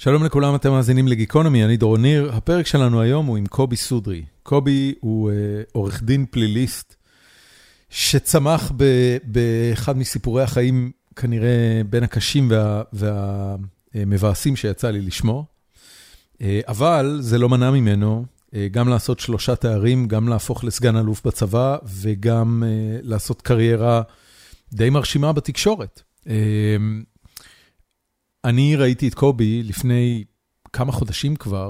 שלום לכולם, אתם מאזינים לגיקונומי, אני דורון ניר. הפרק שלנו היום הוא עם קובי סודרי. קובי הוא עורך דין פליליסט שצמח באחד מסיפורי החיים כנראה בין הקשים והמבאסים שיצא לי לשמוע. אבל זה לא מנע ממנו גם לעשות 3 תארים, גם להפוך לסגן אלוף בצבא וגם לעשות קריירה די מרשימה בתקשורת. אני ראיתי את קובי לפני כמה חודשים כבר,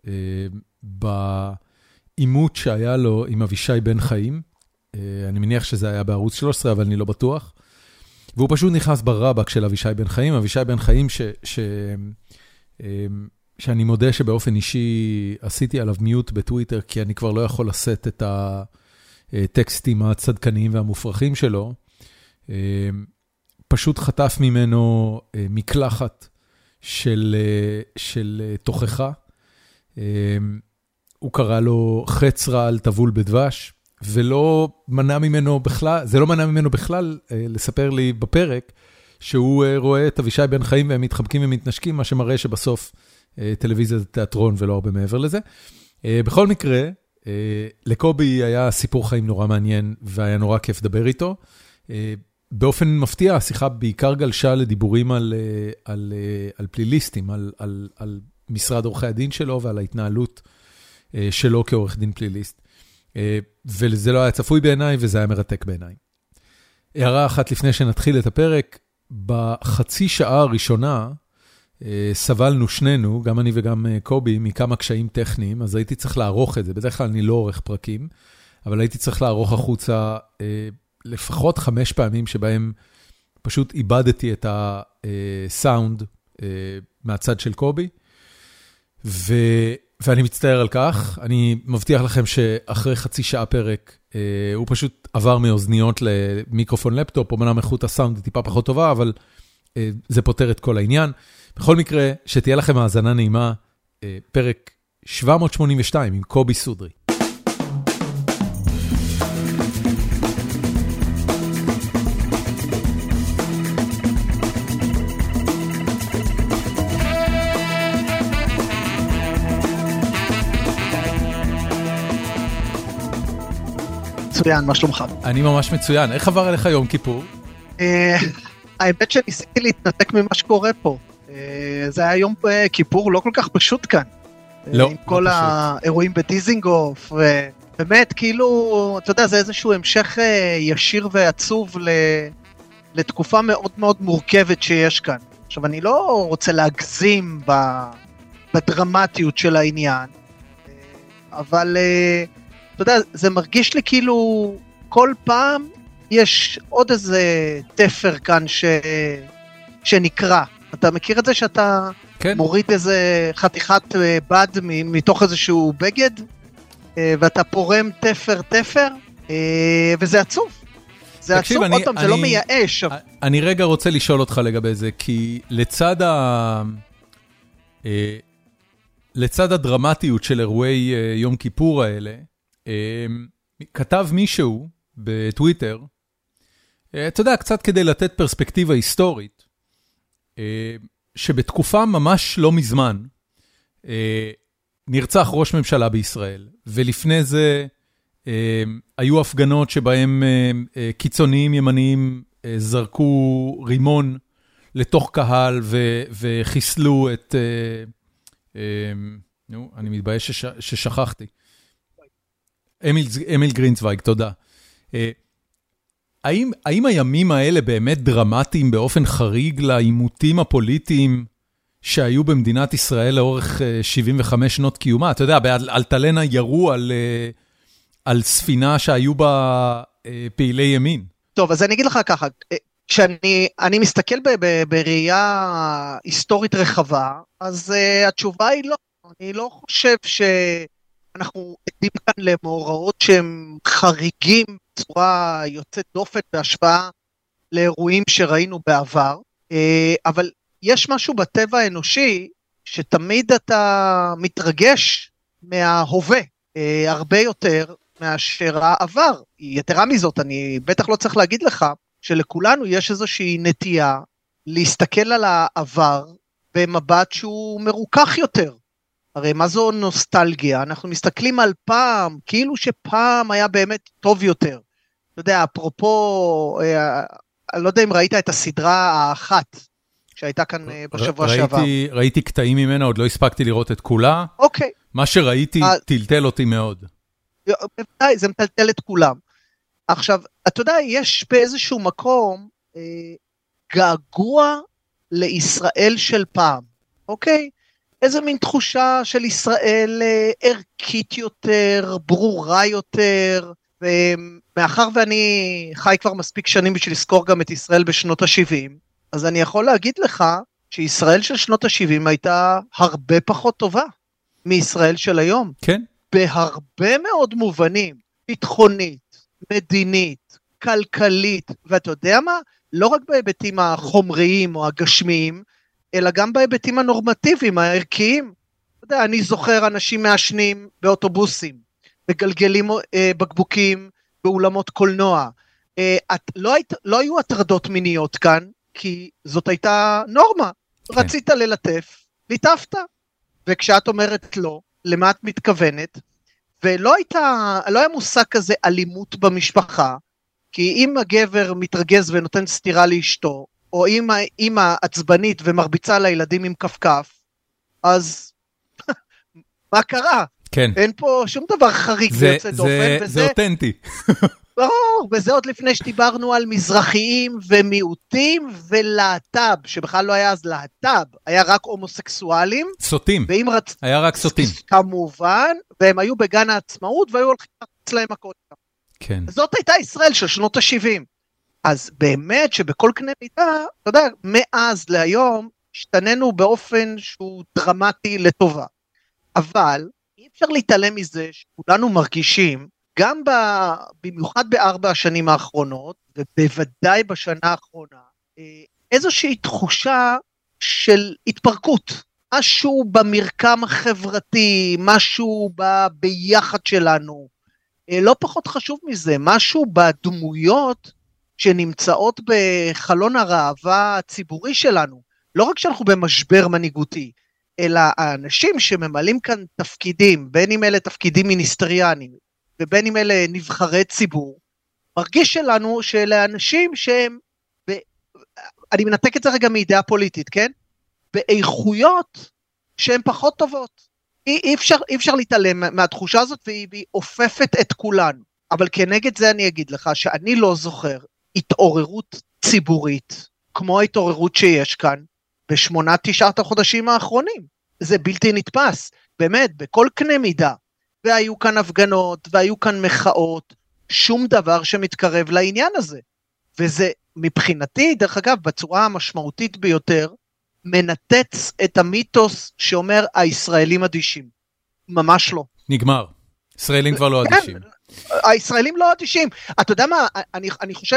בעימות שהיה לו עם אבישי בן חיים. אני מניח שזה היה בערוץ 13, אבל אני לא בטוח. והוא פשוט נכנס ברבק של אבישי בן חיים. אבישי בן חיים שאני מודה שבאופן אישי עשיתי עליו מיוט בטוויטר, כי אני כבר לא יכול לשאת את הטקסטים הצדקניים והמופרכים שלו. פשוט חטף ממנו מקלחת של תוכחה. הוא קרא לו חץ רעל טבול בדבש, ולא מנע ממנו בכלל, זה לא מנע ממנו בכלל לספר לי בפרק, שהוא רואה את אבישי בן חיים והם מתחבקים ומתנשקים, מה שמראה שבסוף טלוויזיה זה תיאטרון ולא הרבה מעבר לזה. בכל מקרה, לקובי היה סיפור חיים נורא מעניין, והיה נורא כיף לדבר איתו. באופן מפתיע, השיחה בעיקר גלשה לדיבורים על פליליסטים, על משרד עורכי הדין שלו ועל ההתנהלות שלו כעורך דין פליליסט. וזה לא היה צפוי בעיניי, וזה היה מרתק בעיניי. הערה אחת לפני שנתחיל את הפרק, בחצי שעה הראשונה סבלנו שנינו, גם אני וגם קובי, מכמה קשיים טכניים, אז הייתי צריך לערוך את זה. בדרך כלל אני לא עורך פרקים, אבל הייתי צריך לערוך החוצה לפחות 5 פעמים שבהם פשוט איבדתי את הסאונד מהצד של קובי, ואני מצטער על כך. אני מבטיח לכם שאחרי חצי שעה פרק, הוא פשוט עבר מאוזניות למיקרופון לפטופ, אומנם איכות הסאונד היא טיפה פחות טובה, אבל זה פותר את כל העניין. בכל מקרה, שתהיה לכם האזנה נעימה, פרק 782 עם קובי סודרי. מצוין, מה שלומך? אני ממש מצוין. איך עבר עליך יום כיפור? האמת שניסיתי להתנתק ממה שקורה פה. זה היה יום כיפור לא כל כך פשוט כאן. לא. עם כל האירועים בדיזינגוף, ובאמת כאילו, אתה יודע, זה איזשהו המשך ישיר ועצוב לתקופה מאוד מאוד מורכבת שיש כאן. עכשיו, אני לא רוצה להגזים בדרמטיות של העניין, אבל אתה יודע, זה מרגיש לי כאילו כל פעם יש עוד איזה תפר כאן שנקרא. אתה מכיר את זה שאתה כן. מוריד איזה חתיכת בד מתוך איזשהו בגד, ואתה פורם תפר, וזה עצוב. זה עצוב, עוד פעם, זה לא מייאש. אני רגע רוצה לשאול אותך לגבי זה, כי לצד הדרמטיות של אירועי יום כיפור האלה, כתב מישהו בטוויטר, אתה יודע, קצת כדי לתת פרספקטיבה היסטורית, שבתקופה ממש לא מזמן, נרצח ראש ממשלה בישראל, ולפני זה היו הפגנות שבהם קיצוניים ימניים זרקו רימון לתוך קהל וחיסלו את, אני מתבייש ששכחתי. אמיל גרינצוויג, תודה. האם הימים האלה באמת דרמטיים באופן חריג לעימותים הפוליטיים שהיו במדינת ישראל לאורך 75 שנות קיומה? אתה יודע, באלטלנה ירו על ספינה שהיו בה פעילי ימין. טוב, אז אני אגיד לך ככה, כשאני מסתכל בראייה היסטורית רחבה, אז התשובה היא לא. אני לא חושב אנחנו עדים כאן למאורעות שהם חריגים בצורה יוצאת דופן בהשפעה לאירועים שראינו בעבר, אבל יש משהו בטבע האנושי שתמיד אתה מתרגש מההווה, הרבה יותר מאשר העבר. יתרה מזאת, אני בטח לא צריך להגיד לך שלכולנו יש איזושהי נטייה להסתכל על העבר במבט שהוא מרוכך יותר. הרי מה זו נוסטלגיה? אנחנו מסתכלים על פעם, כאילו שפעם היה באמת טוב יותר. אתה יודע, אפרופו, אני לא יודע אם ראית את הסדרה האחת, שהייתה כאן בשבוע שעבר. ראיתי קטעים ממנה, עוד לא הספקתי לראות את כולה. אוקיי. מה שראיתי טלטל אותי מאוד. בוודאי, זה מטלטל את כולם. עכשיו, אתה יודע, יש באיזשהו מקום געגוע לישראל של פעם, אוקיי? איזה מין תחושה של ישראל ערכית יותר, ברורה יותר, ומאחר ואני חי כבר מספיק שנים בשביל לזכור גם את ישראל בשנות ה-70, אז אני יכול להגיד לך שישראל של שנות ה-70 הייתה הרבה פחות טובה מישראל של היום. כן. בהרבה מאוד מובנים, ביטחונית, מדינית, כלכלית, ואתה יודע מה? לא רק בהיבטים החומריים או הגשמיים, אלא גם בהיבטים הנורמטיביים, הערכיים. אתה יודע, אני זוכר אנשים מעשנים באוטובוסים, מגלגלים בקבוקים באולמות קולנוע. לא היו הטרדות מיניות כאן, כי זאת הייתה נורמה. כן. רצית ללטף, ליטפת. וכשאת אומרת לא, למה את מתכוונת? ולא היה מושג כזה אלימות במשפחה, כי אם הגבר מתרגז ונותן סתירה לאשתו, או אם האמא עצבנית ומרביצה לילדים עם כפכף, אז מה קרה? כן. אין פה שום דבר חריג ויוצא דופן. זה אותנטי. ברור, וזה עוד לפני שדיברנו על מזרחיים ומיעוטים ולהט"ב, שבכלל לא היה אז להט"ב, היה רק הומוסקסואלים. סוטים, היה רק סוטים. כמובן, והם היו בגן העצמאות והיו הולכים אצלהם הכל. כן. זאת הייתה ישראל של שנות ה-70. אז באמת שבכל קנה מידה, אתה יודע, מאז להיום, השתננו באופן שהוא דרמטי לטובה. אבל אי אפשר להתעלם מזה שכולנו מרגישים, גם במיוחד ב4 השנים האחרונות, ובוודאי בשנה האחרונה, איזושהי תחושה של התפרקות. משהו במרקם החברתי, משהו ביחד שלנו. לא פחות חשוב מזה, משהו בדמויות שנמצאות בחלון הראווה הציבורי שלנו. לא רק שאנחנו במשבר מנהיגותי, אלא האנשים שממלאים כאן תפקידים, בין אם אלה תפקידים מיניסטריאניים, ובין אם אלה נבחרי ציבור, מרגיש שלנו שאלה אנשים שהם, אני מנתק את זה רגע מידיעה פוליטית, כן? באיכויות שהן פחות טובות. אי אפשר להתעלם מהתחושה הזאת, והיא אופפת את כולנו. אבל כנגד זה אני אגיד לך, שאני לא זוכר התעוררות ציבורית, כמו ההתעוררות שיש כאן, ב8-9 החודשים האחרונים. זה בלתי נתפס, באמת, בכל קנה מידה. והיו כאן הפגנות, והיו כאן מחאות, שום דבר שמתקרב לעניין הזה. וזה מבחינתי, דרך אגב, בצורה המשמעותית ביותר, מנתץ את המיתוס שאומר, הישראלים אדישים. ממש לא. נגמר. ישראלים כבר לא אדישים. הישראלים לא אדישים. אתה יודע מה, אני חושב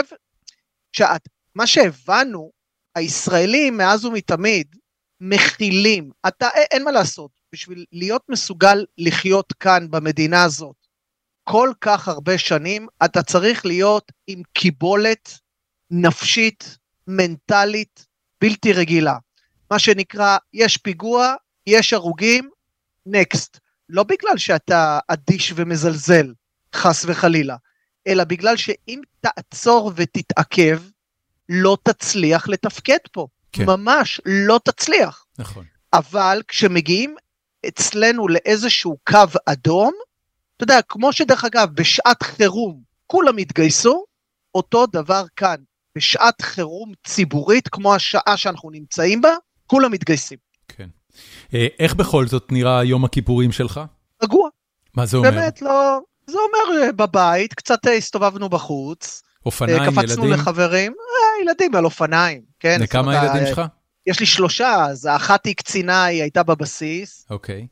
מה שהבנו, הישראלים מאז ומתמיד, מכילים. אין מה לעשות. בשביל להיות מסוגל לחיות כאן במדינה הזאת, כל כך הרבה שנים, אתה צריך להיות עם קיבולת נפשית, מנטלית, בלתי רגילה. מה שנקרא, יש פיגוע, יש הרוגים, נקסט. לא בגלל שאתה אדיש ומזלזל, חס וחלילה, אלא בגלל שאם תעצור ותתעכב, לא תצליח לתפקד פה. כן. ממש לא תצליח. נכון. אבל כשמגיעים אצלנו לאיזשהו קו אדום, אתה יודע, כמו שדרך אגב, בשעת חירום כולם התגייסו, אותו דבר כאן, בשעת חירום ציבורית, כמו השעה שאנחנו נמצאים בה, כולם מתגייסים. כן. איך בכל זאת נראה יום הכיפורים שלך? רגוע. מה זה אומר? באמת לא, זה אומר בבית, קצת הסתובבנו בחוץ. אופניים, ילדים? קפצנו לחברים, ילדים על אופניים. כן, לכמה ילדים שלך? יש לי 3, אז האחת היא קצינה, היא הייתה בבסיס. אוקיי.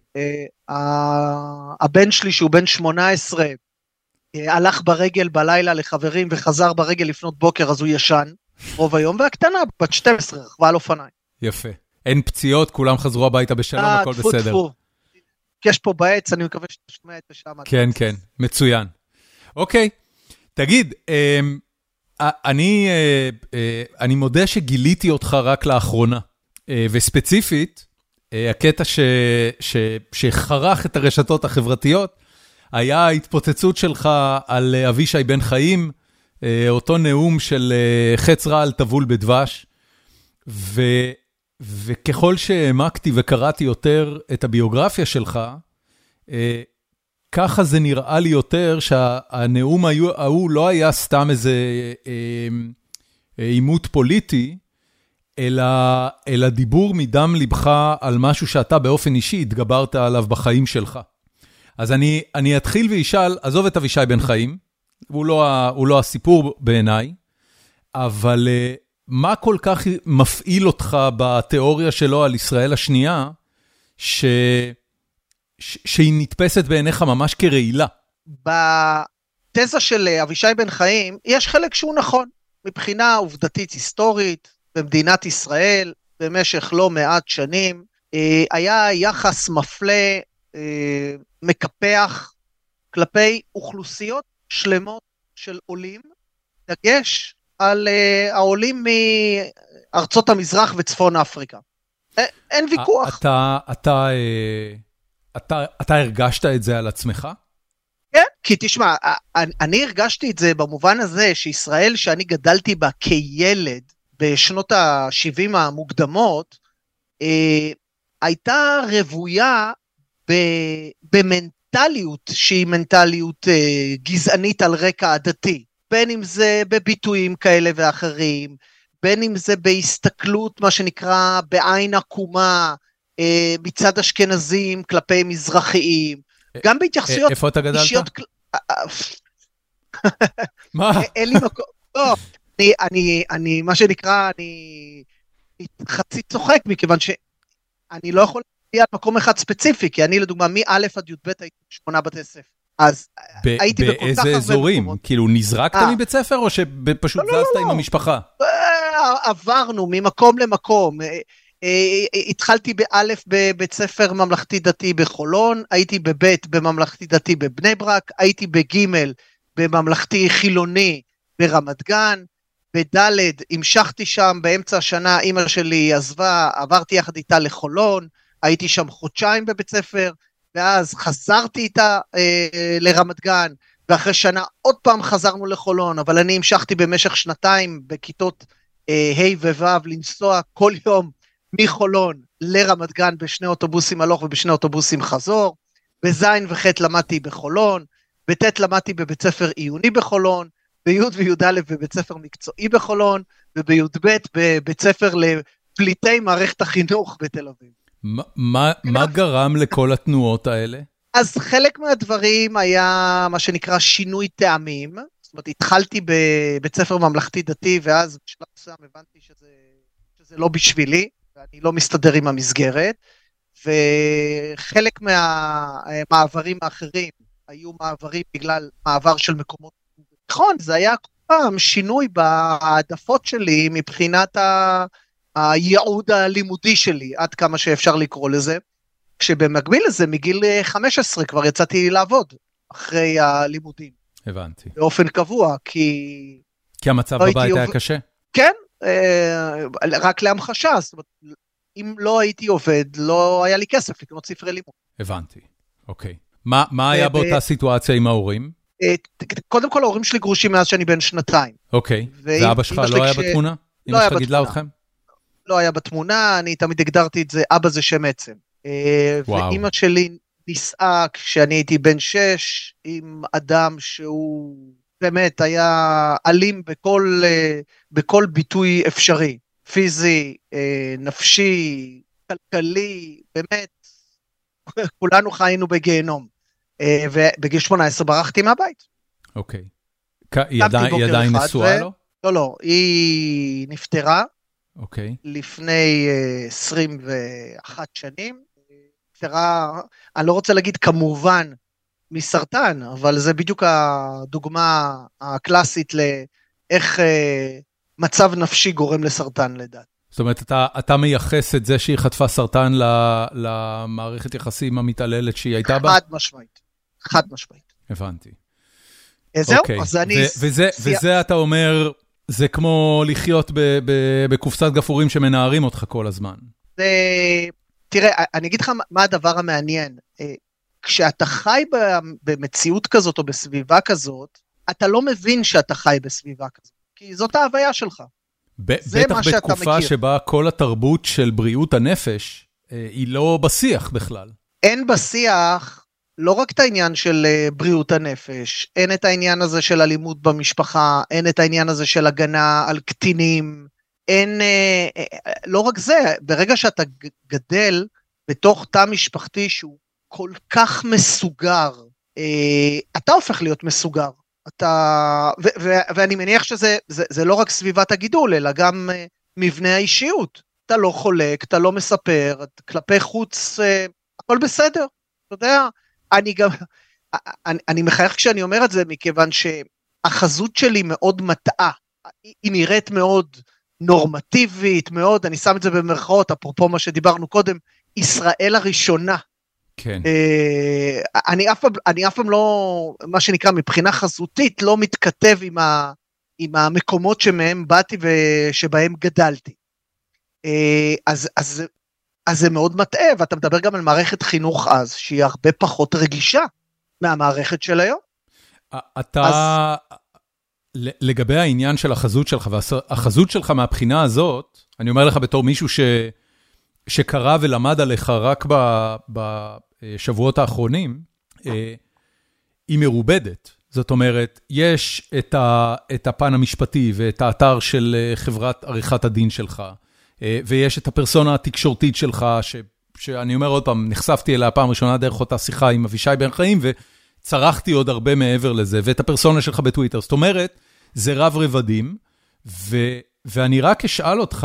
הבן שלי שהוא בן 18, הלך ברגל בלילה לחברים וחזר ברגל לפנות בוקר, אז הוא ישן רוב היום, והקטנה בת 12 רכבה על אופניים. יפה. אין פציעות, כולם חזרו הביתה בשלום, הכל בסדר. יש פה בעץ, אני מקווה שאתה שומע את השם. כן, כן, מצוין. אוקיי, תגיד, אני מודה שגיליתי אותך רק לאחרונה. וספציפית, הקטע שחרך את הרשתות החברתיות, היה ההתפוצצות שלך על אבישי בן חיים, אותו נאום של חץ רעל טבול בדבש, וככל שהעמקתי וקראתי יותר את הביוגרפיה שלך, ככה זה נראה לי יותר שהנאום ההוא לא היה סתם איזה עימות פוליטי, אלא דיבור מדם לבך על משהו שאתה באופן אישי התגברת עליו בחיים שלך. אז אני אתחיל וישאל, עזוב את אבישי בן חיים, הוא לא הסיפור בעיניי, אבל מה כל כך מפעיל אותך בתיאוריה שלו על ישראל השנייה, שהיא נתפסת בעיניך ממש כרעילה? בתזה של אבישי בן חיים, יש חלק שהוא נכון, מבחינה עובדתית היסטורית, במדינת ישראל, במשך לא מעט שנים, היה יחס מפלה, מקפח, כלפי אוכלוסיות שלמות של עולים, דגש על העולים מארצות המזרח וצפון אפריקה. אין ויכוח. אתה הרגשת את זה על עצמך? כן, כי תשמע, אני הרגשתי את זה במובן הזה שישראל שאני גדלתי בה כילד בשנות ה-70 המוקדמות, הייתה רבויה במנטליות שהיא מנטליות גזענית על רקע עדתי, בין אם זה בביטויים כאלה ואחרים, בין אם זה בהסתכלות מה שנקרא בעין עקומה, מצד אשכנזים כלפי מזרחיים, גם בהתייחסויות איפה אתה גדלת? מה? אין לי מקום, לא, אני מה שנקרא, אני חצי צוחק, מכיוון שאני לא יכול להגיע מקום אחד ספציפי, כי אני לדוגמה מ-א' עד י"ב הייתי 8 בתי ספר, אז הייתי בכל כך הרבה מקומות. באיזה אזורים? כאילו נזרקת מבית ספר, או שפשוט זזת עם המשפחה? עברנו ממקום למקום, התחלתי באלף בבית ספר ממלכתי דתי בחולון, הייתי בבית בממלכתי דתי בבני ברק, הייתי בגימל בממלכתי חילוני ברמת גן, בדלת המשכתי שם, באמצע השנה אמא שלי עזבה, עברתי יחד איתה לחולון, הייתי שם חודשיים בבית ספר, ואז חזרתי איתה לרמת גן, ואחרי שנה עוד פעם חזרנו לחולון, אבל אני המשכתי במשך שנתיים בכיתות ה' וו' לנסוע כל יום מחולון לרמת גן בשני אוטובוסים הלוך ובשני אוטובוסים חזור, בזין וח' למדתי בחולון, בט' למדתי בבית ספר עיוני בחולון, בי' וי"א בבית ספר מקצועי בחולון, ובי"ב בבית ספר לפליטי מערכת החינוך בתל אביב. מה גרם לכל התנועות האלה? אז חלק מהדברים היה מה שנקרא שינוי טעמים, זאת אומרת התחלתי בבית ספר ממלכתי דתי, ואז בשלב מסוים הבנתי שזה לא בשבילי, ואני לא מסתדר עם המסגרת, וחלק מהמעברים האחרים היו מעברים בגלל מעבר של מקומות, נכון, זה היה פעם שינוי בהעדפות שלי מבחינת הייעוד הלימודי שלי, עד כמה שאפשר לקרוא לזה, כשבמקביל לזה מגיל 15 כבר יצאתי לעבוד אחרי הלימודים. הבנתי. באופן קבוע, כי המצב בבית היה קשה? כן, רק להמחשה, זאת אומרת, אם לא הייתי עובד, לא היה לי כסף לקנות ספרי לימוד. הבנתי, אוקיי. מה היה באותה סיטואציה עם ההורים? קודם כל ההורים שלי גרושים מאז שאני בן 2. אוקיי, ואבא שלך לא היה בתמונה? לא היה אמא שלך גידלה אתכם? לא היה בתמונה, אני תמיד הגדרתי את זה, אבא זה שם עצם. ואמא שלי נישאה כשאני הייתי בן 6, עם אדם שהוא באמת היה אלים בכל ביטוי אפשרי, פיזי, נפשי, כלכלי, באמת, כולנו חיינו בגיהנום. ובגיל 18 ברחתי מהבית. אוקיי. היא עדיין נשואה לו? לא, היא נפטרה. אוקיי. לפני 21 שנים. נפטרה, אני לא רוצה להגיד כמובן מסרטן, אבל זה בדיוק הדוגמה הקלאסית לאיך מצב נפשי גורם לסרטן לדעת. זאת אומרת, אתה מייחס את זה שהיא חטפה סרטן למערכת יחסים המתעללת שהיא הייתה בה? חד משמעית. הבנתי. זהו, אז אני... וזה אתה אומר, זה כמו לחיות בקופסת גפורים שמנערים אותך כל הזמן. תראה, אני אגיד לך מה הדבר המעניין. כשאתה חי במציאות כזאת או בסביבה כזאת, אתה לא מבין שאתה חי בסביבה כזאת, כי זאת ההוויה שלך. בטח בתקופה שבה כל התרבות של בריאות הנפש היא לא בשיח בכלל. אין בשיח לא רק את העניין של בריאות הנפש, אין את העניין הזה של אלימות במשפחה, אין את העניין הזה של הגנה על קטינים, אין, לא רק זה, ברגע שאתה גדל בתוך תא משפחתי שהוא כל כך מסוגר, אתה הופך להיות מסוגר. ואני מניח שזה לא רק סביבת הגידול, אלא גם מבנה האישיות. אתה לא חולק, אתה לא מספר, כלפי חוץ, הכל בסדר. אתה יודע, אני מחייך כשאני אומר את זה, מכיוון שהחזות שלי מאוד מטעה. היא נראית מאוד נורמטיבית, מאוד, אני שם את זה במרכאות, אפרופו מה שדיברנו קודם, ישראל הראשונה. כן. אני אף פעם לא, מה שנקרא, מבחינה חזותית, לא מתכתב עם המקומות שמהם באתי ושבהם גדלתי. אז זה מאוד מטעה, ואתה מדבר גם על מערכת חינוך אז, שהיא הרבה פחות רגישה מהמערכת של היום. אתה, לגבי העניין של החזות שלך, והחזות שלך מהבחינה הזאת, אני אומר לך בתור מישהו שקרא ולמד עליך רק בשבועות האחרונים, היא מרובדת. זאת אומרת, יש את הפן המשפטי ואת האתר של חברת עריכת הדין שלך, ויש את הפרסונה התקשורתית שלך, שאני אומר עוד פעם, נחשפתי אליה פעם ראשונה דרך אותה שיחה עם אבישי בן חיים, וצרחתי עוד הרבה מעבר לזה, ואת הפרסונה שלך בטוויטר. זאת אומרת, זה רב רבדים, ואני רק אשאל אותך,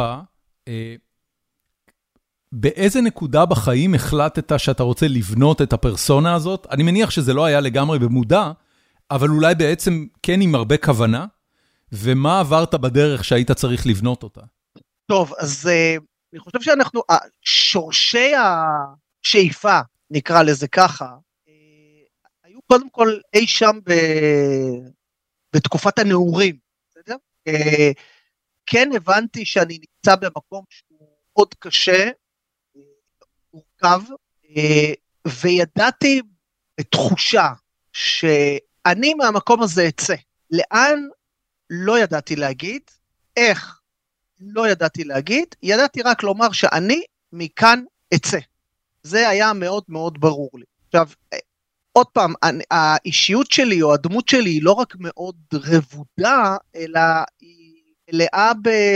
באיזה נקודה בחיים החלטת שאתה רוצה לבנות את הפרסונה הזאת? אני מניח שזה לא היה לגמרי במודע, אבל אולי בעצם כן עם הרבה כוונה, ומה עברת בדרך שהיית צריך לבנות אותה? טוב, אז אני חושב שאנחנו, שורשי השאיפה, נקרא לזה ככה, היו קודם כל אי שם בתקופת הנעורים, בסדר? כן הבנתי שאני נמצא במקום שהוא מאוד קשה, מורכב, וידעתי בתחושה שאני מהמקום הזה אצא. לאן? לא ידעתי להגיד. איך? לא ידעתי להגיד. ידעתי רק לומר שאני מכאן אצא. זה היה מאוד מאוד ברור לי. עכשיו, עוד פעם, האישיות שלי או הדמות שלי היא לא רק מאוד רבודה, אלא היא מלאה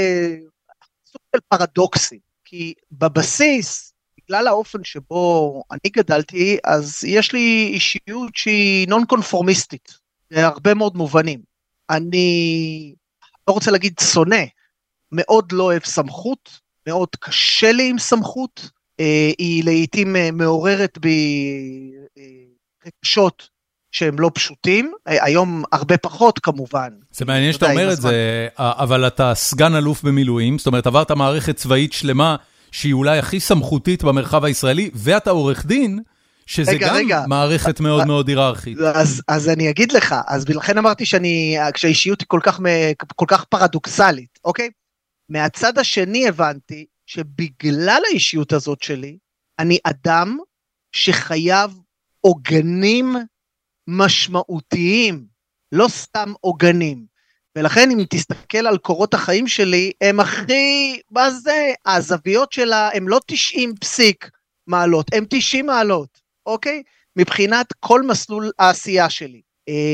בסוג של פרדוקסים. כי בבסיס, בגלל האופן שבו אני גדלתי, אז יש לי אישיות שהיא נון-קונפורמיסטית, בהרבה מאוד מובנים. אני לא רוצה להגיד שונא, מאוד לא אוהב סמכות, מאוד קשה לי עם סמכות, היא לעתים מעוררת בי רגשות שהם לא פשוטים, היום הרבה פחות כמובן. זה מעניין שאתה אומר את זה, אבל אתה סגן אלוף במילואים, זאת אומרת עברת מערכת צבאית שלמה, שהיא אולי הכי סמכותית במרחב הישראלי, ואתה עורך דין, שזה גם מערכת מאוד מאוד היררכית. אז אני אגיד לך, אז לכן אמרתי כשהאישיות היא כל כך פרדוקסלית, אוקיי? מהצד השני הבנתי, שבגלל האישיות הזאת שלי, אני אדם שחייב עוגנים משמעותיים, לא סתם עוגנים. ולכן אם תסתכל על קורות החיים שלי, הם הכי, מה זה? הזוויות שלה הם לא 90 פסיק מעלות, הם 90 מעלות, אוקיי? מבחינת כל מסלול העשייה שלי.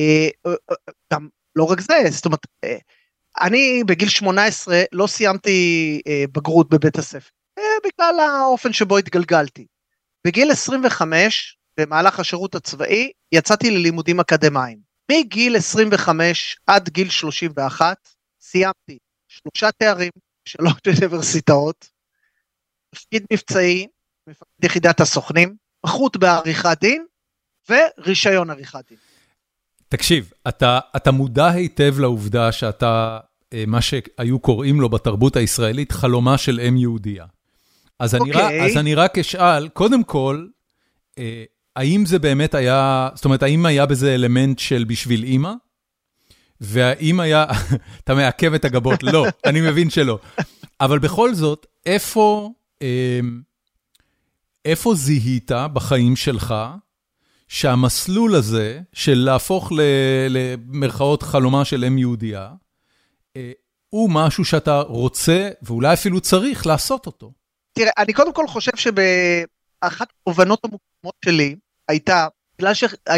גם לא רק זה, זאת אומרת, אני בגיל 18 לא סיימתי בגרות בבית הספר, בגלל האופן שבו התגלגלתי. בגיל 25, במהלך השירות הצבאי, יצאתי ללימודים אקדמיים. מגיל 25 עד גיל 31, סיימתי 3 תארים, 3 אוניברסיטאות, תפקיד מבצעי, מפקד יחידת הסוכנים, פחות בעריכת דין, ורישיון עריכת דין. תקשיב, אתה מודע היטב לעובדה שאתה, מה שהיו קוראים לו בתרבות הישראלית, חלומה של אם יהודייה. אז אני רק אשאל, קודם כל, האם זה באמת היה, זאת אומרת, האם היה בזה אלמנט של בשביל אמא? והאם היה, אתה מעכב את הגבות? לא, אני מבין שלא. אבל בכל זאת, איפה זיהית בחיים שלך, שהמסלול הזה, של להפוך למרכאות חלומה של אם יהודייה, הוא משהו שאתה רוצה, ואולי אפילו צריך לעשות אותו? תראה, אני קודם כל חושב שבאחת התובנות המוקדמות שלי, הייתה, בגלל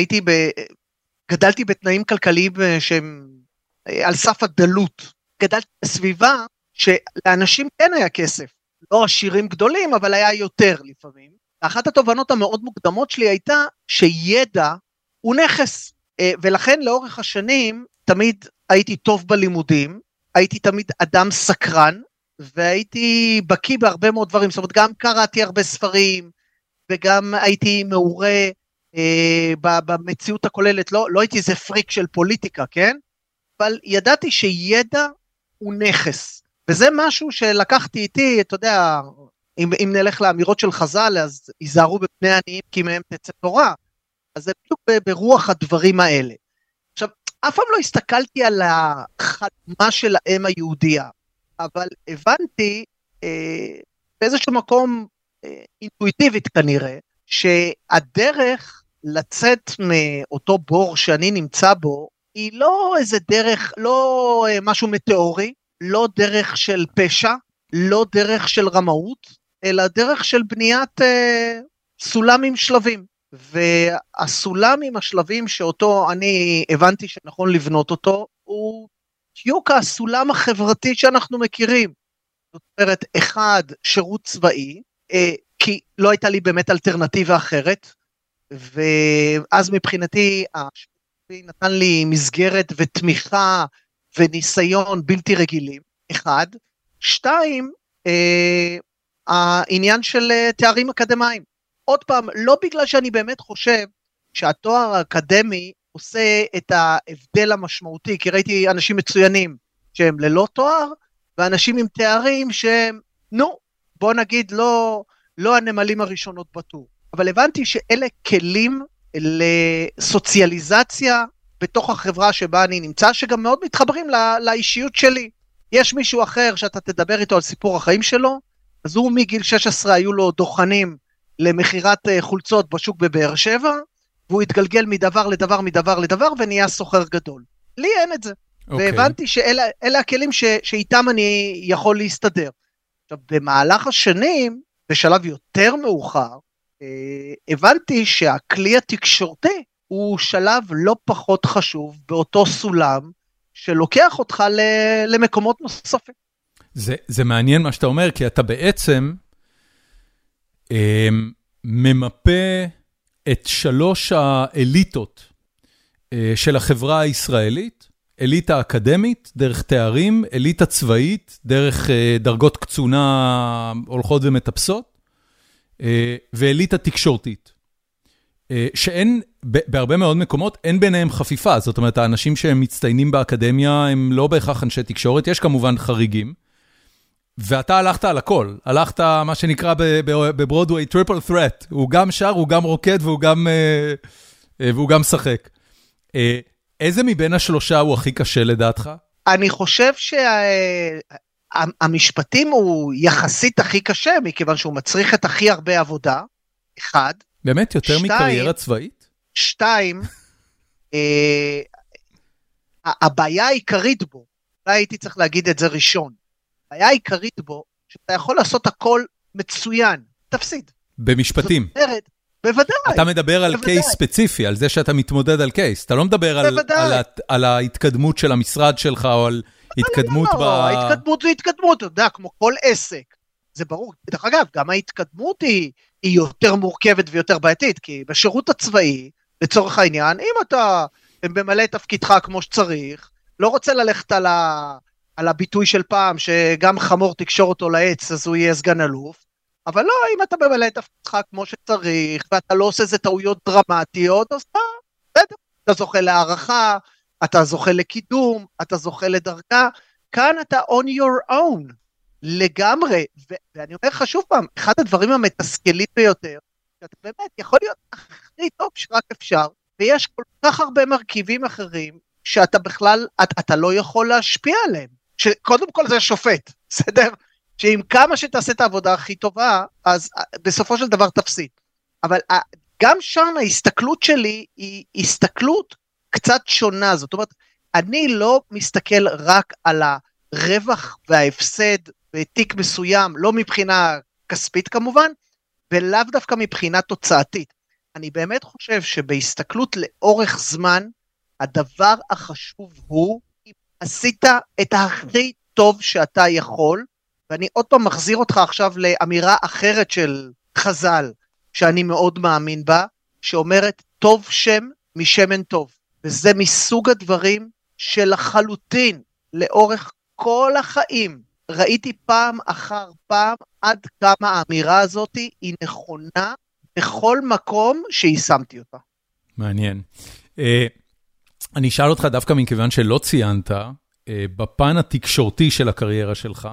גדלתי בתנאים כלכליים שהם על סף הדלות, גדלתי בסביבה שלאנשים כן היה כסף, לא עשירים גדולים, אבל היה יותר לפעמים. אחת התובנות המאוד מוקדמות שלי הייתה שידע הוא נכס, ולכן לאורך השנים תמיד הייתי טוב בלימודים, הייתי תמיד אדם סקרן, והייתי בקיא בהרבה מאוד דברים, זאת אומרת גם קראתי הרבה ספרים, וגם הייתי מעורה במציאות הכוללת, לא הייתי איזה פריק של פוליטיקה, כן? אבל ידעתי שידע הוא נכס, וזה משהו שלקחתי איתי, אתה יודע, אם נלך לאמירות של חז"ל, אז ייזהרו בפני עניים כי מהם תצא תורה, אז זה בדיוק ברוח הדברים האלה. עכשיו, אף פעם לא הסתכלתי על החתמה של האם היהודייה, אבל הבנתי באיזשהו מקום אינטואיטיבית כנראה, שהדרך לצאת מאותו בור שאני נמצא בו, היא לא איזה דרך, לא משהו מטאורי, לא דרך של פשע, לא דרך של רמאות, אלא דרך של בניית סולם עם שלבים. והסולם עם השלבים שאותו אני הבנתי שנכון לבנות אותו, הוא בדיוק הסולם החברתי שאנחנו מכירים. זאת אומרת, אחד, שירות צבאי, כי לא הייתה לי באמת אלטרנטיבה אחרת, ואז מבחינתי השירות נתן לי מסגרת ותמיכה וניסיון בלתי רגילים, אחד. שתיים, העניין של תארים אקדמיים. עוד פעם, לא בגלל שאני באמת חושב שהתואר האקדמי עושה את ההבדל המשמעותי, כי ראיתי אנשים מצוינים שהם ללא תואר, ואנשים עם תארים שהם, בוא נגיד, לא הנמלים הראשונות בטור. אבל הבנתי שאלה כלים לסוציאליזציה בתוך החברה שבה אני נמצא, שגם מאוד מתחברים לאישיות שלי. יש מישהו אחר שאתה תדבר איתו על סיפור החיים שלו, אז הוא מגיל 16 היו לו דוכנים למחירת חולצות בשוק בבאר שבע, והוא התגלגל מדבר לדבר ונהיה סוחר גדול. לי אין את זה. והבנתי שאלה הכלים שאיתם אני יכול להסתדר. עכשיו, במהלך השנים, בשלב יותר מאוחר, הבנתי שהכלי התקשורתי הוא שלב לא פחות חשוב באותו סולם, שלוקח אותך למקומות נוספים. זה מעניין מה שאתה אומר, כי אתה בעצם ממפה את שלוש האליטות של החברה הישראלית, אליטה אקדמית, דרך תארים, אליטה צבאית, דרך דרגות קצונה הולכות ומטפסות, ואליטה תקשורתית. שאין, בהרבה מאוד מקומות, אין ביניהם חפיפה. זאת אומרת, האנשים שהם מצטיינים באקדמיה, הם לא בהכרח אנשי תקשורת, יש כמובן חריגים. ואתה הלכת על הכל, הלכת מה שנקרא בברודווי, טריפל ת'רט. הוא גם שר, הוא גם רוקד, והוא גם שחק. איזה מבין השלושה הוא הכי קשה לדעתך? אני חושב שהמשפטים הוא יחסית הכי קשה, מכיוון שהוא מצריך את הכי הרבה עבודה, אחד. באמת יותר מקריירה צבאית? שתיים, הבעיה העיקרית בו, הייתי צריך להגיד את זה ראשון, הבעיה העיקרית בו, שאתה יכול לעשות הכל מצוין, תפסיד. במשפטים. זאת אומרת, בוודאי. אתה מדבר על קייס ספציפי, על זה שאתה מתמודד על קייס, אתה לא מדבר על ההתקדמות של המשרד שלך, או על התקדמות ההתקדמות זה התקדמות, אתה יודע, כמו כל עסק, זה ברור. דרך אגב, גם ההתקדמות היא יותר מורכבת ויותר בעייתית, כי בשירות הצבאי, לצורך העניין, אם אתה ממלא את תפקידך כמו שצריך, לא רוצה ללכת על הביטוי של פעם, שגם חמור תקשור אותו לעץ, אז הוא יהיה סגן אלוף, אבל לא, אם אתה ממלא את תפקידך כמו שצריך, ואתה לא עושה איזה טעויות דרמטיות, אז אתה זוכה להערכה, אתה זוכה לקידום, אתה זוכה לדרגה, כאן אתה on your own, לגמרי, ואני אומר לך שוב פעם, אחד הדברים המתסכלים ביותר, שאתה באמת יכול להיות הכי טוב שרק אפשר, ויש כל כך הרבה מרכיבים אחרים, שאתה בכלל, אתה לא יכול להשפיע עליהם. שקודם כל זה השופט, בסדר? שעם כמה שתעשה את העבודה הכי טובה, אז בסופו של דבר תפסיד. אבל גם שם ההסתכלות שלי היא הסתכלות קצת שונה, זאת אומרת, אני לא מסתכל רק על הרווח וההפסד בתיק מסוים, לא מבחינה כספית כמובן, ולאו דווקא מבחינה תוצאתית. אני באמת חושב שבהסתכלות לאורך זמן, הדבר החשוב הוא, אם עשית את הכי טוב שאתה יכול, ואני עוד פעם מחזיר אותך עכשיו לאמירה אחרת של חז"ל, שאני מאוד מאמין בה, שאומרת טוב שם משמן טוב. וזה מסוג הדברים שלחלוטין, לאורך כל החיים, ראיתי פעם אחר פעם, עד כמה האמירה הזאת היא נכונה, בכל מקום שיישמתי אותה. מעניין. אני אשאל אותך דווקא מכיוון שלא ציינת, בפן התקשורתי של הקריירה שלך,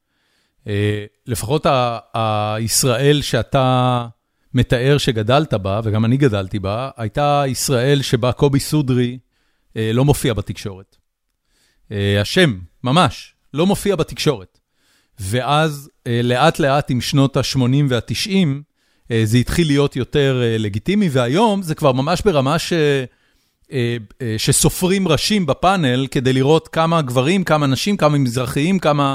לפחות הישראל שאתה מתאר שגדלת בה, וגם אני גדלתי בה, הייתה ישראל שבה קובי סודרי לא מופיע בתקשורת. השם, ממש, לא מופיע בתקשורת. ואז לאט לאט עם שנות ה-80 וה-90, זה התחיל להיות יותר לגיטימי, והיום זה כבר ממש ברמה שסופרים ראשים בפאנל, כדי לראות כמה גברים, כמה נשים, כמה מזרחיים,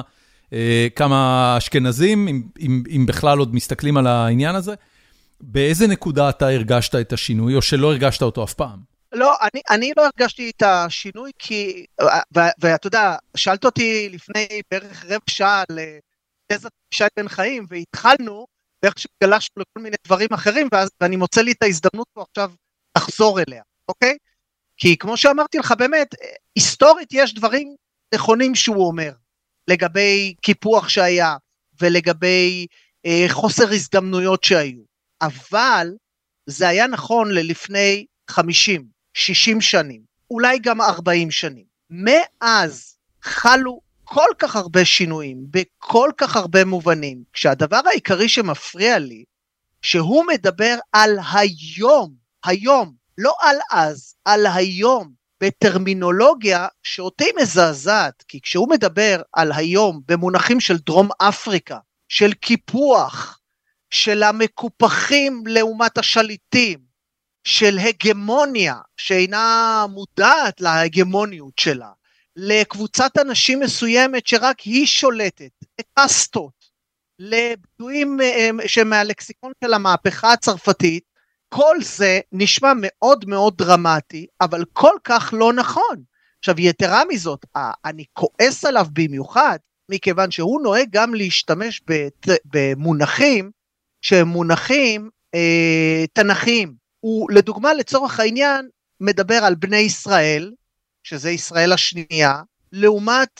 כמה אשכנזים, אם בכלל עוד מסתכלים על העניין הזה. באיזה נקודה אתה הרגשת את השינוי, או שלא הרגשת אותו אף פעם? לא, אני לא הרגשתי את השינוי, כי, ואתה יודע, שאלת אותי לפני בערך רבע שעה על תזת אבישי בן חיים, והתחלנו, ואיך שגלשנו לכל מיני דברים אחרים, ואני מוצא לי את ההזדמנות פה עכשיו לחזור אליה, אוקיי? כי כמו שאמרתי לך, באמת, היסטורית יש דברים נכונים שהוא אומר, לגבי קיפוח שהיה, ולגבי חוסר הזדמנויות שהיו. אבל זה היה נכון ללפני 50, 60 שנים, אולי גם 40 שנים. מאז חלו כל כך הרבה שינויים, בכל כך הרבה מובנים, כשהדבר העיקרי שמפריע לי, שהוא מדבר על היום, לא על אז, על היום, בטרמינולוגיה שאותי מזעזעת, כי כשהוא מדבר על היום במונחים של דרום אפריקה, של קיפוח, של המקופחים לעומת השליטים, של הגמוניה שאינה מודעת להגמוניות שלה, לקבוצת אנשים מסוימת שרק היא שולטת, לקסטות, לביטויים שמהלקסיקון של המהפכה הצרפתית, כל זה נשמע מאוד מאוד דרמטי, אבל כל כך לא נכון. עכשיו יתרה מזאת, אני כועס עליו במיוחד, מכיוון שהוא נוהג גם להשתמש במונחים, שהם מונחים תנכיים. הוא לדוגמה לצורך העניין מדבר על בני ישראל, שזה ישראל השנייה, לעומת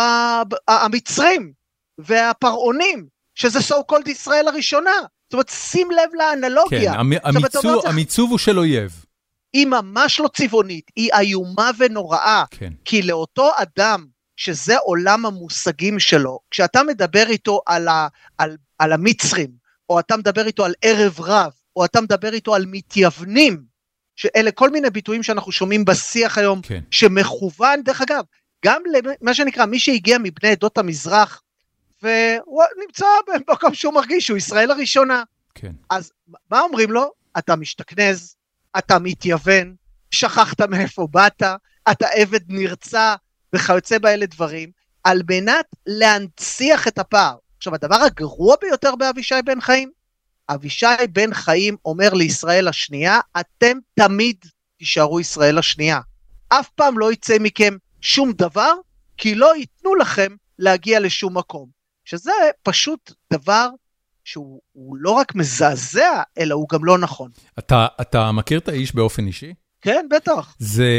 המצרים והפרעונים, שזה so called ישראל הראשונה. זאת אומרת, שים לב לאנלוגיה. כן, המיצוב הוא של אויב. היא ממש לא צבעונית, היא איומה ונוראה, כן. כי לאותו אדם, שזה עולם המושגים שלו, כשאתה מדבר איתו על המצרים, או אתה מדבר איתו על ערב רב, או אתה מדבר איתו על מתייוונים, שאלה כל מיני ביטויים שאנחנו שומעים בשיח היום, כן. שמכוון, דרך אגב, גם למה שנקרא, מי שהגיע מבני עדות המזרח, והוא נמצא במקום שהוא מרגיש, שהוא ישראל הראשונה. כן. אז מה אומרים לו? אתה משתכנז, אתה מתייוון, שכחת מאיפה באת, אתה עבד נרצע, וכיוצא באלה דברים, על מנת להנציח את הפער. עכשיו, הדבר הגרוע ביותר באבישי בן חיים, אבישי בן חיים אומר לישראל השנייה, אתם תמיד תישארו ישראל השנייה. אף פעם לא יצא מכם שום דבר, כי לא ייתנו לכם להגיע לשום מקום. שזה פשוט דבר שהוא לא רק מזעזע, אלא הוא גם לא נכון. אתה מכיר את האיש באופן אישי? כן, בטח.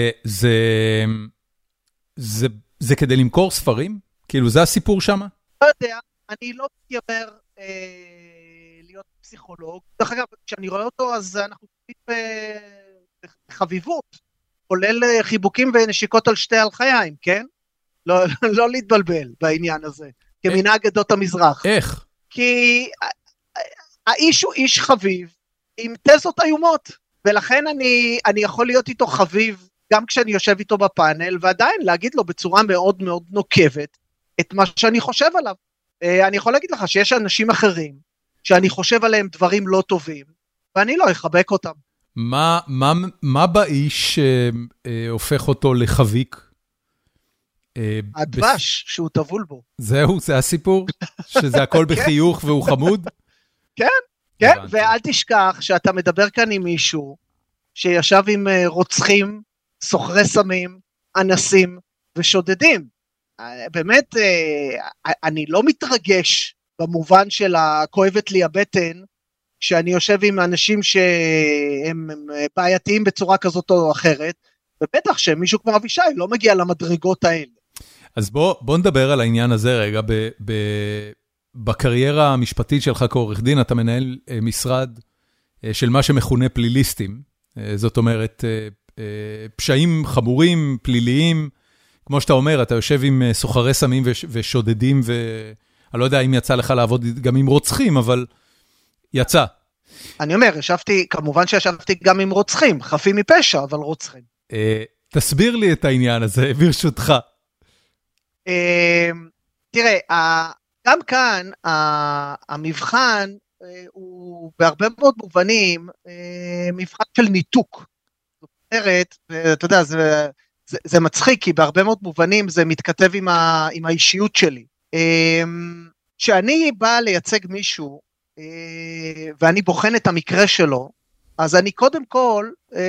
זה כדי למכור ספרים? כאילו זה הסיפור שם? לא יודע, אני לא מתיימר להיות פסיכולוג. דרך אגב, כשאני רואה אותו, אז אנחנו בחביבות, כולל חיבוקים ונשיקות על שתי הלחיים, כן? לא להתבלבל בעניין הזה, כמנהג עדות המזרח. איך? כי האיש הוא איש חביב, עם תזות איומות, ולכן אני יכול להיות איתו חביב גם כשאני יושב איתו בפאנל, ועדיין להגיד לו בצורה מאוד מאוד נוקבת, את מה שאני חושב עליו. אני יכול להגיד לך שיש אנשים אחרים, שאני חושב עליהם דברים לא טובים, ואני לא אחבק אותם. מה באיש הופך אותו לחביק? הדבש שהוא טבול בו. זהו, זה הסיפור? שזה הכל בחיוך והוא חמוד? כן, כן, ואל תשכח שאתה מדבר כאן עם מישהו, שישב עם רוצחים, סוחרי סמים, אנסים ושודדים. באמת, אני לא מתרגש במובן של כואבת לי הבטן, שאני יושב עם אנשים שהם בעייתיים בצורה כזאת או אחרת, ובטח שמישהו כמו אבישי לא מגיע למדרגות האלה. אז בוא נדבר על העניין הזה רגע. בקריירה המשפטית שלך כעורך דין, אתה מנהל משרד של מה שמכונה פליליסטים. זאת אומרת, פשעים חמורים, פליליים. כמו שאתה אומר, אתה יושב עם סוחרי סמים ושודדים, ואני לא יודע אם יצא לך לעבוד גם עם רוצחים, אבל יצא. אני אומר, כמובן שישבתי גם עם רוצחים, חפים מפשע, אבל רוצחים. תסביר לי את העניין הזה, ברשותך. תראה, גם כאן המבחן הוא בהרבה מאוד מובנים מבחן של ניתוק. זאת אומרת, אתה יודע, זה מצחיק, כי בהרבה מאוד מובנים זה מתכתב עם האישיות שלי. כשאני בא לייצג מישהו, ואני בוחן את המקרה שלו, אז אני קודם כל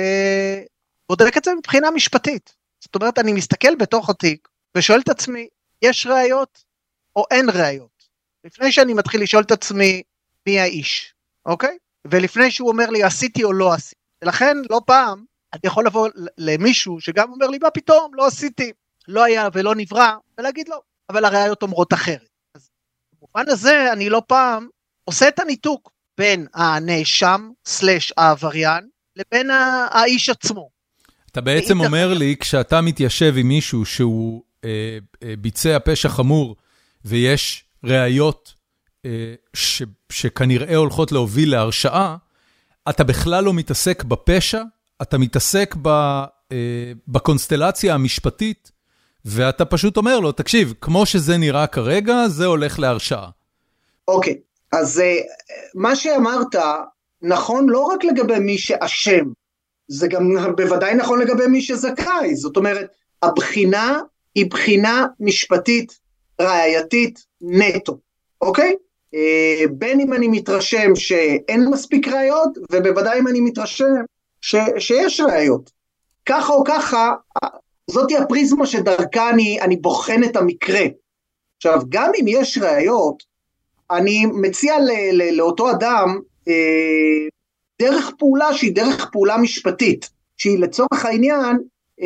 בודק את זה מבחינה משפטית. זאת אומרת, אני מסתכל בתוך התיק, ושואל את עצמי, יש ראיות או אין ראיות? לפני שאני מתחיל לשאול את עצמי, מי האיש, אוקיי? ולפני שהוא אומר לי, עשיתי או לא עשיתי. ולכן, לא פעם, אני יכול לבוא למישהו שגם אומר לי, מה פתאום, לא עשיתי, לא היה ולא נברא, ולהגיד לו, אבל הראיות אומרות אחרת. אז במובן הזה, אני לא פעם עושה את הניתוק בין הנאשם סלש העבריין, לבין האיש עצמו. אתה בעצם אומר לי, כשאתה מתיישב עם מישהו שהוא ביצע פשע חמור, ויש ראיות שכנראה הולכות להוביל להרשעה, אתה בכלל לא מתעסק בפשע, אתה מתעסק בקונסטלציה המשפטית, ואתה פשוט אומר לו, תקשיב, כמו שזה נראה כרגע, זה הולך להרשעה. אוקיי, אז מה שאמרת, נכון לא רק לגבי מי שאשם, זה גם בוודאי נכון לגבי מי שזכאי, זאת אומרת, הבחינה היא בחינה משפטית, ראייתית, נטו, אוקיי? בין אם אני מתרשם שאין מספיק ראיות, ובוודאי אם אני מתרשם שיש ראיות. ככה או ככה, זאת היא הפריזמה שדרכה אני בוחן את המקרה. עכשיו, גם אם יש ראיות, אני מציע לאותו אדם דרך פעולה שהיא דרך פעולה משפטית, שהיא לצורך העניין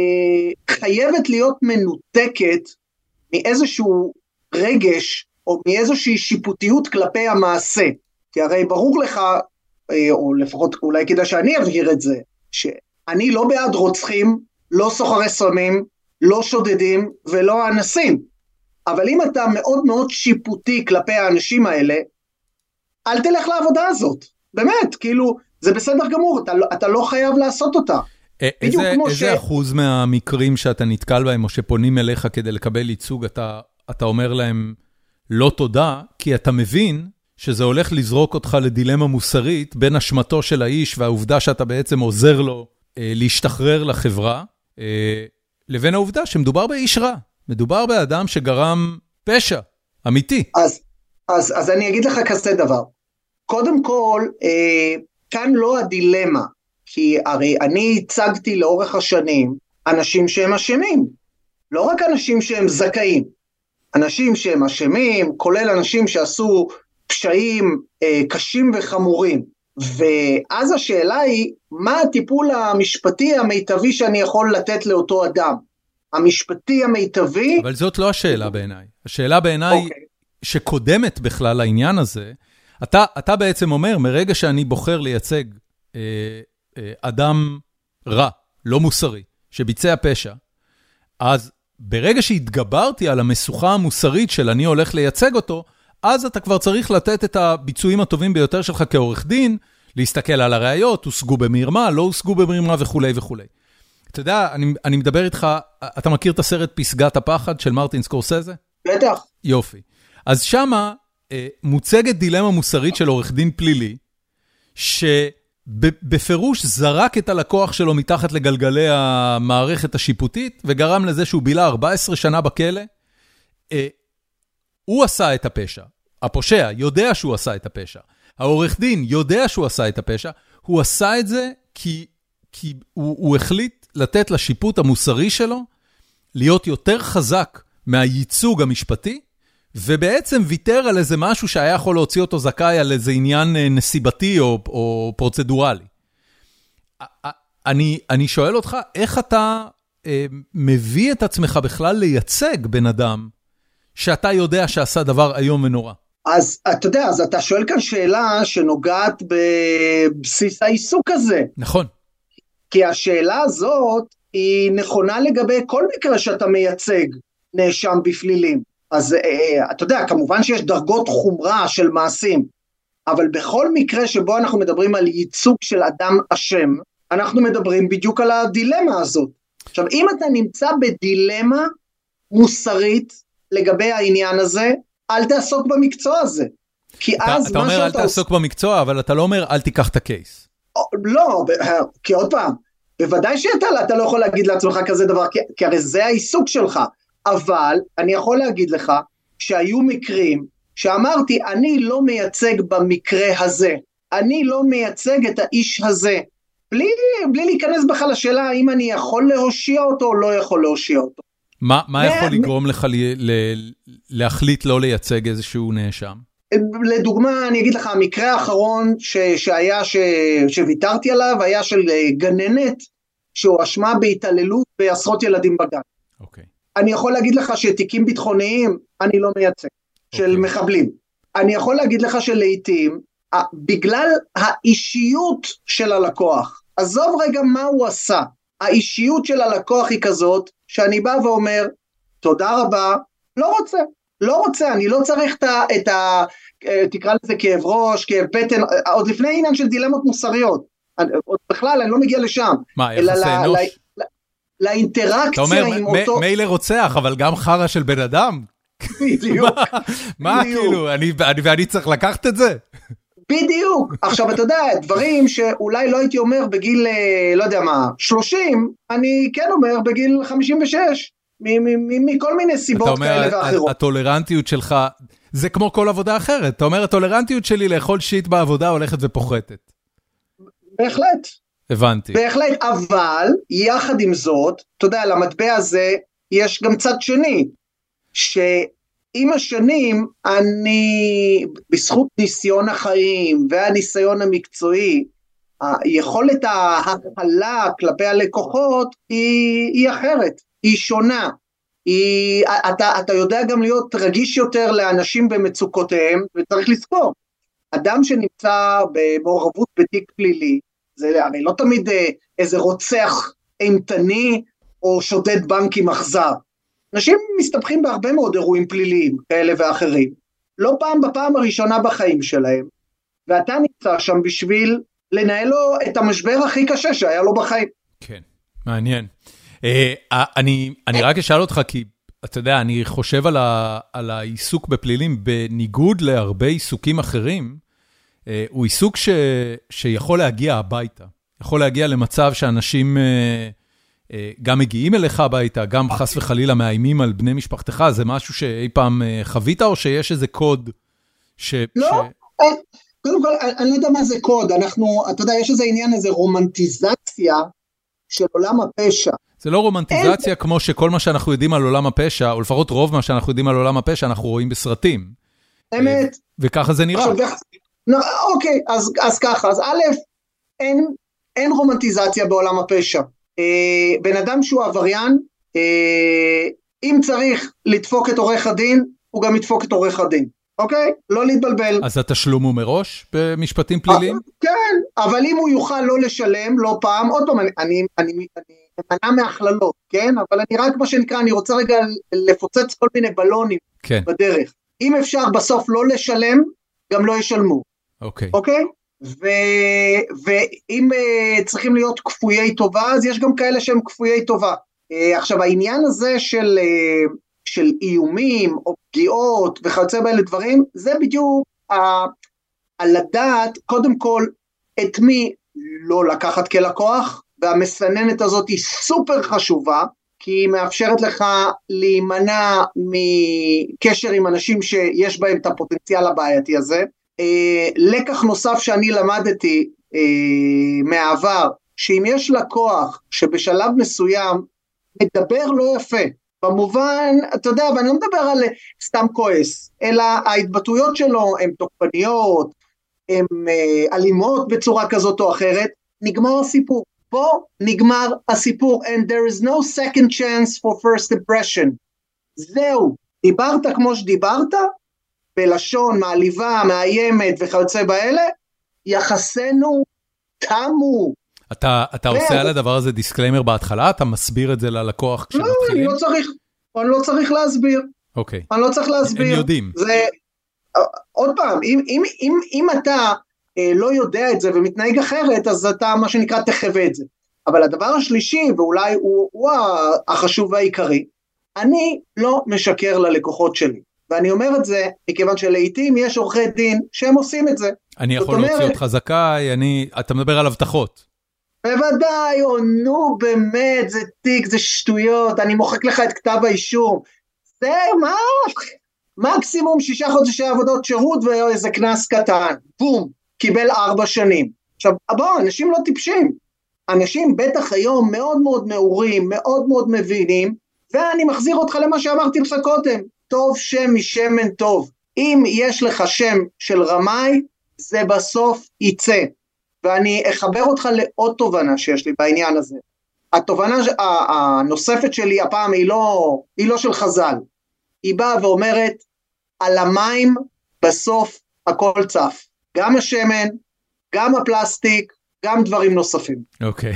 חייבת להיות מנותקת מאיזשהו רגש או מאיזושהי שיפוטיות כלפי המעשה. כי הרי ברור לך, או לפחות אולי כדאי שאני אבהיר את זה, שאני לא בעד רוצחים, לא סוחרי סמים, לא שודדים ולא אנסים. אבל אם אתה מאוד מאוד שיפוטי כלפי האנשים האלה, אל תלך לעבודה הזאת. באמת, כאילו, זה בסדר גמור, אתה לא חייב לעשות אותה. איזה אחוז מהמקרים שאתה נתקל בהם, או שפונים אליך כדי לקבל ייצוג, אתה אומר להם לא תודה, כי אתה מבין שזה הולך לזרוק אותך לדילמה מוסרית, בין אשמתו של האיש והעובדה שאתה בעצם עוזר לו להשתחרר לחברה, לבין העובדה שמדובר באיש רע. מדובר באדם שגרם פשע, אמיתי. אז אני אגיד לך כזה דבר. קודם כל, כאן לא הדילמה, כי הרי אני הצגתי לאורך השנים אנשים שהם אשמים, לא רק אנשים שהם זכאים, אנשים שהם אשמים, כולל אנשים שעשו פשעים קשים וחמורים, ואז השאלה היא, מה הטיפול המשפטי המיטבי שאני יכול לתת לאותו אדם? המשפטי המיטבי... אבל זאת לא השאלה בעיניי. השאלה בעיניי שקודמת בכלל לעניין הזה, אתה בעצם אומר, מרגע שאני בוחר לייצג אדם רע, לא מוסרי, שביצע פשע, אז ברגע שהתגברתי על המשוכה המוסרית של אני הולך לייצג אותו, אז אתה כבר צריך לתת את הביצועים הטובים ביותר שלך כעורך דין, להסתכל על הראיות, הושגו במרמה, לא הושגו במרמה וכו' וכו'. אתה יודע, אני מדבר איתך, אתה מכיר את הסרט פסגת הפחד של מרטין סקורסזה? בטח. יופי. אז שמה מוצגת דילמה מוסרית של עורך דין פלילי, שבפירוש זרק את הלקוח שלו מתחת לגלגלי המערכת השיפוטית, וגרם לזה שהוא בילה 14 שנה בכלא. הוא עשה את הפשע. הפושע יודע שהוא עשה את הפשע. העורך דין יודע שהוא עשה את הפשע. הוא עשה את זה כי הוא החליט לתת לשיפוט המוסרי שלו להיות יותר חזק מהייצוג המשפטי, ובעצם ויתר על איזה משהו שהיה יכול להוציא אותו זכאי על איזה עניין נסיבתי או פרוצדורלי. אני שואל אותך, איך אתה מביא את עצמך בכלל לייצג בן אדם שאתה יודע שעשה דבר היום ונורא? אז אתה יודע, אז אתה שואל כאן שאלה שנוגעת בבסיס העיסוק הזה. נכון. כי השאלה הזאת היא נכונה לגבי כל מקרה שאתה מייצג נאשם בפלילים. אז אתה יודע, כמובן שיש דרגות חומרה של מעשים, אבל בכל מקרה שבו אנחנו מדברים על ייצוג של אדם אשם, אנחנו מדברים בדיוק על הדילמה הזאת. עכשיו, אם אתה נמצא בדילמה מוסרית לגבי העניין הזה, אל תעסוק במקצוע הזה. כי אז אתה אומר אל תעסוק במקצוע, אבל אתה לא אומר אל תיקח את הקייס. לא, כי עוד פעם, בוודאי שאתה לא יכול להגיד לעצמך כזה דבר, כי הרי זה העיסוק שלך. אבל אני יכול להגיד לך שהיו מקרים שאמרתי, אני לא מייצג במקרה הזה, אני לא מייצג את האיש הזה, בלי להיכנס בכלל לשאלה האם אני יכול להושיע אותו או לא יכול להושיע אותו. מה יכול לגרום לך להחליט לא לייצג איזשהו נאשם? לדוגמה, אני אגיד לך, המקרה האחרון שהיה, שוויתרתי עליו, היה של גננת שהואשמה בהתעללות בעשרות ילדים בגן. אוקיי. אני יכול להגיד לך שתיקים ביטחוניים אני לא מייצג, של מחבלים. אני יכול להגיד לך שלעיתים, בגלל האישיות של הלקוח, עזוב רגע מה הוא עשה, האישיות של הלקוח היא כזאת, שאני בא ואומר, תודה רבה, לא רוצה, אני לא צריך תקרא לזה כאב ראש, כאב בטן, עוד לפני עניין של דילמות מוסריות, עוד בכלל אני לא מגיע לשם. מה, יחסי אנוש? לאינטראקציה עם אותו... אתה אומר, מילא רוצח, אבל גם חרא של בן אדם? בדיוק. מה כאילו, ואני צריך לקחת את זה? בדיוק. עכשיו, אתה יודע, דברים שאולי לא הייתי אומר בגיל, לא יודע מה, 30, אני כן אומר בגיל 56, מכל מיני סיבות כאלה ואחרות. אתה אומר, הטולרנטיות שלך, זה כמו כל עבודה אחרת. אתה אומר, הטולרנטיות שלי לאכול שיט בעבודה הולכת ופוחתת. בהחלט. הבנתי. בהחלט, אבל יחד עם זאת, אתה יודע, למטבע הזה יש גם צד שני, שעם השנים אני, בזכות ניסיון החיים והניסיון המקצועי, היכולת ההקלה כלפי הלקוחות היא אחרת, היא שונה. אתה יודע גם להיות רגיש יותר לאנשים במצוקותיהם, וצריך לזכור, אדם שנמצא במעורבות בתיק פלילי, זה הרי לא תמיד איזה רוצח אימתני או שודד בנקים אכזר. אנשים מסתבכים בהרבה מאוד אירועים פליליים כאלה ואחרים, לא פעם בפעם הראשונה בחיים שלהם, ואתה נמצא שם בשביל לנהל לו את המשבר הכי קשה שהיה לו בחיים. כן, מעניין. אני רק אשאל אותך, כי אתה יודע, אני חושב על העיסוק בפלילים, בניגוד להרבה עיסוקים אחרים, הוא עיסוק שיכול להגיע הביתה, יכול להגיע למצב שאנשים גם מגיעים אליך הביתה, גם חס וחלילה מאיימים על בני משפחתך, זה משהו שאי פעם חווית, או שיש איזה קוד לא, קודם כל, אני לא יודע מה זה קוד, אתה יודע, יש איזה עניין, איזה רומנטיזציה של עולם הפשע. זה לא רומנטיזציה כמו שכל מה שאנחנו יודעים על עולם הפשע, או לפחות רוב מה שאנחנו יודעים על עולם הפשע, אנחנו רואים בסרטים. אמת. וככה זה נראה. אוקיי, אז ככה, אז א', אין רומנטיזציה בעולם הפשע. בן אדם שהוא עבריין, אם צריך לדפוק את עורך הדין, הוא גם ידפוק את עורך הדין. אוקיי? לא להתבלבל. אז התשלום הוא מראש במשפטים פליליים? כן, אבל אם הוא יוכל לא לשלם, לא פעם, עוד פעם, אני אמנע מהכללות, כן? אבל אני רק מה שנקרא, אני רוצה רגע לפוצץ כל מיני בלונים בדרך. אם אפשר בסוף לא לשלם, גם לא ישלמו. אוקיי. אוקיי? ואם צריכים להיות כפויי טובה, אז יש גם כאלה שהם כפויי טובה. עכשיו, העניין הזה של איומים או פגיעות וכיוצא באלה דברים, זה בדיוק על לדעת, קודם כל, את מי לא לקחת כלקוח, והמסננת הזאת היא סופר חשובה, כי היא מאפשרת לך להימנע מקשר עם אנשים שיש בהם את הפוטנציאל הבעייתי הזה. לקח נוסף שאני למדתי מהעבר, שאם יש לקוח שבשלב מסוים מדבר לא יפה, במובן, אתה יודע, ואני לא מדבר על סתם כועס, אלא ההתבטאויות שלו הן תוקפניות, הן אלימות בצורה כזאת או אחרת, נגמר הסיפור. פה נגמר הסיפור, and there is no second chance for first impression. זהו, דיברת כמו שדיברת, בלשון מעליבה, מאיימת וכיוצא באלה, יחסנו תמו. אתה עושה על הדבר הזה דיסקליימר בהתחלה? אתה מסביר את זה ללקוח כשמתחילים? לא, אני לא צריך להסביר. אוקיי. אני לא צריך להסביר. הם יודעים. עוד פעם, אם אתה לא יודע את זה ומתנהג אחרת, אז אתה מה שנקרא תחווה את זה. אבל הדבר השלישי, ואולי הוא החשוב והעיקרי, אני לא משקר ללקוחות שלי. ואני אומר את זה, מכיוון שלעיתים יש עורכי דין שהם עושים את זה. אני יכול להוציא אותך זכאי, אתה מדבר על הבטחות. בוודאי, נו באמת, זה תיק, זה שטויות, אני מוחק לך את כתב האישור. זה מה? מקסימום 6 חודשי עבודות שירות ואיזה כנס קטן. בום, קיבל 4 שנים. עכשיו, אנשים לא טיפשים. אנשים בטח היום מאוד מאוד מעורים, מאוד מאוד מבינים, ואני מחזיר אותך למה שאמרתי לך קודם. טוב שם משמן טוב. אם יש לך שם של רמאי, זה בסוף יצא. ואני אחבר אותך לעוד תובנה שיש לי בעניין הזה. התובנה הנוספת שלי הפעם היא לא של חז"ל. היא באה ואומרת, על המים בסוף הכל צף. גם השמן, גם הפלסטיק, גם דברים נוספים. אוקיי.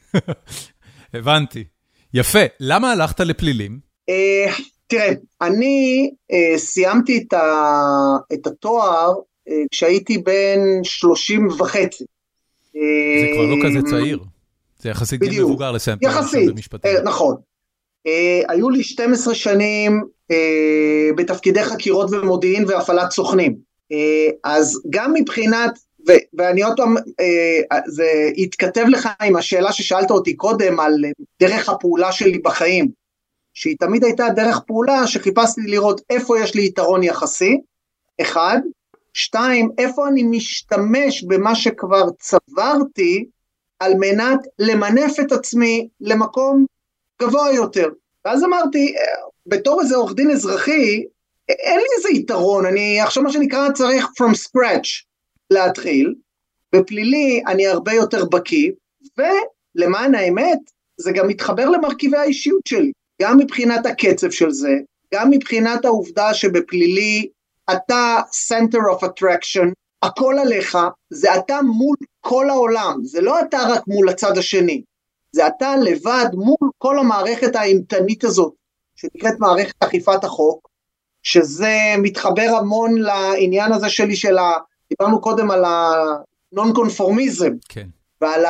הבנתי. יפה. למה הלכת לפלילים? תראה, אני סיימתי את התואר כשהייתי בן 30 וחצי. זה כבר לא כזה צעיר. זה יחסית גיל מבוגר לסיים תואר במשפטים. נכון. היו לי 12 שנים בתפקידי חקירות ומודיעין והפעלת סוכנים. אז גם מבחינת, ואני עוד פעם, זה התכתב לך עם השאלה ששאלת אותי קודם על דרך הפעולה שלי בחיים, שהיא תמיד הייתה דרך פעולה שחיפשתי לראות איפה יש לי יתרון יחסי, 1, 2, איפה אני משתמש במה שכבר צברתי, על מנת למנף את עצמי למקום גבוה יותר. ואז אמרתי, בתור איזה עורך דין אזרחי, אין לי איזה יתרון, אני עכשיו מה שנקרא צריך from scratch להתחיל, בפלילי אני הרבה יותר בקיא, ולמען האמת, זה גם מתחבר למרכיבי האישיות שלי, גם מבחינת הקצב של זה, גם מבחינת העובדה שבפלילי, אתה center of attraction, הכל עליך, זה אתה מול כל העולם, זה לא אתה רק מול הצד השני, זה אתה לבד מול כל המערכת האימתנית הזאת, שנקראת מערכת אכיפת החוק, שזה מתחבר המון לעניין הזה שלי דיברנו קודם על הנון-קונפורמיזם, כן. ועל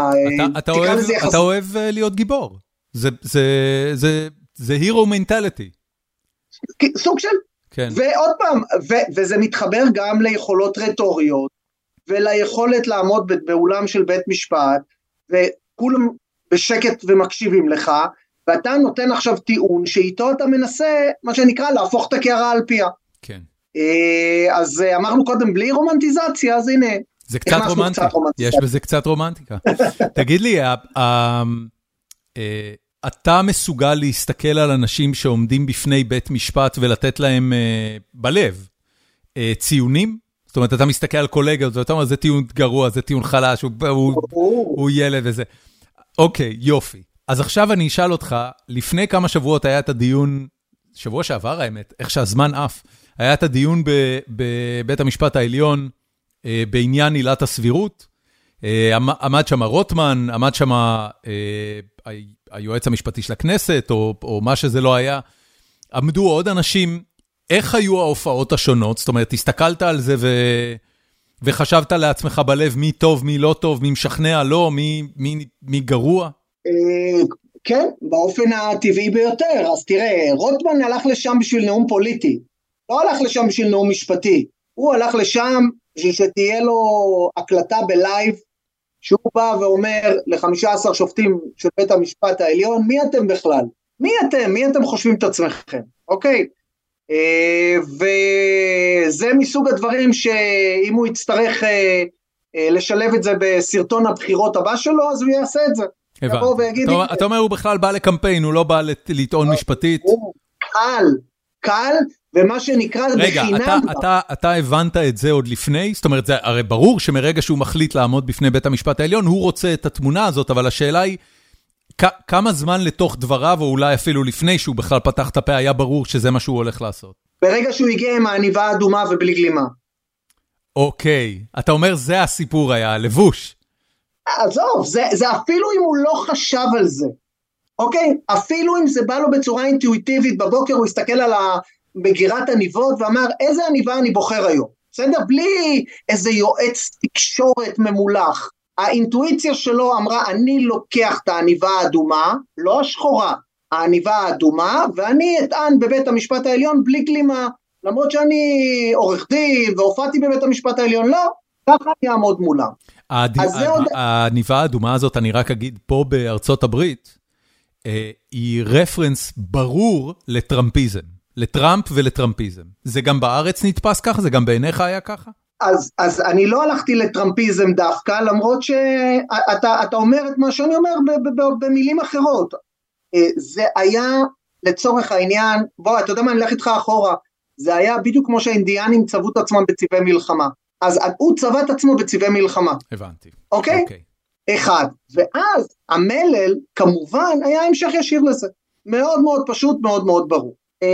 אתה אוהב להיות גיבור, זה hero mentality. סוג של, כן. ועוד פעם, וזה מתחבר גם ליכולות רטוריות, וליכולת לעמוד באולם של בית משפט, וכולם בשקט ומקשיבים לך, ואתה נותן עכשיו טיעון, שאיתו אתה מנסה, מה שנקרא, להפוך את הקערה על פיה. כן. אז אמרנו קודם, בלי רומנטיזציה, אז הנה. זה קצת רומנטי, יש בזה קצת רומנטיקה. תגיד לי, אתה מסוגל להסתכל על אנשים שעומדים בפני בית משפט, ולתת להם בלב ציונים? זאת אומרת, אתה מסתכל על קולגות, ואתה אומר, זה טיעון גרוע, זה טיעון חלש, הוא ילד וזה. אוקיי, יופי. אז עכשיו אני אשאל אותך, לפני כמה שבועות היה את הדיון, שבוע שעבר האמת, איך שהזמן אף, היה את הדיון בבית המשפט העליון, בעניין עילת הסבירות, עמד שם רוטמן, עמד שם היועץ המשפטי של הכנסת, או מה שזה לא היה, עמדו עוד אנשים, איך היו ההופעות השונות? זאת אומרת, הסתכלת על זה וחשבת לעצמך בלב מי טוב, מי לא טוב, מי משכנע, לא, מי גרוע? כן, באופן הטבעי ביותר. אז תראה, רוטמן הלך לשם בשביל נאום פוליטי, לא הלך לשם בשביל נאום משפטי, הוא הלך לשם בשביל שתהיה לו הקלטה בלייב, שהוא בא ואומר ל15 שופטים של בית המשפט העליון, מי אתם בכלל? מי אתם חושבים את עצמכם? אוקיי? וזה מסוג הדברים שאם הוא יצטרך לשלב את זה בסרטון הבחירות הבא שלו, אז הוא יעשה את זה. אתה אומר הוא בכלל בא לקמפיין, הוא לא בא לטעון משפטית. הוא קל, ומה שנקרא בחינם. רגע, אתה הבנת את זה עוד לפני? זאת אומרת, זה הרי ברור שמרגע שהוא מחליט לעמוד בפני בית המשפט העליון, הוא רוצה את התמונה הזאת, אבל השאלה היא, כמה זמן לתוך דבריו, או אולי אפילו לפני שהוא בכלל פתח את הפה, היה ברור שזה מה שהוא הולך לעשות? ברגע שהוא הגיע עם העניבה האדומה ובלי גלימה. אוקיי, אתה אומר זה הסיפור היה, הלבוש. עזוב, זה אפילו אם הוא לא חשב על זה. אוקיי? אפילו אם זה בא לו בצורה אינטואיטיבית, בבוקר הוא הסתכל על מגירת עניבות ואמר, איזה עניבה אני בוחר היום? בסדר? בלי איזה יועץ תקשורת ממולח. האינטואיציה שלו אמרה, אני לוקח את העניבה האדומה, לא השחורה, העניבה האדומה, ואני אטען בבית המשפט העליון בלי גלימה, למרות שאני עורך דין והופעתי בבית המשפט העליון, לא, ככה אני אעמוד מולה. העניבה האדומה הזאת, אני רק אגיד, פה בארצות הברית, היא רפרנס ברור לטראמפיזם, לטראמפ ולטראמפיזם. זה גם בארץ נתפס ככה? זה גם בעיניך היה ככה? אז אני לא הלכתי לטראמפיזם דווקא, למרות שאתה אומר את מה שאני אומר במילים אחרות. זה היה לצורך העניין, בוא, אתה יודע מה, אני אלך איתך אחורה, זה היה בדיוק כמו שהאינדיאנים צבו את עצמם בצבעי מלחמה. אז הוא צבע את עצמו בצבעי מלחמה. הבנתי. אוקיי? אחד. ואז המלל, כמובן, היה המשך ישיר לזה. מאוד מאוד פשוט, מאוד מאוד ברור.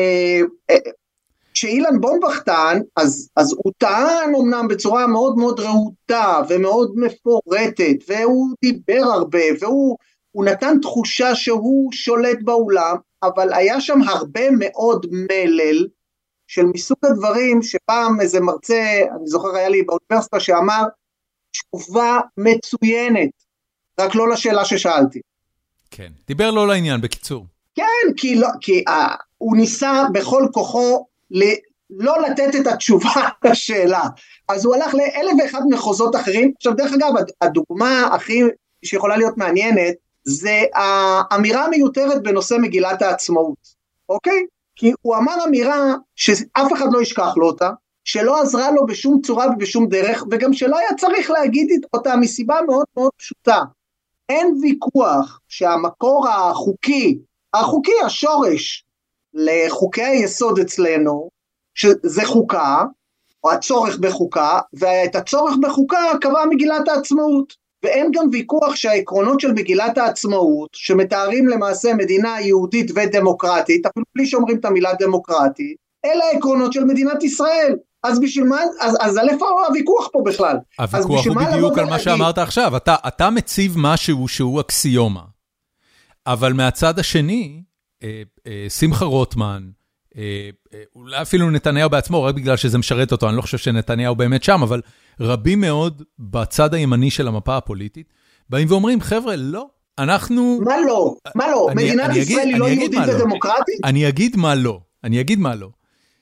כשאילן בומבך טען, אז הוא טען אמנם בצורה מאוד מאוד רהוטה, ומאוד מפורטת, והוא דיבר הרבה, והוא נתן תחושה שהוא שולט באולם, אבל היה שם הרבה מאוד מלל, של מסוג הדברים שפעם איזה מרצה, אני זוכר היה לי באוניברסיטה שאמר, תשובה מצוינת, רק לא לשאלה ששאלתי. כן, דיבר לא לעניין, בקיצור. כן, כי הוא ניסה בכל כוחו לא לתת את התשובה לשאלה, אז הוא הלך לאלף ואחד מחוזות אחרים. עכשיו דרך אגב, הדוגמה הכי שיכולה להיות מעניינת, זה האמירה המיותרת בנושא מגילת העצמאות, אוקיי? כי הוא אמר אמירה שאף אחד לא ישכח לו אותה, שלא עזרה לו בשום צורה ובשום דרך, וגם שלא היה צריך להגיד אותה מסיבה מאוד מאוד פשוטה. אין ויכוח שהמקור החוקי, השורש לחוקי היסוד אצלנו, שזה חוקה, או הצורך בחוקה, ואת הצורך בחוקה קבעה מגילת העצמאות. ואין גם ויכוח שהעקרונות של מגילת העצמאות, שמתארים למעשה מדינה יהודית ודמוקרטית, אפילו בלי שאומרים את המילה דמוקרטית, אלה העקרונות של מדינת ישראל. אז בשביל מה, אז איפה הוויכוח פה בכלל? הוויכוח הוא בדיוק על מה שאמרת עכשיו, אתה מציב משהו שהוא אקסיומה, אבל מהצד השני, שמחה רוטמן, אולי אפילו נתניהו בעצמו, רק בגלל שזה משרת אותו, אני לא חושב שנתניהו באמת שם, אבל רבים מאוד בצד הימני של המפה הפוליטית, באים ואומרים, חבר'ה, לא, אנחנו... מה לא? מדינת ישראל היא לא יהודית ודמוקרטית? אני אגיד מה לא.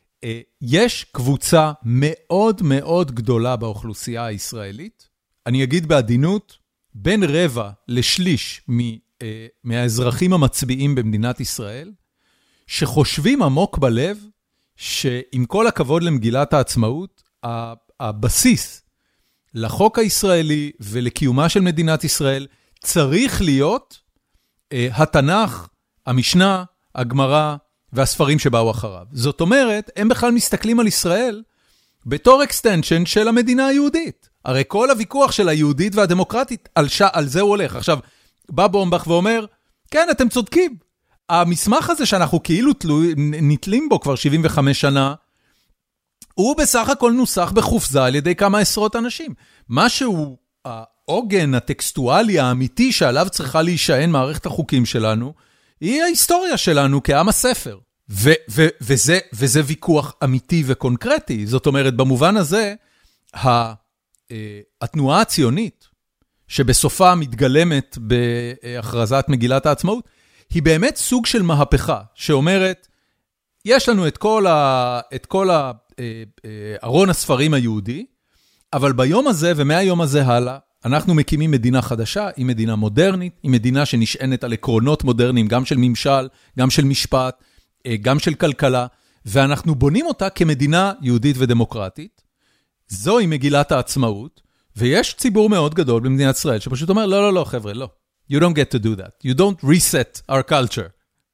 יש קבוצה מאוד מאוד גדולה באוכלוסייה הישראלית, אני אגיד בעדינות, בין רבע לשליש מהאזרחים המצביעים במדינת ישראל, שחושבים עמוק בלב, שעם כל הכבוד למגילת העצמאות, הבסיס לחוק הישראלי ולקיומה של מדינת ישראל, צריך להיות התנ"ך, המשנה, הגמרא והספרים שבאו אחריו. זאת אומרת, הם בכלל מסתכלים על ישראל בתור אקסטנשן של המדינה היהודית. הרי כל הוויכוח של היהודית והדמוקרטית, על זה הוא הולך. עכשיו, בא בומבך ואומר, כן, אתם צודקים. המסמך הזה שאנחנו כאילו נתלים בו כבר 75 שנה, הוא בסך הכל נוסח בחופזה על ידי כמה עשרות אנשים. משהו, העוגן הטקסטואלי האמיתי שעליו צריכה להישען מערכת החוקים שלנו, היא ההיסטוריה שלנו כעם הספר. וזה ויכוח אמיתי וקונקרטי. זאת אומרת, במובן הזה, התנועה הציונית, שבסופה מתגלמת בהכרזת מגילת העצמאות, היא באמת סוג של מהפכה, שאומרת, יש לנו את כל ארון הספרים היהודי, אבל ביום הזה ומהיום הזה הלאה, אנחנו מקימים מדינה חדשה, היא מדינה מודרנית, היא מדינה שנשענת על עקרונות מודרניים, גם של ממשל, גם של משפט, גם של כלכלה, ואנחנו בונים אותה כמדינה יהודית ודמוקרטית. זוהי מגילת העצמאות, ויש ציבור מאוד גדול במדינת ישראל, שפשוט אומר, לא, לא, לא, חבר'ה, לא. You don't get to do that. You don't reset our culture.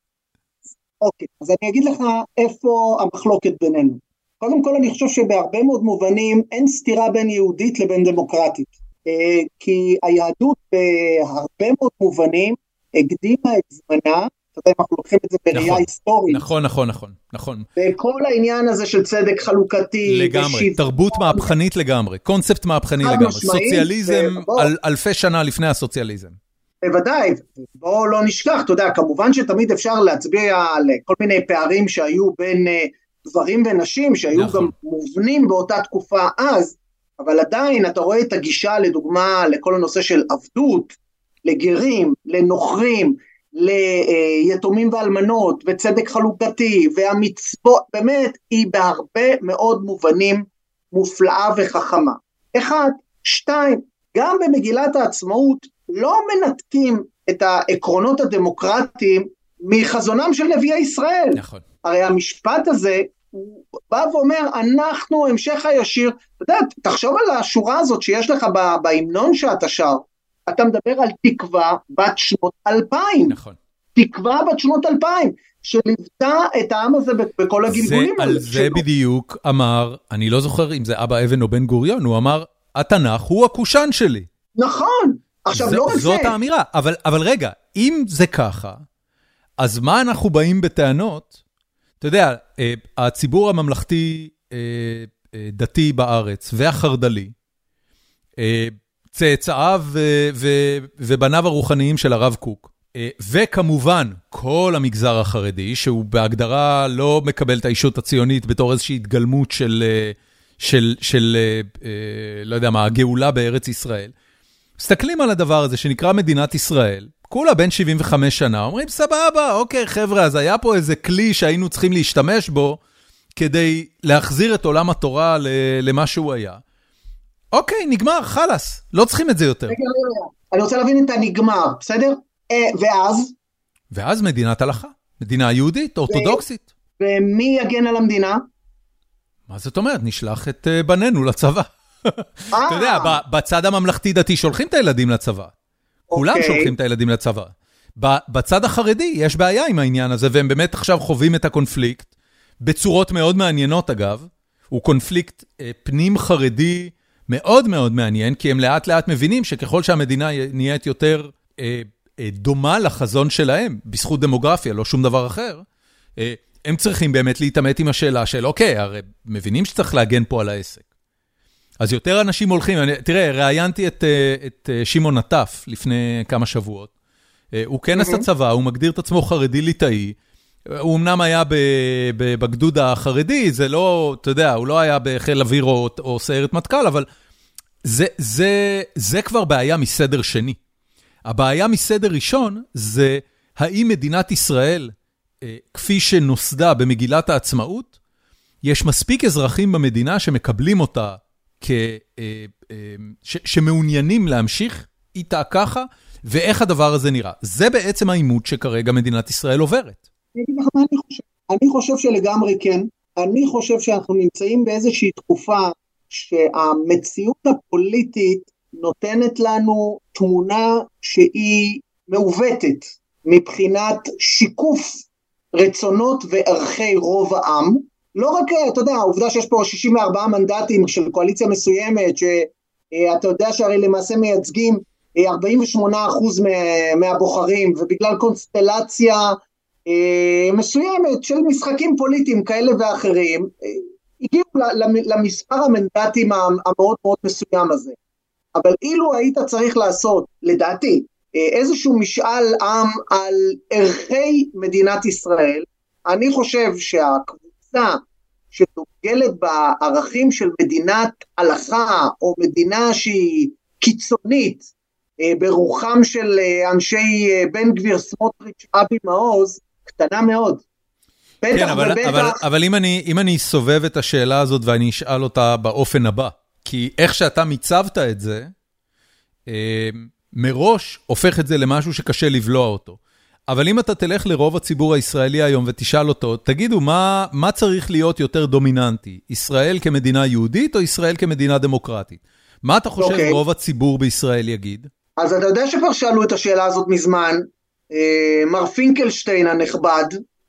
אוקיי, אז אני אגיד לך איפה המחלוקת בינינו. קודם כל אני חושב שבהרבה מאוד מובנים אין סתירה בין יהודית לבין דמוקרטית. כי היהדות בהרבה מאוד מובנים הקדימה את זמנה, אתה יודע, אנחנו לוקחים את זה בראייה היסטורית. נכון, נכון, נכון, נכון. וכל העניין הזה של צדק חלוקתי. לגמרי, תרבות מהפכנית לגמרי, קונספט מהפכני לגמרי, סוציאליזם על אלפי שנה לפני הסוציאליזם. בוודאי, בואו לא נשכח, אתה יודע, כמובן שתמיד אפשר להצביע על כל מיני פערים שהיו בין גברים ונשים, שהיו גם מובנים באותה תקופה אז, אבל עדיין אתה רואה את הגישה לדוגמה לכל הנושא של עבדות, לגרים, לנוכרים, ליתומים ואלמנות, וצדק חלוקתי, והמצוות, באמת היא בהרבה מאוד מובנים מופלאה וחכמה. 1, 2, גם במגילת העצמאות לא מנתקים את העקרונות הדמוקרטיים מחזונם של נביאי ישראל. נכון. הרי המשפט הזה, הוא בא ואומר, אנחנו המשך הישיר, אתה יודע, תחשוב על השורה הזאת שיש לך בהמנון שאתה שר, אתה מדבר על תקווה בת שנות 2000. נכון. תקווה בת שנות 2000, שליוותה את העם הזה בכל הגלגולים. על זה בדיוק אמר, אני לא זוכר אם זה אבא אבן או בן גוריון, הוא אמר, התנ"ך הוא הקושן שלי. נכון. עכשיו לא רק זה. זאת האמירה, אבל רגע, אם זה ככה, אז מה אנחנו באים בטענות? אתה יודע, הציבור הממלכתי דתי בארץ והחרד"לי, צאצאיו ובניו הרוחניים של הרב קוק, וכמובן כל המגזר החרדי, שהוא בהגדרה לא מקבל את האישות הציונית בתור איזושהי התגלמות של לא יודע מה, הגאולה בארץ ישראל, מסתכלים על הדבר הזה שנקרא מדינת ישראל, כולה בין 75 שנה, אומרים סבבה, אוקיי חבר'ה, אז היה פה איזה כלי שהיינו צריכים להשתמש בו, כדי להחזיר את עולם התורה למה שהוא היה. אוקיי, נגמר, חלס, לא צריכים את זה יותר. רגע, אני רוצה להבין את הנגמר, בסדר? ואז? ואז מדינת הלכה, מדינה יהודית, אורתודוקסית. ומי יגן על המדינה? מה זאת אומרת? נשלח את בנינו לצבא. אתה יודע, בצד הממלכתי דתי שולחים את הילדים לצבא. כולם שולחים את הילדים לצבא. בצד החרדי יש בעיה עם העניין הזה, והם באמת עכשיו חווים את הקונפליקט, בצורות מאוד מעניינות אגב, הוא קונפליקט פנים חרדי מאוד מאוד מעניין, כי הם לאט לאט מבינים שככל שהמדינה נהיית יותר דומה לחזון שלהם, בזכות דמוגרפיה, לא שום דבר אחר, הם צריכים באמת להתאמת עם השאלה של, אוקיי, הרי מבינים שצריך להגן פה על העסק. אז יותר אנשים הולכים, תראה, ראיינתי את שמעון נטף לפני כמה שבועות, הוא כנס הצבא, הוא מגדיר את עצמו חרדי ליטאי, הוא אמנם היה בגדוד החרדי, זה לא, אתה יודע, הוא לא היה בחיל אוויר או סיירת מטכ"ל, אבל זה כבר בעיה מסדר שני. הבעיה מסדר ראשון זה האם מדינת ישראל, כפי שנוסדה במגילת העצמאות, יש מספיק אזרחים במדינה שמקבלים אותה, שמעוניינים להמשיך איתה ככה, ואיך הדבר הזה נראה. זה בעצם העימות שכרגע מדינת ישראל עוברת. אני אגיד לך מה אני חושב. אני חושב שלגמרי כן. אני חושב שאנחנו נמצאים באיזושהי תקופה שהמציאות הפוליטית נותנת לנו תמונה שהיא מעוותת מבחינת שיקוף רצונות וערכי רוב העם. לא רק, אתה יודע, העובדה שיש פה 64 מנדטים של קואליציה מסוימת, שאתה יודע שהרי למעשה מייצגים 48% מהבוחרים, ובגלל קונסטלציה מסוימת של משחקים פוליטיים כאלה ואחרים, הגיעו למספר המנדטים המאוד מאוד מסוים הזה. אבל אילו היית צריך לעשות, לדעתי, איזשהו משאל עם על ערכי מדינת ישראל, אני חושב שהקבוצה שדוגלת בערכים של מדינת הלכה, או מדינה שהיא קיצונית, ברוחם של אנשי בן גביר, סמוטריץ', אבי מעוז, קטנה מאוד. כן, אבל אם אני סובב את השאלה הזאת ואני אשאל אותה באופן הבא, כי איך שאתה מיצבת את זה, מראש הופך את זה למשהו שקשה לבלוע אותו. אבל אם אתה תלך לרוב הציבור הישראלי היום ותשאל אותו, תגידו, מה צריך להיות יותר דומיננטי? ישראל כמדינה יהודית או ישראל כמדינה דמוקרטית? מה אתה חושב רוב הציבור בישראל יגיד? אז אתה יודע שכבר שאלו את השאלה הזאת מזמן, מר פינקלשטיין הנכבד,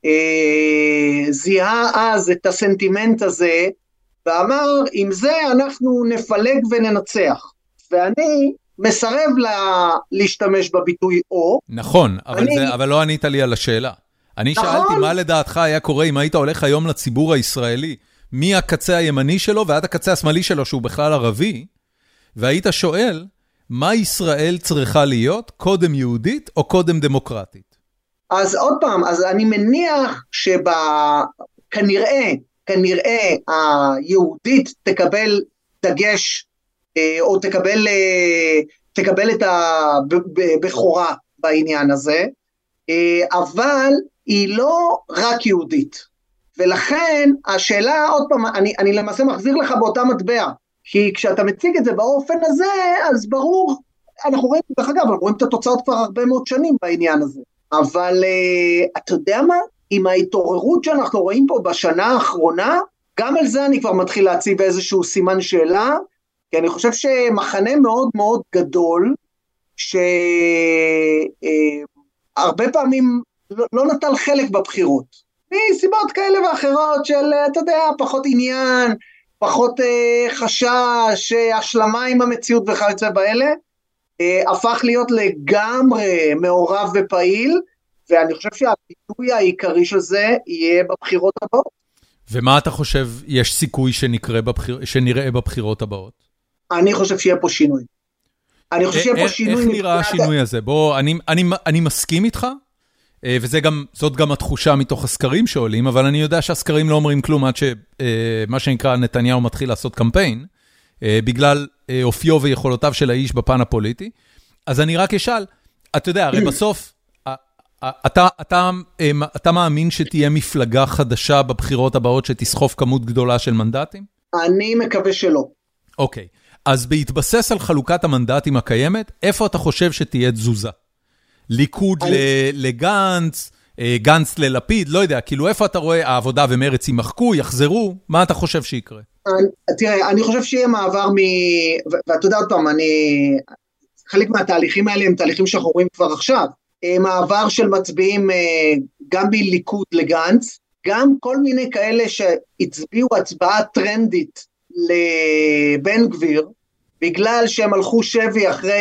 זיהה אז את הסנטימנט הזה, ואמר, עם זה אנחנו נפלג וננצח. ואני מסרב להשתמש בביטוי או. נכון, אבל לא ענית לי על השאלה. אני שאלתי מה לדעתך היה קורה אם היית הולך היום לציבור הישראלי, מהקצה הימני שלו ועד הקצה השמאלי שלו, שהוא בכלל ערבי, והיית שואל, מה ישראל צריכה להיות, קודם יהודית או קודם דמוקרטית? אז עוד פעם, אז אני מניח כנראה היהודית תקבל דגש, או תקבל את הבכורה בעניין הזה, אבל היא לא רק יהודית. ולכן השאלה, עוד פעם, אני למעשה מחזיר לך באותה מטבע, כי כשאתה מציג את זה באופן הזה, אז ברור, אנחנו רואים, דרך אגב, אנחנו רואים את התוצאות כבר הרבה מאוד שנים בעניין הזה. אבל אתה יודע מה? עם ההתעוררות שאנחנו רואים פה בשנה האחרונה, גם על זה אני כבר מתחיל להציב איזשהו סימן שאלה, כי אני חושב שמחנה מאוד מאוד גדול, שהרבה פעמים לא נטל חלק בבחירות, מסיבות כאלה ואחרות של, אתה יודע, פחות עניין, פחות חשש, השלמה עם המציאות וכיוצא באלה, הפך להיות לגמרי מעורב ופעיל, ואני חושב שהביטוי העיקרי של זה יהיה בבחירות הבאות. ומה אתה חושב יש סיכוי שנראה בבחירות הבאות? אני חושב שיהיה פה שינוי. אני חושב שיהיה פה שינוי. איך נראה השינוי הזה? בוא, אני מסכים איתך, וזאת גם התחושה מתוך הסקרים שעולים, אבל אני יודע שהסקרים לא אומרים כלום עד שמה שנקרא נתניהו מתחיל לעשות קמפיין, בגלל אופיו ויכולותיו של האיש בפן הפוליטי. אז אני רק אשאל, אתה יודע, הרי בסוף, אתה מאמין שתהיה מפלגה חדשה בבחירות הבאות שתסחוף כמות גדולה של מנדטים? אני מקווה שלא. אוקיי, אז בהתבסס על חלוקת המנדטים הקיימת, איפה אתה חושב שתהיה תזוזה? ליכוד לגנץ, גנץ ללפיד, לא יודע, כאילו איפה אתה רואה העבודה ומרץ ימחקו, יחזרו, מה אתה חושב שיקרה? תראה, אני חושב שיהיה מעבר ואתה יודע עוד פעם, חלק מהתהליכים האלה הם תהליכים שאנחנו רואים כבר עכשיו, מעבר של מצביעים גם מליכוד לגנץ, גם כל מיני כאלה שהצביעו הצבעה טרנדית לבן גביר, בגלל שהם הלכו שבי אחרי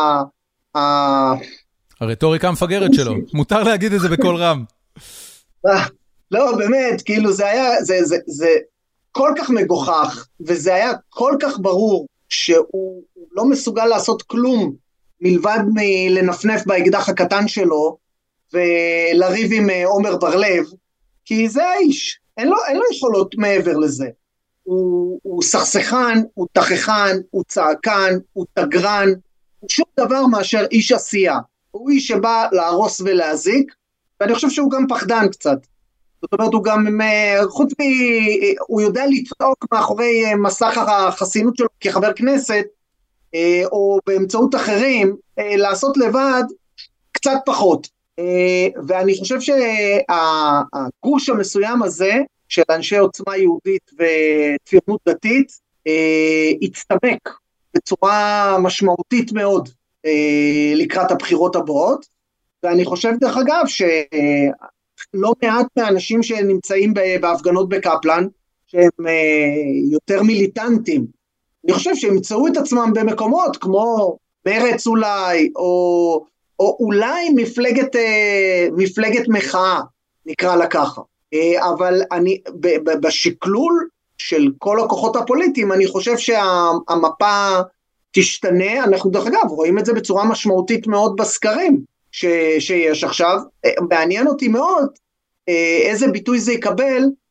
הרטוריקה המפגרת שלו, מותר להגיד את זה בכל רם. לא, באמת, כאילו זה היה, זה כל כך מגוחך, וזה היה כל כך ברור, שהוא לא מסוגל לעשות כלום, מלבד מלנפנף באקדח הקטן שלו, ולריב עם עומר בר-לב, כי זה האיש, אין לו יכולות מעבר לזה. הוא סכסכן, הוא תככן, הוא צעקן, הוא תגרן, הוא שום דבר מאשר איש עשייה. הוא איש שבא להרוס ולהזיק, ואני חושב שהוא גם פחדן קצת. זאת אומרת, הוא גם, חוץ הוא יודע לצעוק מאחורי מסך החסינות שלו כחבר כנסת, או באמצעות אחרים, לעשות לבד קצת פחות. ואני חושב שהגוש המסוים הזה, של אנשי עוצמה יהודית וציונות דתית, הצטמק בצורה משמעותית מאוד לקראת הבחירות הבאות, ואני חושב דרך אגב שלא מעט מהאנשים שנמצאים בהפגנות בקפלן, שהם יותר מיליטנטים, אני חושב שהם ימצאו את עצמם במקומות כמו מרץ אולי, או אולי מפלגת מחאה, נקרא לה ככה. אבל בשקלול של כל הכוחות הפוליטיים, אני חושב שהמפה תשתנה, אנחנו דרך אגב רואים את זה בצורה משמעותית מאוד בסקרים שיש עכשיו, מעניין אותי מאוד איזה ביטוי זה יקבל,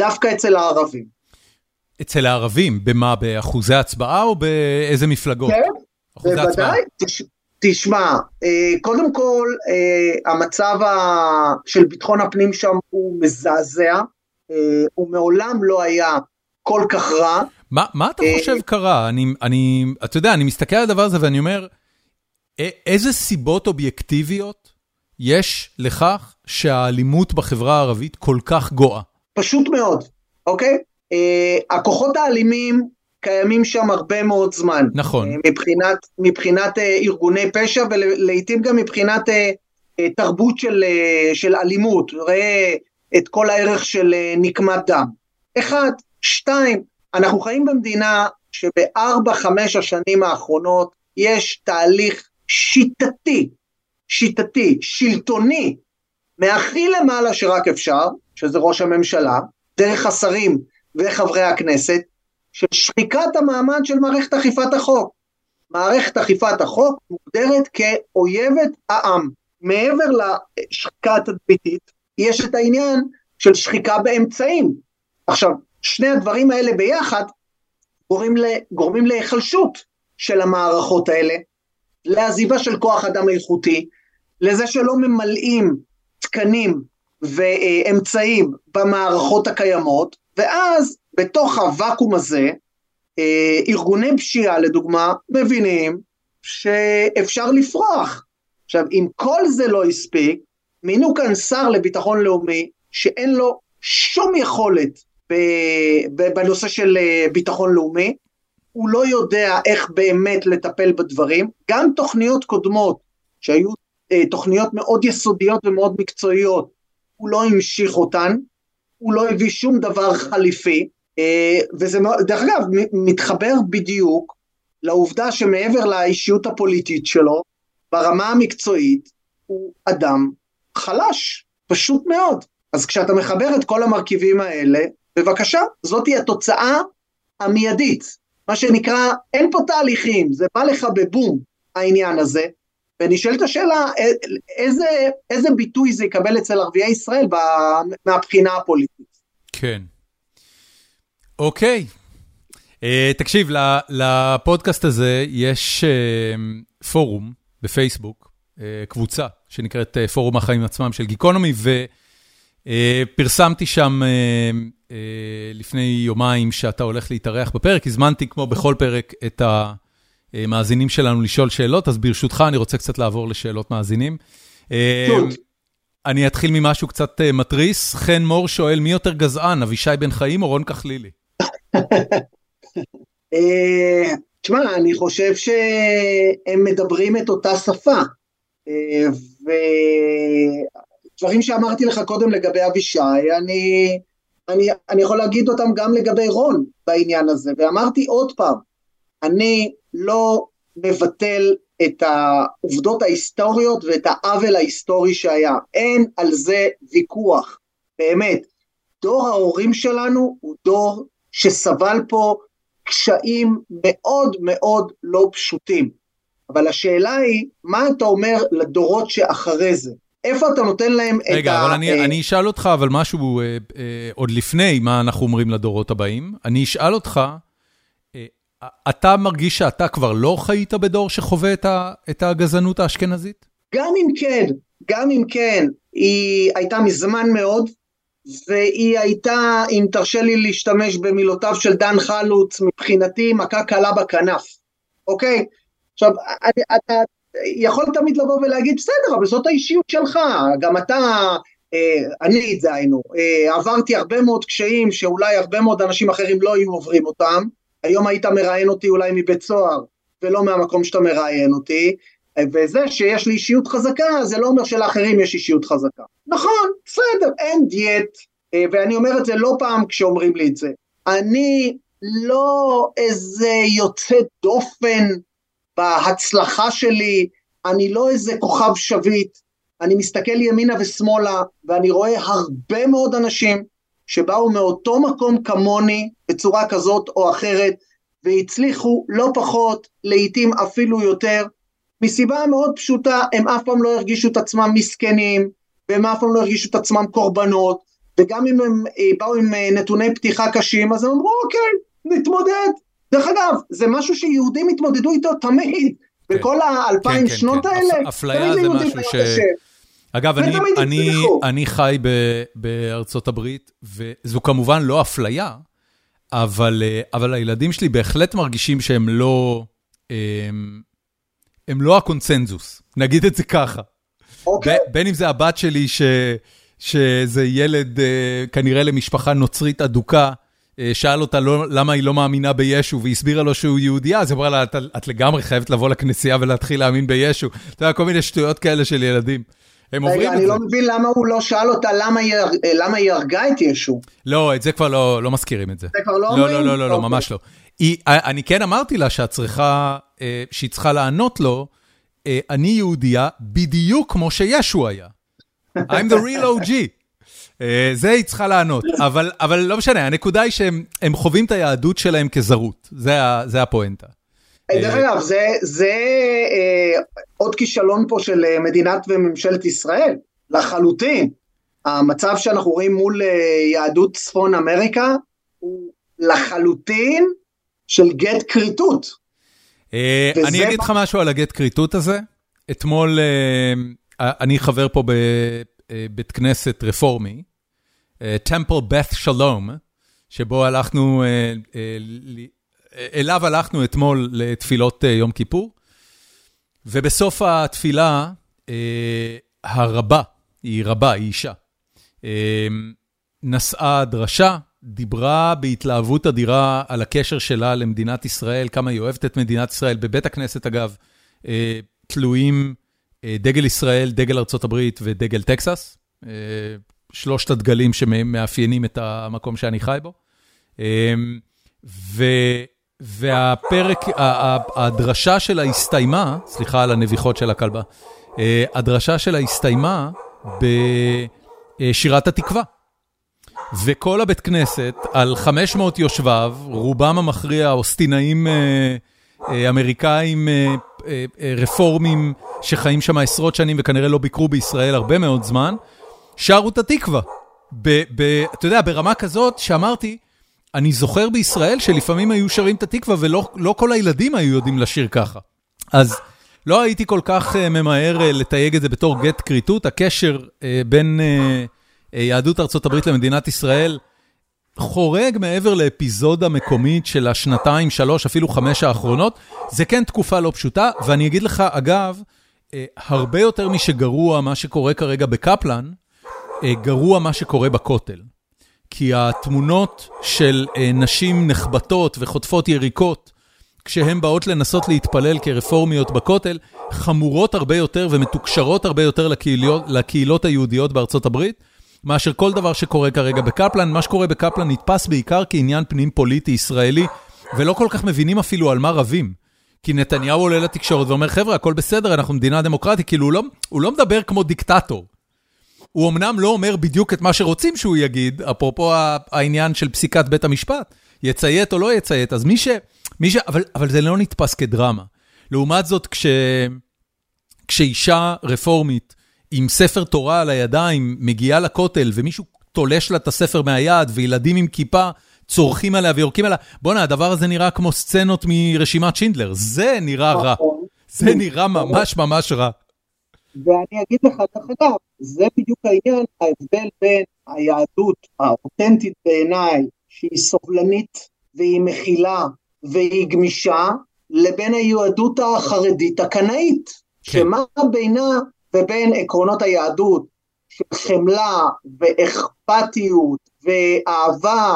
דווקא אצל הערבים. אצל הערבים, במה? באחוזי הצבעה או באיזה מפלגות? כן, בוודאי. תשמע, קודם כל, המצב של ביטחון הפנים שם הוא מזעזע, הוא מעולם לא היה כל כך רע. מה אתה חושב קרה? אתה יודע, אני מסתכל על הדבר הזה ואני אומר, איזה סיבות אובייקטיביות יש לכך שהאלימות בחברה הערבית כל כך גואה? פשוט מאוד, אוקיי? הכוחות האלימים קיימים שם הרבה מאוד זמן. נכון. מבחינת ארגוני פשע, ולעיתים גם מבחינת תרבות של אלימות. ראה את כל הערך של נקמת דם. 1, 2, אנחנו חיים במדינה שב4-5 השנים האחרונות יש תהליך שיטתי, שלטוני, מהכי למעלה שרק אפשר, שזה ראש הממשלה, דרך השרים וחברי הכנסת, של שחיקת המעמד של מערכת אכיפת החוק. מערכת אכיפת החוק מוגדרת כאויבת העם. מעבר לשחיקה התדמיתית, יש את העניין של שחיקה באמצעים. עכשיו, שני הדברים האלה ביחד גורמים להיחלשות של המערכות האלה, לעזיבה של כוח אדם איכותי, לזה שלא ממלאים תקנים ואמצעים במערכות הקיימות, ואז בתוך הוואקום הזה, ארגוני פשיעה לדוגמה מבינים שאפשר לפרוח. עכשיו, אם כל זה לא הספיק, מינו כאן שר לביטחון לאומי שאין לו שום יכולת בנושא של ביטחון לאומי, הוא לא יודע איך באמת לטפל בדברים, גם תוכניות קודמות שהיו תוכניות מאוד יסודיות ומאוד מקצועיות, הוא לא המשיך אותן, הוא לא הביא שום דבר חליפי, וזה דרך אגב מתחבר בדיוק לעובדה שמעבר לאישיות הפוליטית שלו, ברמה המקצועית הוא אדם חלש, פשוט מאוד. אז כשאתה מחבר את כל המרכיבים האלה, בבקשה, זאת היא התוצאה המיידית, מה שנקרא, אין פה תהליכים, זה בא לך בבום העניין הזה, ונשאלת השאלה, איזה ביטוי זה יקבל אצל ערביי ישראל מהבחינה הפוליטית. כן. אוקיי. תקשיב, לפודקאסט הזה יש פורום בפייסבוק, קבוצה שנקראת פורום החיים עצמם של גיקונומי, ופרסמתי שם לפני יומיים שאתה הולך להתארח בפרק, הזמנתי כמו בכל פרק את המאזינים שלנו לשאול שאלות, אז ברשותך אני רוצה קצת לעבור לשאלות מאזינים. אני אתחיל ממשהו קצת מטריס, חן מור שואל מי יותר גזען, אבישי בן חיים או רון כחלילי? תשמע, אני חושב שהם מדברים את אותה שפה, ודברים שאמרתי לך קודם לגבי אבישי, אני יכול להגיד אותם גם לגבי רון בעניין הזה, ואמרתי עוד פעם, אני לא מבטל את העובדות ההיסטוריות ואת העוול ההיסטורי שהיה, אין על זה ויכוח, באמת, דור ההורים שלנו הוא דור שסבל פה קשיים מאוד מאוד לא פשוטים, אבל השאלה היא, מה אתה אומר לדורות שאחרי זה? איפה אתה נותן להם את רגע, אבל אני אשאל אותך, אבל משהו עוד לפני מה אנחנו אומרים לדורות הבאים, אני אשאל אותך, אתה מרגיש שאתה כבר לא חיית בדור שחווה את הגזענות האשכנזית? גם אם כן, היא הייתה מזמן מאוד, והיא הייתה, אם תרשה לי להשתמש במילותיו של דן חלוץ, מבחינתי מכה קלה בכנף, אוקיי? עכשיו, אתה יכול תמיד לבוא ולהגיד, בסדר, אבל זאת האישיות שלך, גם אתה, אני עברתי הרבה מאוד קשיים, שאולי הרבה מאוד אנשים אחרים לא היו עוברים אותם, היום היית מראיין אותי אולי מבית סוהר, ולא מהמקום שאתה מראיין אותי, וזה שיש לי אישיות חזקה, זה לא אומר שלאחרים יש אישיות חזקה. נכון, בסדר, אין דיאט, ואני אומר את זה לא פעם כשאומרים לי את זה. אני לא איזה יוצא דופן בהצלחה שלי, אני לא איזה כוכב שביט, אני מסתכל ימינה ושמאלה, ואני רואה הרבה מאוד אנשים שבאו מאותו מקום כמוני, בצורה כזאת או אחרת, והצליחו לא פחות, לעתים אפילו יותר, מסיבה מאוד פשוטה, הם אף פעם לא הרגישו את עצמם מסכנים, והם אף פעם לא הרגישו את עצמם קורבנות, וגם אם הם באו עם נתוני פתיחה קשים, אז הם אמרו, אוקיי, נתמודד. דרך אגב, זה משהו שיהודים התמודדו איתו תמיד, בכל ה-2000 שנות האלה. אפליה זה משהו ש... אגב, אני חי בארצות הברית, וזו כמובן לא אפליה, אבל הילדים שלי בהחלט מרגישים שהם לא הקונצנזוס, נגיד את זה ככה. בין אם זה הבת שלי שזה ילד כנראה למשפחה נוצרית אדוקה, שאל אותה למה היא לא מאמינה בישו, והסבירה לו שהוא יהודייה, אז היא אמרה לה, את לגמרי חייבת לבוא לכנסייה ולהתחיל להאמין בישו. אתה יודע, כל מיני שטויות כאלה של ילדים. רגע, אני לא מבין למה הוא לא שאל אותה למה היא הרגה את ישו. לא, את זה כבר לא מזכירים את זה. זה כבר לא אומרים? לא, ממש לא. אני כן אמרתי לה שהיא צריכה לענות לו, אני יהודייה בדיוק כמו שישו היה. I'm the real OG. זה היא צריכה לענות, אבל לא משנה, הנקודה היא שהם חווים את היהדות שלהם כזרות, זה הפואנטה. דרך אגב, זה עוד כישלון פה של מדינת וממשלת ישראל, לחלוטין. המצב שאנחנו רואים מול יהדות צפון אמריקה, הוא לחלוטין של גט קריטות. אני אגיד לך משהו על הגט קריטות הזה. אתמול, אני חבר פה בבית כנסת רפורמי, טמפל בת שלום, שבו אליו הלכנו אתמול לתפילות יום כיפור, ובסוף התפילה, הרבה, היא אישה, נשאה דרשה, דיברה בהתלהבות אדירה על הקשר שלה למדינת ישראל, כמה היא אוהבת את מדינת ישראל. בבית הכנסת אגב, תלויים דגל ישראל, דגל ארצות הברית ודגל טקסס, שלושת הדגלים שמאפיינים את המקום שאני חי בו. והפרק, הדרשה שלה הסתיימה, סליחה על הנביחות של הכלבה, הדרשה שלה הסתיימה בשירת התקווה. וכל הבית כנסת, על 500 יושביו, רובם המכריע, אוסטינאים אמריקאים, רפורמים שחיים שם עשרות שנים וכנראה לא ביקרו בישראל הרבה מאוד זמן, שרו את התקווה. אתה יודע, ברמה כזאת שאמרתי, אני זוכר בישראל שלפעמים היו שרים את התקווה ולא כל הילדים היו יודעים לשיר ככה. אז לא הייתי כל כך ממהר לתייג את זה בתור גט קריטות. הקשר בין יהדות ארצות הברית למדינת ישראל חורג מעבר לאפיזודה מקומית של השנתיים, 3, אפילו 5 האחרונות. זה כן תקופה לא פשוטה, ואני אגיד לך, אגב, הרבה יותר משגרוע מה שקורה כרגע בקפלן, גרוע מה שקורה בכותל. כי התמונות של נשים נחבטות וחוטפות יריקות, כשהן באות לנסות להתפלל כרפורמיות בכותל, חמורות הרבה יותר ומתוקשרות הרבה יותר לקהילות היהודיות בארצות הברית, מאשר כל דבר שקורה כרגע בקפלן. מה שקורה בקפלן נתפס בעיקר כעניין פנים פוליטי ישראלי, ולא כל כך מבינים אפילו על מה רבים. כי נתניהו עולה לתקשורת ואומר, חבר'ה, הכל בסדר, אנחנו מדינה דמוקרטית, כאילו הוא לא מדבר כמו דיקטטור. הוא אמנם לא אומר בדיוק את מה שרוצים שהוא יגיד, אפרופו העניין של פסיקת בית המשפט, יציית או לא יציית, אז אבל זה לא נתפס כדרמה. לעומת זאת, כשאישה רפורמית עם ספר תורה על הידיים מגיעה לכותל, ומישהו תולש לה את הספר מהיד, וילדים עם כיפה צורכים עליה ויורקים עליה, בוא'נה, הדבר הזה נראה כמו סצנות מרשימת שינדלר, זה נראה רע, זה נראה ממש ממש רע. ואני אגיד לך, דרך אגב, זה בדיוק העניין, ההבדל בין היהדות האותנטית בעיניי, שהיא סובלנית והיא מכילה והיא גמישה, לבין היהדות החרדית הקנאית, שמה בינה ובין עקרונות היהדות, של חמלה ואכפתיות ואהבה,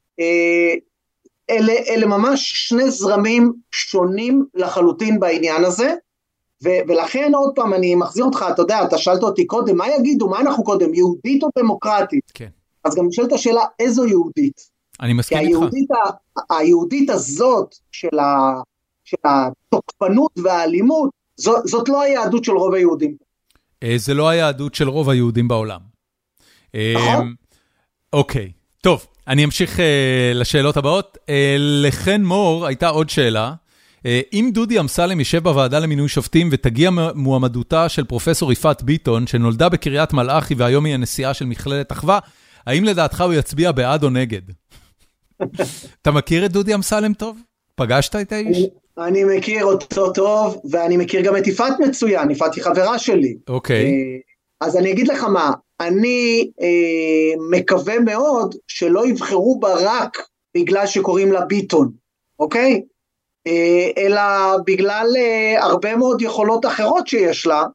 אלה ממש שני זרמים שונים לחלוטין בעניין הזה, ולכן עוד פעם אני מחזיר אותך, אתה יודע, אתה שאלת אותי קודם, מה יגידו, מה אנחנו קודם, יהודית או דמוקרטית? כן. אז גם נשאלת השאלה, איזו יהודית? אני מסכים איתך. כי היהודית הזאת של התוקפנות והאלימות, זאת לא היהדות של רוב היהודים. זה לא היהדות של רוב היהודים בעולם. נכון? אוקיי, טוב, אני אמשיך לשאלות הבאות. לכן מור, הייתה עוד שאלה. אם דודי אמסלם יישב בוועדה למינוי שופטים ותגיע מועמדותה של פרופסור יפעת ביטון, שנולדה בקריית מלאכי והיום היא הנשיאה של מכללת אחווה, האם לדעתך הוא יצביע בעד או נגד? אתה מכיר את דודי אמסלם טוב? פגשת את האיש? אני מכיר אותו טוב, ואני מכיר גם את יפעת מצוין, יפעת היא חברה שלי. אוקיי. אז אני אגיד לך מה, אני מקווה מאוד שלא יבחרו בה רק בגלל שקוראים לה ביטון, אוקיי? אלא בגלל הרבה מאוד יכולות אחרות שיש לה,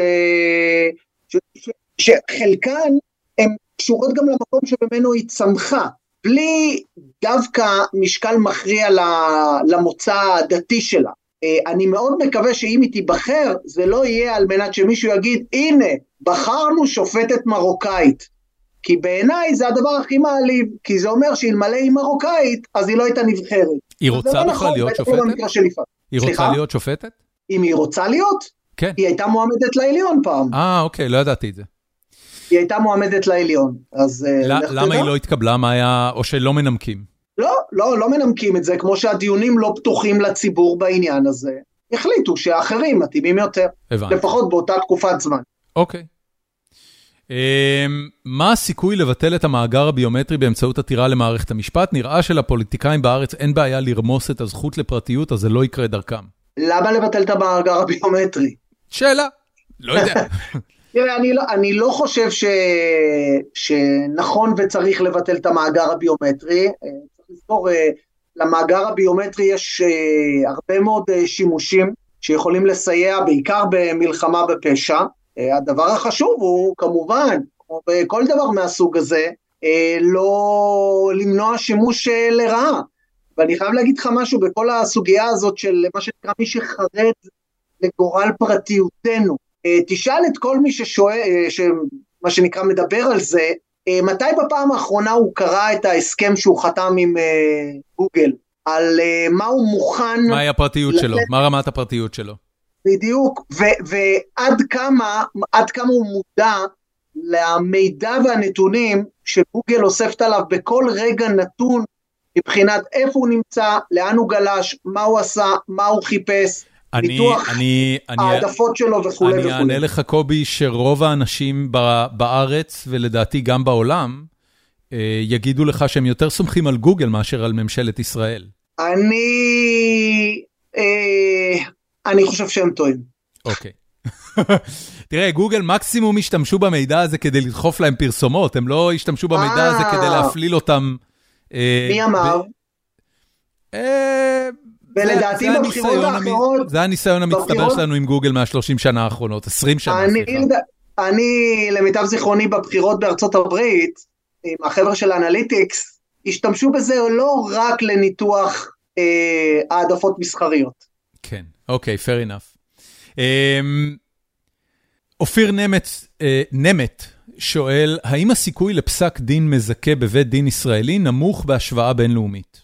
שחלקן הן קשורות גם למקום שבמנו היא צמחה, בלי דווקא משקל מכריע למוצא הדתי שלה. אני מאוד מקווה שאם היא תיבחר, זה לא יהיה על מנת שמישהו יגיד, הנה, בחרנו שופטת מרוקאית. כי בעיניי זה הדבר הכי מעליב, כי זה אומר שאלמלא היא מרוקאית, אז היא לא הייתה נבחרת. היא רוצה בכלל להיות שופטת? היא רוצה להיות שופטת? אם היא רוצה להיות? כן. היא הייתה מועמדת לעליון פעם. אוקיי, לא ידעתי את זה. היא הייתה מועמדת לעליון. אז למה היא לא התקבלה? מה היה, או שלא מנמקים? לא מנמקים את זה, כמו שהדיונים לא פתוחים לציבור בעניין הזה. החליטו שהאחרים מתאימים יותר. הבנתי. לפחות באותה תקופת זמן. אוקיי. מה הסיכוי לבטל את המאגר הביומטרי באמצעות עתירה למערכת המשפט? נראה שלפוליטיקאים בארץ אין בעיה לרמוס את הזכות לפרטיות, אז זה לא יקרה דרכם. למה לבטל את המאגר הביומטרי? שאלה, לא יודע. תראה, אני לא חושב שנכון וצריך לבטל את המאגר הביומטרי. צריך לזכור, למאגר הביומטרי יש הרבה מאוד שימושים שיכולים לסייע בעיקר במלחמה בפשע. הדבר החשוב הוא כמובן, כמו בכל דבר מהסוג הזה, לא למנוע שימוש לרעה. ואני חייב להגיד לך משהו בכל הסוגיה הזאת של מה שנקרא מי שחרד לגורל פרטיותנו. תשאל את כל מי מה שנקרא מדבר על זה, מתי בפעם האחרונה הוא קרא את ההסכם שהוא חתם עם גוגל, על מה הוא מוכן... מהי הפרטיות שלו? מה רמת הפרטיות שלו? בדיוק, ועד כמה הוא מודע למידע והנתונים שגוגל אוספת עליו בכל רגע נתון, מבחינת איפה הוא נמצא, לאן הוא גלש, מה הוא עשה, מה הוא חיפש, ניתוח העדפות שלו וכו'. אני אענה לך קובי שרוב האנשים בארץ ולדעתי גם בעולם יגידו לך שהם יותר סומכים על גוגל מאשר על ממשלת ישראל. אני חושב שהם טועים. אוקיי. תראה, גוגל מקסימום השתמשו במידע הזה כדי לדחוף להם פרסומות, הם לא השתמשו במידע הזה כדי להפליל אותם. מי אמר? ולדעתי בבחירות האחרות... זה הניסיון המצטבר שלנו עם גוגל מה-30 שנה האחרונות, 20 שנה. אני למיטב זיכרוני בבחירות בארצות הברית, עם החבר'ה של האנליטיקס, השתמשו בזה לא רק לניתוח העדפות מסחריות. כן, אוקיי, fair enough. אופיר נמת שואל, האם הסיכוי לפסק דין מזכה בבית דין ישראלי נמוך בהשוואה בינלאומית?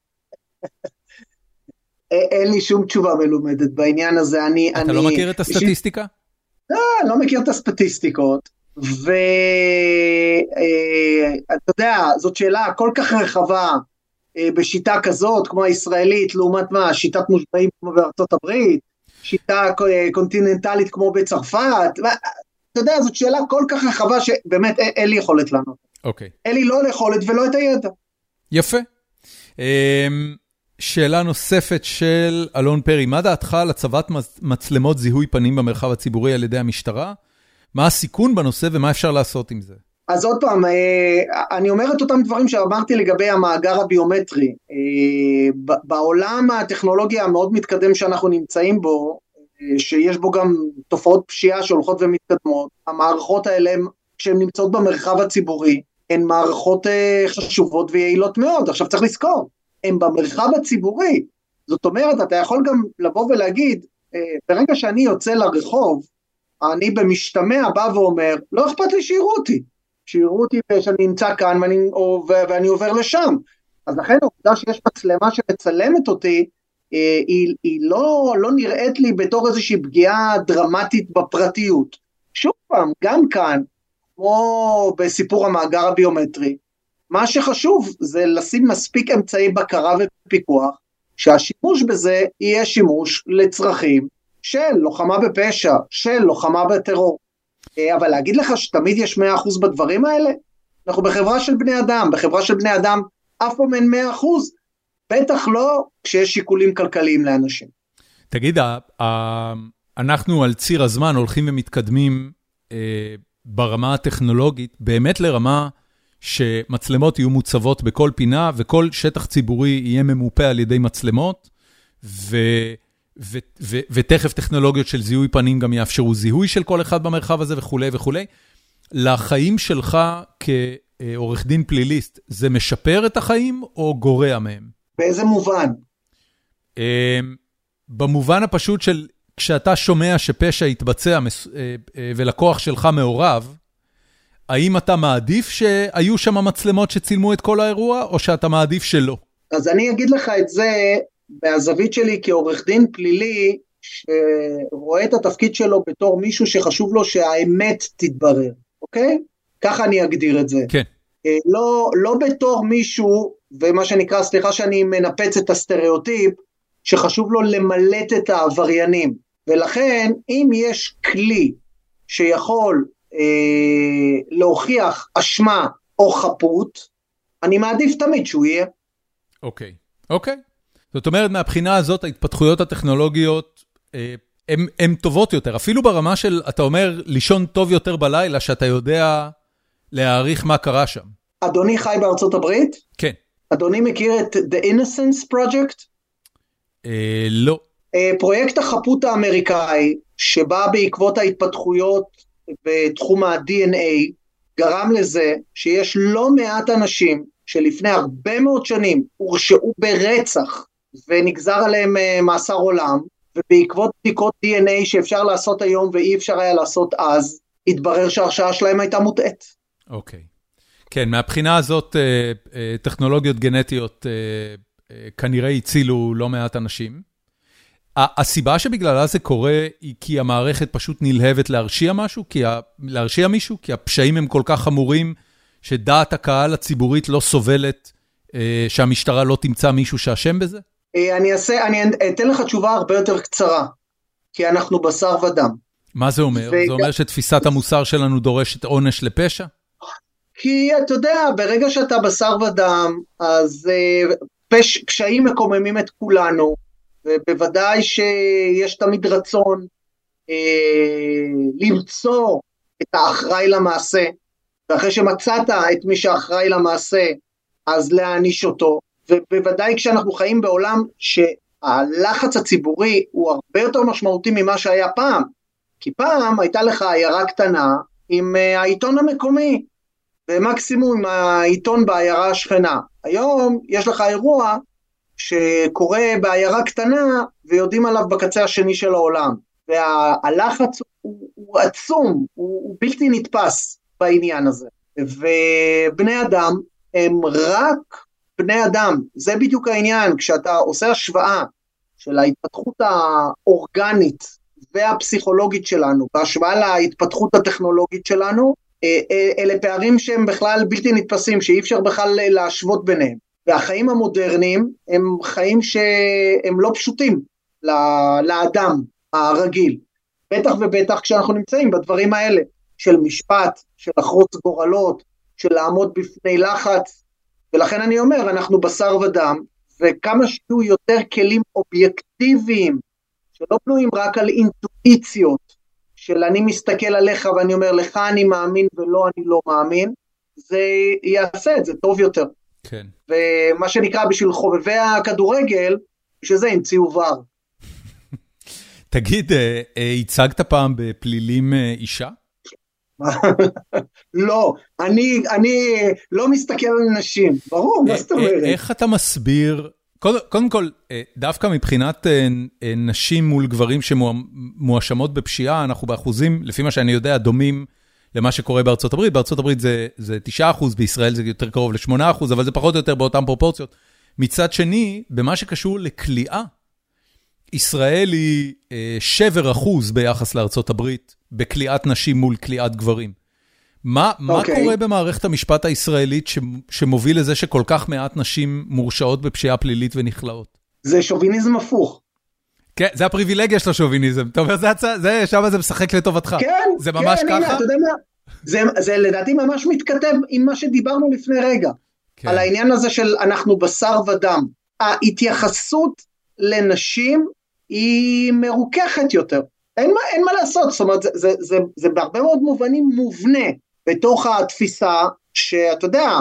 אין לי שום תשובה מלומדת בעניין הזה. אתה לא מכיר את הסטטיסטיקה? לא מכיר את הסטטיסטיקות, ואתה יודע, זאת שאלה כל כך רחבה, בשיטה כזאת, כמו הישראלית, לעומת מה, שיטת מושבעים כמו בארצות הברית, שיטה קונטיננטלית כמו בצרפת, אתה יודע, זאת שאלה כל כך רחבה שבאמת אין לי יכולת לענות. אוקיי. אין לי לא יכולת ולא את הידע. יפה. שאלה נוספת של אלון פרי, מה דעתך על הצבת מצלמות זיהוי פנים במרחב הציבורי על ידי המשטרה? מה הסיכון בנושא ומה אפשר לעשות עם זה? אז עוד פעם, אני אומר את אותם דברים שאמרתי לגבי המאגר הביומטרי. בעולם הטכנולוגיה המאוד מתקדם שאנחנו נמצאים בו, שיש בו גם תופעות פשיעה שהולכות ומתקדמות, המערכות האלה שהן נמצאות במרחב הציבורי, הן מערכות חשובות ויעילות מאוד. עכשיו צריך לזכור, הן במרחב הציבורי, זאת אומרת, אתה יכול גם לבוא ולהגיד, ברגע שאני יוצא לרחוב, אני במשתמע בא ואומר, לא אכפת לי שיראו אותי, שאני נמצא כאן ואני עובר לשם. אז לכן העובדה שיש מצלמה שמצלמת אותי, היא לא נראית לי בתור איזושהי פגיעה דרמטית בפרטיות. שוב פעם, גם כאן, כמו בסיפור המאגר הביומטרי, מה שחשוב זה לשים מספיק אמצעי בקרה ופיקוח, שהשימוש בזה יהיה שימוש לצרכים של לוחמה בפשע, של לוחמה בטרור. אבל להגיד לך שתמיד יש 100% בדברים האלה? אנחנו בחברה של בני אדם, בחברה של בני אדם אף פעם אין 100%, בטח לא כשיש שיקולים כלכליים לאנשים. תגיד, אנחנו על ציר הזמן הולכים ומתקדמים ברמה הטכנולוגית, באמת לרמה שמצלמות יהיו מוצבות בכל פינה, וכל שטח ציבורי יהיה ממופה על ידי מצלמות, ותכף טכנולוגיות של זיהוי פנים גם יאפשרו זיהוי של כל אחד במרחב הזה וכו' וכו'. לחיים שלך כעורך דין פליליסט, זה משפר את החיים או גורע מהם? באיזה מובן? במובן הפשוט של כשאתה שומע שפשע יתבצע ולקוח שלך מעורב, האם אתה מעדיף שהיו שם מצלמות שצילמו את כל האירוע, או שאתה מעדיף שלא? אז אני אגיד לך את זה מהזווית שלי כעורך דין פלילי, שרואה את התפקיד שלו בתור מישהו שחשוב לו שהאמת תתברר, אוקיי? ככה אני אגדיר את זה. כן. לא בתור מישהו, ומה שנקרא, סליחה שאני מנפץ את הסטריאוטיפ, שחשוב לו למלט את העבריינים. ולכן, אם יש כלי שיכול להוכיח אשמה או חפות, אני מעדיף תמיד שהוא יהיה. אוקיי. זאת אומרת, מהבחינה הזאת, ההתפתחויות הטכנולוגיות, הן טובות יותר. אפילו ברמה של, אתה אומר, לישון טוב יותר בלילה, שאתה יודע להעריך מה קרה שם. אדוני חי בארצות הברית? כן. אדוני מכיר את The Innocence Project? לא. פרויקט החפות האמריקאי, שבא בעקבות ההתפתחויות בתחום ה-DNA, גרם לזה שיש לא מעט אנשים שלפני הרבה מאוד שנים הורשעו ברצח, ונגזר עליהם מאסר עולם, ובעקבות בדיקות DNA שאפשר לעשות היום ואי אפשר היה לעשות אז, התברר שההרשעה שלהם הייתה מוטעת. אוקיי. כן, מהבחינה הזאת, טכנולוגיות גנטיות כנראה הצילו לא מעט אנשים. הסיבה שבגללה זה קורה היא כי המערכת פשוט נלהבת להרשיע מישהו, כי הפשעים הם כל כך חמורים, שדעת הקהל הציבורית לא סובלת, שהמשטרה לא תמצא מישהו שאשם בזה? אני אתן לך תשובה הרבה יותר קצרה, כי אנחנו בשר ודם. מה זה אומר? זה אומר שתפיסת המוסר שלנו דורשת עונש לפשע? כי אתה יודע, ברגע שאתה בשר ודם, אז פשעים מקוממים את כולנו, ובוודאי שיש תמיד רצון למצוא את האחראי למעשה, ואחרי שמצאת את מי שאחראי למעשה, אז להעניש אותו, ובוודאי כשאנחנו חיים בעולם שהלחץ הציבורי הוא הרבה יותר משמעותי ממה שהיה פעם, כי פעם הייתה לך עיירה קטנה עם העיתון המקומי, ומקסימום עם העיתון בעיירה השכנה. היום יש לך אירוע שקורה בעיירה קטנה, ויודעים עליו בקצה השני של העולם, והלחץ הוא עצום, הוא בלתי נתפס בעניין הזה, ובני אדם הם רק בני אדם, זה בדיוק העניין, כשאתה עושה השוואה של ההתפתחות האורגנית והפסיכולוגית שלנו, בהשוואה להתפתחות הטכנולוגית שלנו, אלה פערים שהם בכלל בלתי נתפסים, שאי אפשר בכלל להשוות ביניהם, והחיים המודרניים הם חיים שהם לא פשוטים לאדם הרגיל, בטח ובטח כשאנחנו נמצאים בדברים האלה, של משפט, של לחרוץ גורלות, של לעמוד בפני לחץ, ולכן אני אומר, אנחנו בשר ודם, וכמה שיהיו יותר כלים אובייקטיביים, שלא בנויים רק על אינטואיציות, של אני מסתכל עליך ואני אומר, לך אני מאמין ולא אני לא מאמין, זה יעשה את זה טוב יותר. כן. ומה שנקרא בשביל חובבי הכדורגל, שזה המציאו ור. תגיד, הצגת פעם בפלילים אישה? לא, אני לא מסתכל על נשים, ברור, מה זאת אומרת? איך אתה מסביר, קודם כל, דווקא מבחינת נשים מול גברים שמואשמות בפשיעה, אנחנו באחוזים, לפי מה שאני יודע, דומים למה שקורה בארצות הברית, בארצות הברית זה 9%, בישראל זה יותר קרוב ל8%, אבל זה פחות או יותר באותן פרופורציות. מצד שני, במה שקשור לקליעה, ישראל היא 7% ביחס לארצות הברית, בקליעת נשים מול קליעת גברים. מה קורה במערכת המשפט הישראלית שמוביל לזה שכל כך מעט נשים מורשעות בפשיעה פלילית ונכלאות? זה שוביניזם הפוך. כן, זה הפריבילגיה של השוביניזם. אתה אומר, שם זה משחק לטובתך. כן, זה ממש ככה? אתה יודע מה? זה לדעתי ממש מתכתב עם מה שדיברנו לפני רגע, על העניין הזה של אנחנו בשר ודם. ההתייחסות לנשים היא מרוככת יותר, אין מה לעשות, זאת אומרת, זה בהרבה מאוד מובנים מובנה, בתוך התפיסה, שאתה יודע,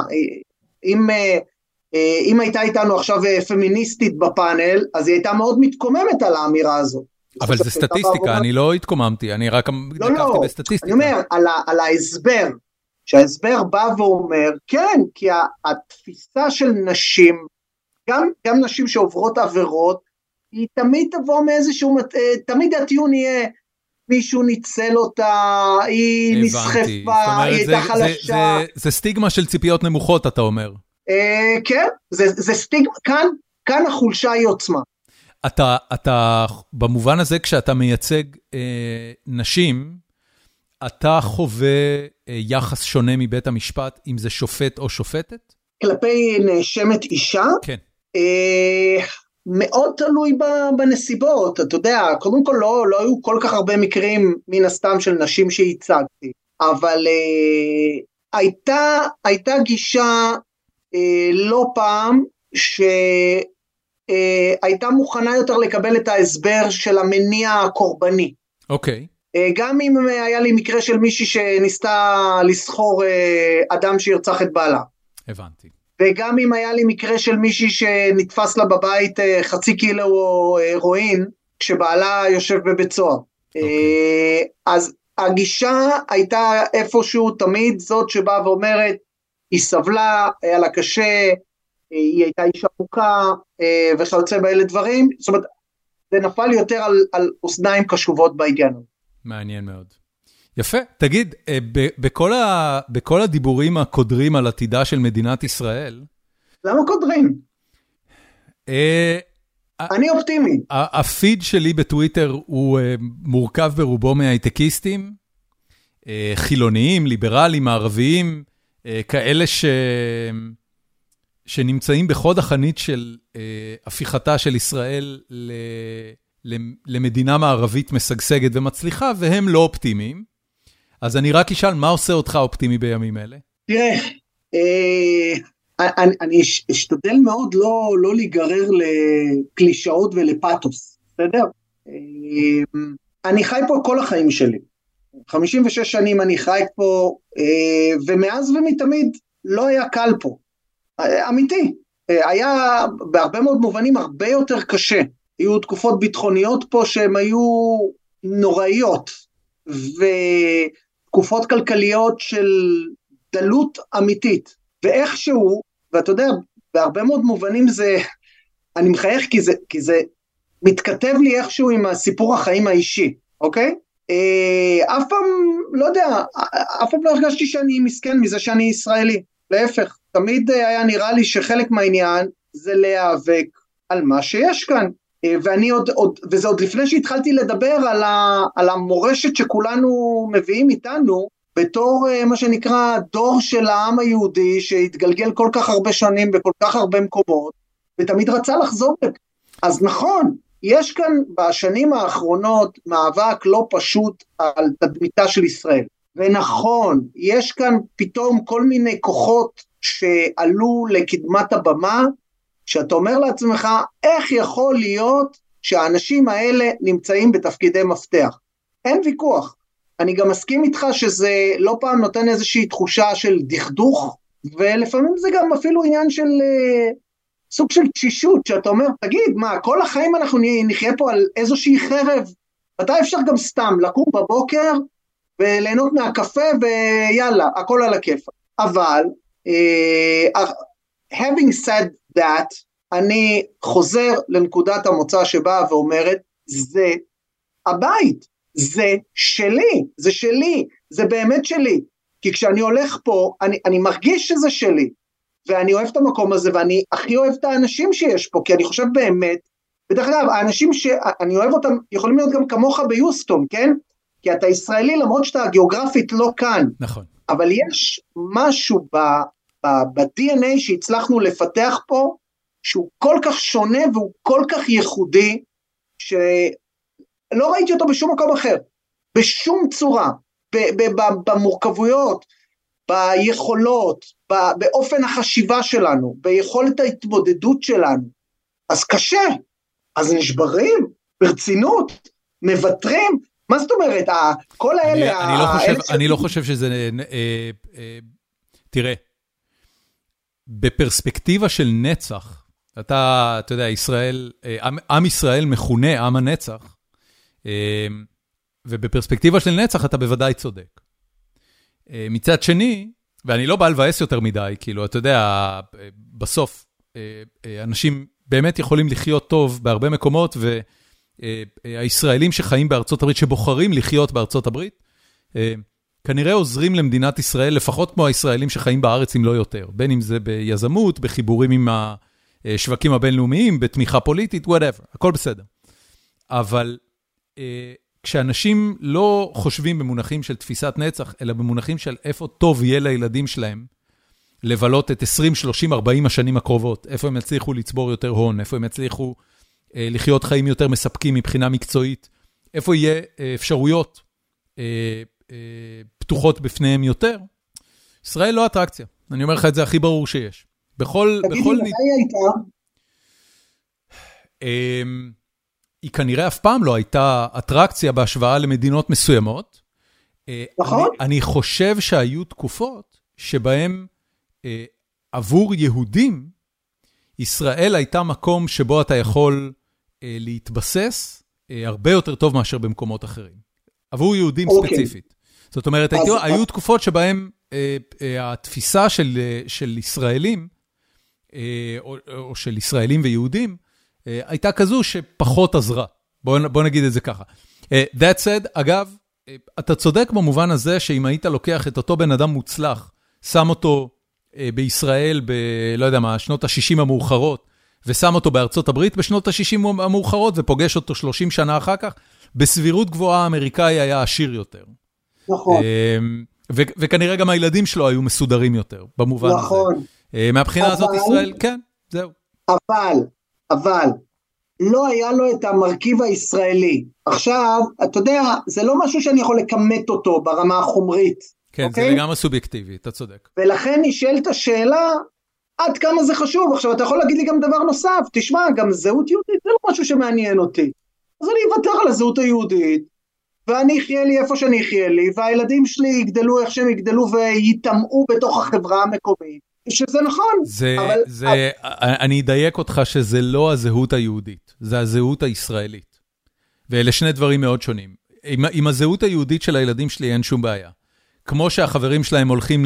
אם הייתה איתנו עכשיו פמיניסטית בפאנל, אז היא הייתה מאוד מתקוממת על האמירה הזו. אבל זה סטטיסטיקה, אני לא התקוממתי, אני רק נקפתי בסטטיסטיקה. אני אומר, על ההסבר, שההסבר בא ואומר, כן, כי התפיסה של נשים, גם נשים שעוברות עבירות, היא תמיד תבוא מאיזשהו, תמיד הטיעון יהיה, מישהו ניצל אותה, היא נסחפה, היא הייתה חלשה. זה סטיגמה של ציפיות נמוכות, אתה אומר. כן, זה סטיגמה, כאן החולשה היא עוצמה. אתה, במובן הזה, כשאתה מייצג נשים, אתה חווה יחס שונה מבית המשפט, אם זה שופט או שופטת? כלפי נאשמת אישה? כן. מאוד תלוי בנסיבות, אתה יודע, קודם כל לא היו כל כך הרבה מקרים מן הסתם של נשים שהצגתי, אבל הייתה גישה לא פעם שהייתה מוכנה יותר לקבל את ההסבר של המניע הקורבני. אוקיי. גם אם היה לי מקרה של מישהי שניסתה לסחור אדם שירצח את בעלה. הבנתי. וגם אם היה לי מקרה של מישהי שנתפס לה בבית 0.5 קילו הרואין, כשבעלה יושב בבית סוהר. אז הגישה הייתה איפשהו תמיד זאת שבאה ואומרת, היא סבלה, היה לה קשה, היא הייתה אישה מוכה, וכיוצא באלה דברים, זאת אומרת, זה נפל יותר על אוזניים קשובות בעניין. מעניין מאוד. יפה, תגיד, בכל הדיבורים הקודרים על עתידה של מדינת ישראל... למה קודרים? אני אופטימי. הפיד שלי בטוויטר הוא מורכב ברובו מהייטקיסטים, חילוניים, ליברליים, מערביים, כאלה שנמצאים בחוד החנית של הפיכתה של ישראל למדינה מערבית משגשגת ומצליחה, והם לא אופטימיים. אז אני רק אשאל, מה עושה אותך אופטימי בימים אלה? תראה, אני אשתדל מאוד לא להיגרר לקלישאות ולפאטוס, בסדר? אני חי פה כל החיים שלי. 56 שנים אני חי פה, ומאז ומתמיד לא היה קל פה. אמיתי. היה בהרבה מאוד מובנים הרבה יותר קשה. היו תקופות ביטחוניות פה שהן היו נוראיות, ותקופות כלכליות של דלות אמיתית. ואיכשהו, ואתה יודע, בהרבה מאוד מובנים זה, אני מחייך כי זה מתכתב לי איכשהו עם הסיפור החיים האישי, אוקיי? אף פעם, לא יודע, אף פעם לא הרגשתי שאני מסכן מזה שאני ישראלי. להפך, תמיד היה נראה לי שחלק מהעניין זה להיאבק על מה שיש כאן. ואני וזה עוד לפני שהתחלתי לדבר על המורשת שכולנו מביאים איתנו, בתור מה שנקרא דור של העם היהודי, שהתגלגל כל כך הרבה שנים בכל כך הרבה מקומות, ותמיד רצה לחזור. אז נכון, יש כאן בשנים האחרונות מאבק לא פשוט על תדמיתה של ישראל. ונכון, יש כאן פתאום כל מיני כוחות שעלו לקדמת הבמה, שאתה אומר לעצמך, איך יכול להיות שהאנשים האלה נמצאים בתפקידי מפתח? אין ויכוח. אני גם מסכים איתך שזה לא פעם נותן איזושהי תחושה של דכדוך, ולפעמים זה גם אפילו עניין של סוג של תשישות, שאתה אומר, תגיד, מה, כל החיים אנחנו נחיה פה על איזושהי חרב? מתי אפשר גם סתם לקום בבוקר, וליהנות מהקפה, ויאללה, הכל על הכיף. אבל, having said that, אני חוזר לנקודת המוצא שבאה ואומרת, זה הבית, זה שלי, זה שלי, זה באמת שלי, כי כשאני הולך פה, אני מרגיש שזה שלי, ואני אוהב את המקום הזה, ואני הכי אוהב את האנשים שיש פה, כי אני חושב באמת, בדרך כלל, האנשים שאני אוהב אותם, יכולים להיות גם כמוך ביוסטון, כן? כי אתה ישראלי, למרות שאתה גיאוגרפית לא כאן. נכון. אבל יש משהו ב-DNA שהצלחנו לפתח פה, שהוא כל כך שונה, והוא כל כך ייחודי, שלא ראיתי אותו בשום מקום אחר, בשום צורה. במורכבויות, ביכולות, באופן החשיבה שלנו, ביכולת ההתמודדות שלנו, אז קשה, אז נשברים, ברצינות, מבטרים, מה זאת אומרת, כל האלה... אני לא חושב שזה... תראה, בפרספקטיבה של נצח, אתה יודע, ישראל, עם ישראל מכונה עם הנצח, ובפרספקטיבה של נצח אתה בוודאי צודק. מצד שני, ואני לא בא לבאס יותר מדי, כאילו, אתה יודע, בסוף, אנשים באמת יכולים לחיות טוב בהרבה מקומות, והישראלים שחיים בארצות הברית, שבוחרים לחיות בארצות הברית, כנראה עוזרים למדינת ישראל, לפחות כמו הישראלים שחיים בארץ, אם לא יותר. בין אם זה ביזמות, בחיבורים עם השווקים הבינלאומיים, בתמיכה פוליטית, whatever, הכל בסדר. אבל כשאנשים לא חושבים במונחים של תפיסת נצח, אלא במונחים של איפה טוב יהיה לילדים שלהם, לבלות את 20, 30, 40 השנים הקרובות, איפה הם יצליחו לצבור יותר הון, איפה הם יצליחו לחיות חיים יותר מספקים מבחינה מקצועית, איפה יהיה אפשרויות פתוחות בפניהם יותר, ישראל לא אטרקציה. אני אומר לך את זה הכי ברור שיש. תגיד לי, מתי הייתה? היא כנראה אף פעם לא הייתה אטרקציה בהשוואה למדינות מסוימות. נכון? אני חושב שהיו תקופות שבהם עבור יהודים, ישראל הייתה מקום שבו אתה יכול להתבסס הרבה יותר טוב מאשר במקומות אחרים. עבור יהודים ספציפית. זאת אומרת, היו תקופות שבהם התפיסה של ישראלים, או של ישראלים ויהודים, הייתה כזו שפחות עזרה. בוא נגיד את זה ככה. That said, אגב, אתה צודק במובן הזה שאם היית לוקח את אותו בן אדם מוצלח, שם אותו בישראל לא יודע מה, שנות ה-60 המאוחרות, ושם אותו בארצות הברית בשנות ה-60 המאוחרות, ופוגש אותו 30 שנה אחר כך, בסבירות גבוהה האמריקאי היה עשיר יותר. נכון. וכנראה גם הילדים שלו היו מסודרים יותר, במובן הזה. נכון. מהבחינה הזאת ישראל, כן, זהו. אבל, לא היה לו את המרכיב הישראלי. עכשיו, אתה יודע, זה לא משהו שאני יכול לקמת אותו ברמה החומרית. כן, זה לגמרי סובייקטיבי, אתה צודק. ולכן נשאלת השאלה, עד כמה זה חשוב. עכשיו, אתה יכול להגיד לי גם דבר נוסף, תשמע, גם זהות יהודית, זה לא משהו שמעניין אותי. אז אני אוותר על הזהות היהודית, ואני אחיה לי איפה שאני אחיה לי, והילדים שלי יגדלו איך שהם יגדלו, ויתאמעו בתוך החברה המקומית. שזה נכון. אני אדייק אותך שזה לא הזהות היהודית, זה הזהות הישראלית. ואלה שני דברים מאוד שונים. עם הזהות היהודית של הילדים שלי אין שום בעיה. כמו שהחברים שלהם הולכים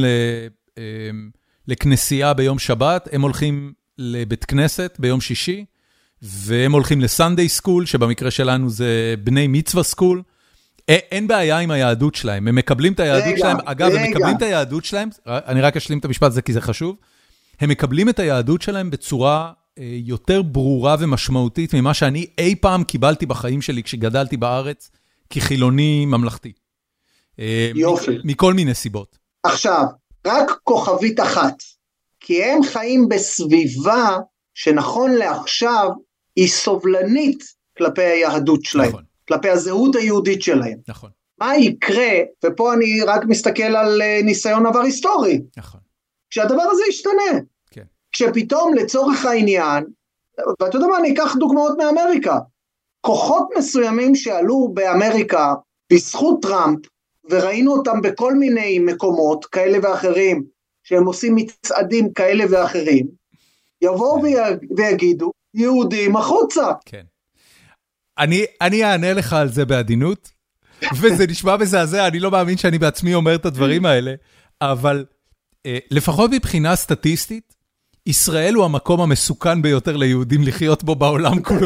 לכנסייה ביום שבת, הם הולכים לבית כנסת ביום שישי, והם הולכים לסנדיי סקול, שבמקרה שלנו זה בני מצווה סקול. אין בעיה עם היהדות שלהם, הם מקבלים את היהדות שלהם, אגב, הם מקבלים את היהדות שלהם, אני רק אשלים את המשפט הזה כי זה חשוב, הם מקבלים את היהדות שלהם בצורה יותר ברורה ומשמעותית ממה שאני אי פעם קיבלתי בחיים שלי כשגדלתי בארץ כחילוני ממלכתי. יופי. מכל מיני סיבות. עכשיו, רק כוכבית אחת, כי הם חיים בסביבה שנכון לעכשיו היא סובלנית כלפי היהדות שלהם. נכון. כלפי הזהות היהודית שלהם. נכון. מה יקרה, ופה אני רק מסתכל על ניסיון עבר היסטורי. נכון. כשהדבר הזה ישתנה. כן. כשפתאום לצורך העניין, ואתה יודע מה, אני אקח דוגמאות מאמריקה. כוחות מסוימים שעלו באמריקה בזכות טראמפ, וראינו אותם בכל מיני מקומות כאלה ואחרים, שהם עושים מצעדים כאלה ואחרים, יבואו ויגידו, יהודים החוצה. כן. אני אענה לך על זה בעדינות, וזה נשמע מזעזע, אני לא מאמין שאני בעצמי אומר את הדברים האלה, אבל לפחות מבחינה סטטיסטית, ישראל הוא המקום המסוכן ביותר ליהודים לחיות בו בעולם כולו.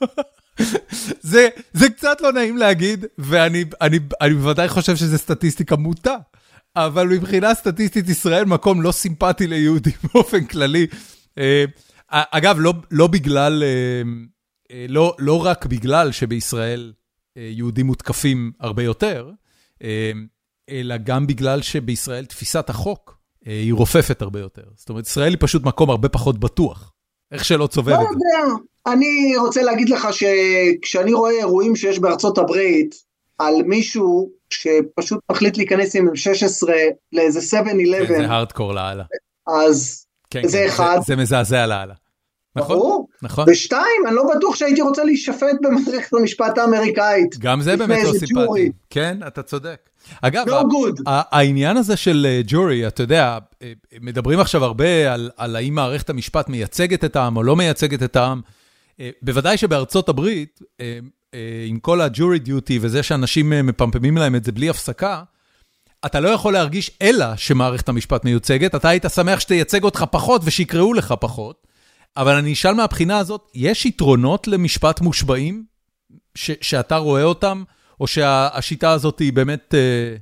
זה קצת לא נעים להגיד, ואני בוודאי חושב שזה סטטיסטיקה מוטה, אבל מבחינה סטטיסטית ישראל מקום לא סימפטי ליהודים באופן כללי. אגב, לא בגלל... לא רק בגלל שבישראל יהודים מותקפים הרבה יותר, אלא גם בגלל שבישראל תפיסת החוק היא רופפת הרבה יותר. זאת אומרת, ישראל היא פשוט מקום הרבה פחות בטוח. איך שלא צובב את זה. לא יודע, אני רוצה להגיד לך שכשאני רואה אירועים שיש בארצות הברית, על מישהו שפשוט מחליט להיכנס עם 16 לאיזה 7-11. כן, זה הארדקור לאללה. אז זה אחד. זה מזעזע לאללה. נכון? נכון. ושתיים, אני לא בטוח שהייתי רוצה להישפט במערכת המשפט האמריקאית. גם זה באמת לא סימפטי. כן, אתה צודק. אגב, העניין הזה של ג'ורי, אתה יודע, מדברים עכשיו הרבה על האם מערכת המשפט מייצגת את העם או לא מייצגת את העם. בוודאי שבארצות הברית, עם כל הג'ורי דיוטי וזה שאנשים מפמפמים להם את זה בלי הפסקה, אתה לא יכול להרגיש אלא שמערכת המשפט מיוצגת, אתה היית שמח שתייצג אותך פחות ושיקראו לך פחות, אבל אני אשאל מהבחינה הזאת, יש יתרונות למשפט מושבעים שאתה רואה אותם, או שהשיטה הזאת היא באמת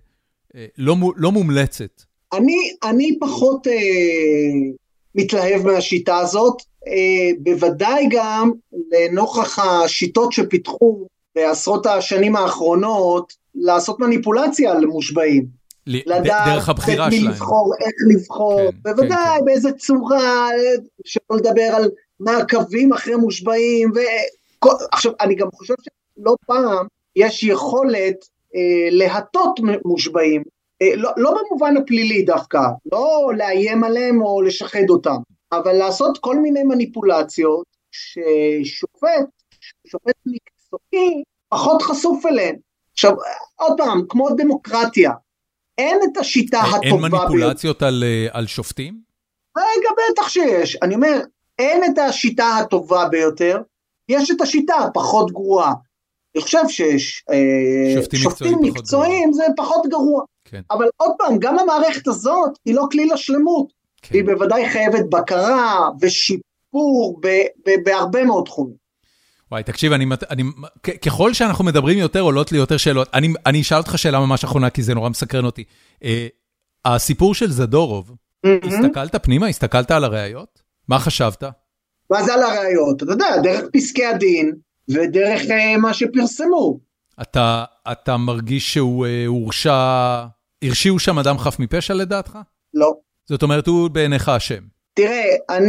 לא מומלצת? אני פחות מתלהב מהשיטה הזאת, בוודאי גם לנוכח השיטות שפיתחו בעשרות השנים האחרונות, לעשות מניפולציה למושבעים. דרך הבחירה שלהם. לבחור, איך לבחור, בוודאי באיזה צורה, שלא לדבר על מעקבים אחרי מושבעים, עכשיו אני גם חושב שלא פעם יש יכולת להטות מושבעים, לא במובן הפלילי דווקא, לא לאיים עליהם או לשחד אותם, אבל לעשות כל מיני מניפולציות ששופט מקצועי פחות חשוף אליהן. עכשיו, עוד פעם, כמו דמוקרטיה, אין את השיטה הטובה ביותר. אין מניפולציות על שופטים? רגע, בטח שיש. אני אומר, אין את השיטה הטובה ביותר, יש את השיטה הפחות גרועה. אני חושב שיש שופטים מקצועיים זה פחות גרוע. כן. אבל עוד פעם, גם המערכת הזאת היא לא כלי לשלמות. כן. היא בוודאי חייבת בקרה ושיפור בהרבה מאוד תחומים. וואי, תקשיב, ככל שאנחנו מדברים יותר, עולות לי יותר שאלות. אני אשאל אותך שאלה ממש אחרונה, כי זה נורא מסקרן אותי. הסיפור של זדורוב, הסתכלת פנימה? הסתכלת על הראיות? מה חשבת? מה זה על הראיות? אתה יודע, דרך פסקי הדין, ודרך מה שפרסמו. אתה מרגיש שהוא הרשיעו שם אדם חף מפשע לדעתך? לא. זאת אומרת, הוא בעיניך השם. תראה,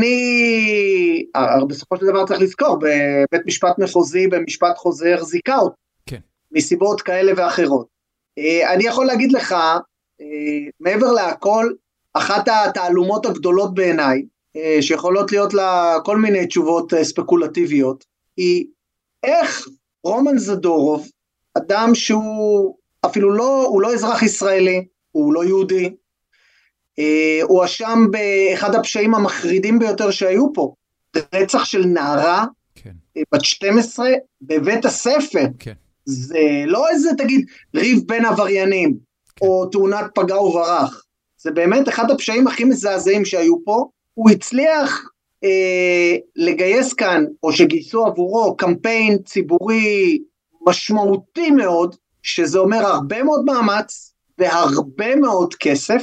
בסופו של דבר צריך לזכור, בבית משפט מחוזי, במשפט חוזר, זיקה אותו. כן. מסיבות כאלה ואחרות. אני יכול להגיד לך, מעבר להכל, אחת התעלומות הגדולות בעיניי, שיכולות להיות לה כל מיני תשובות ספקולטיביות, היא איך רומן זדורוב, אדם שהוא אפילו לא אזרח ישראלי, הוא לא יהודי, הוא אשם באחד הפשעים המחרידים ביותר שהיו פה, רצח של נערה, כן. בת 12, בבית הספר. כן. זה לא איזה, תגיד, ריב בין עבריינים, כן. או תאונת פגע וברח. זה באמת אחד הפשעים הכי מזעזעים שהיו פה. הוא הצליח לגייס כאן, או שגייסו עבורו, קמפיין ציבורי משמעותי מאוד, שזה אומר הרבה מאוד מאמץ, והרבה מאוד כסף,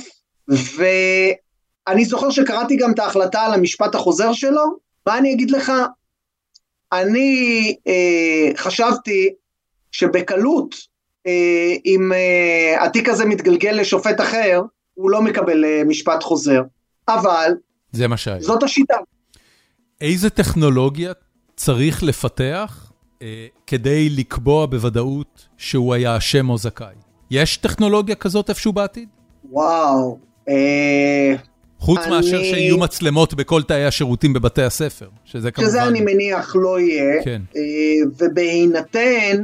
ואני זוכר שקראתי גם את ההחלטה על המשפט החוזר שלו, ואני אגיד לך, אני חשבתי שבקלות, אם התיק הזה מתגלגל לשופט אחר, הוא לא מקבל משפט חוזר, אבל זה מה שהיה. זאת השיטה. איזה טכנולוגיה צריך לפתח כדי לקבוע בוודאות שהוא היה אשם או זכאי? יש טכנולוגיה כזאת איפשהו בעתיד? וואו. חוץ מאשר שיהיו מצלמות בכל תאי השירותים בבתי הספר, שזה כמובן... שזה אני מניח לא יהיה, כן. ובהינתן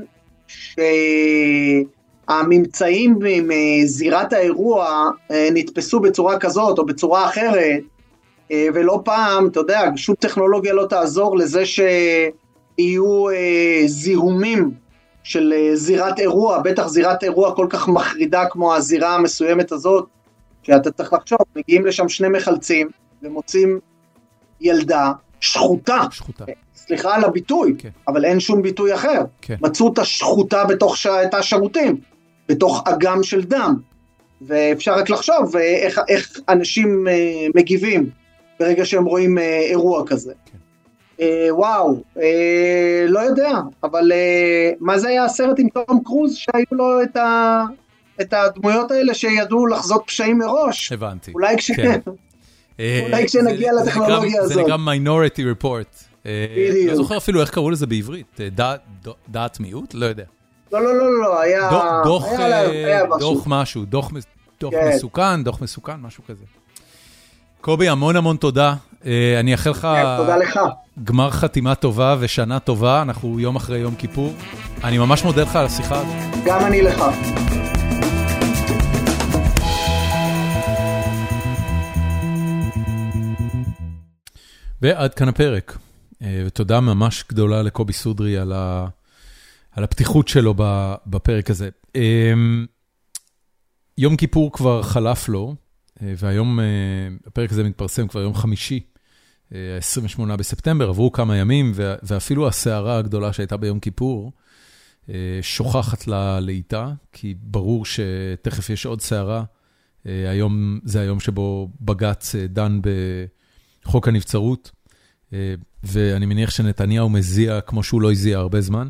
שהממצאים מזירת האירוע נתפסו בצורה כזאת או בצורה אחרת, ולא פעם, אתה יודע, שום טכנולוגיה לא תעזור לזה שיהיו זיהומים של זירת אירוע, בטח זירת אירוע כל כך מחרידה כמו הזירה המסוימת הזאת, שאתה צריך לחשוב, מגיעים לשם שני מחלצים, ומוצאים ילדה שחוטה. סליחה על הביטוי, כן. אבל אין שום ביטוי אחר. כן. מצאו את השחוטה בתוך תא השירותים, בתוך אגם של דם, ואפשר רק לחשוב איך אנשים מגיבים, ברגע שהם רואים אירוע כזה. כן. וואו, לא יודע, אבל מה זה היה הסרט עם תום קרוז, שהיו לו את הדמויות האלה שידעו לחזות פשעים מראש. הבנתי. אולי כשנגיע לטכנולוגיה הזאת. זה נקרא Minority Report. לא זוכר אפילו איך קראו לזה בעברית. דעת מיעוט? לא יודע. לא, היה... דוח משהו, דוח מסוכן, משהו כזה. קובי, המון תודה. אני אאחל לך גמר חתימה טובה ושנה טובה. אנחנו יום אחרי יום כיפור. אני ממש מודה לך על השיחה הזאת. גם אני לך. ועד כאן הפרק. ותודה ממש גדולה לקובי סודרי על הפתיחות שלו בפרק הזה. יום כיפור כבר חלף לו, והיום הפרק הזה מתפרסם כבר יום חמישי, 28 בספטמבר, עברו כמה ימים, ואפילו הסערה הגדולה שהייתה ביום כיפור, שוכחת לה לאיתה, כי ברור שתכף יש עוד סערה. היום זה היום שבו בג"ץ דן בחוק הנבצרות, ואני מניח שנתניהו מזיע כמו שהוא לא הזיע הרבה זמן.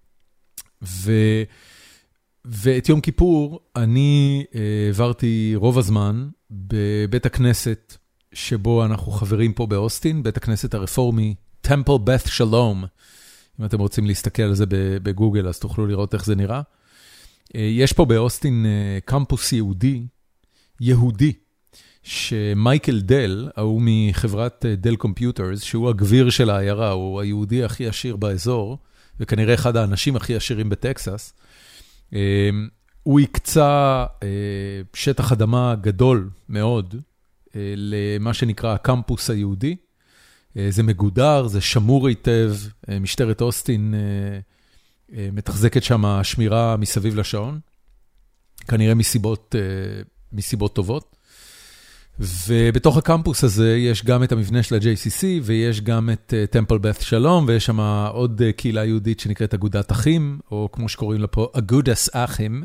ואת יום כיפור אני העברתי רוב הזמן בבית הכנסת שבו אנחנו חברים פה באוסטין, בית הכנסת הרפורמי, טמפל בת שלום. אם אתם רוצים להסתכל על זה בגוגל, אז תוכלו לראות איך זה נראה. יש פה באוסטין קמפוס יהודי, שמייקל דל, הוא מחברת דל קומפיוטרס, שהוא הגביר של העיירה, הוא היהודי הכי עשיר באזור, וכנראה אחד האנשים הכי עשירים בטקסס, הוא יקצה שטח אדמה גדול מאוד, למה שנקרא הקמפוס היהודי. זה מגודר, זה שמור היטב, משטרת אוסטין מתחזקת שם שמירה מסביב לשעון, כנראה מסיבות טובות. ובתוך הקמפוס הזה יש גם את המבנה של ה-JCC, ויש גם את טמפל בת שלום, ויש שם עוד קהילה יהודית שנקראת אגודת אחים, או כמו שקוראים לה פה, אגודס אחים,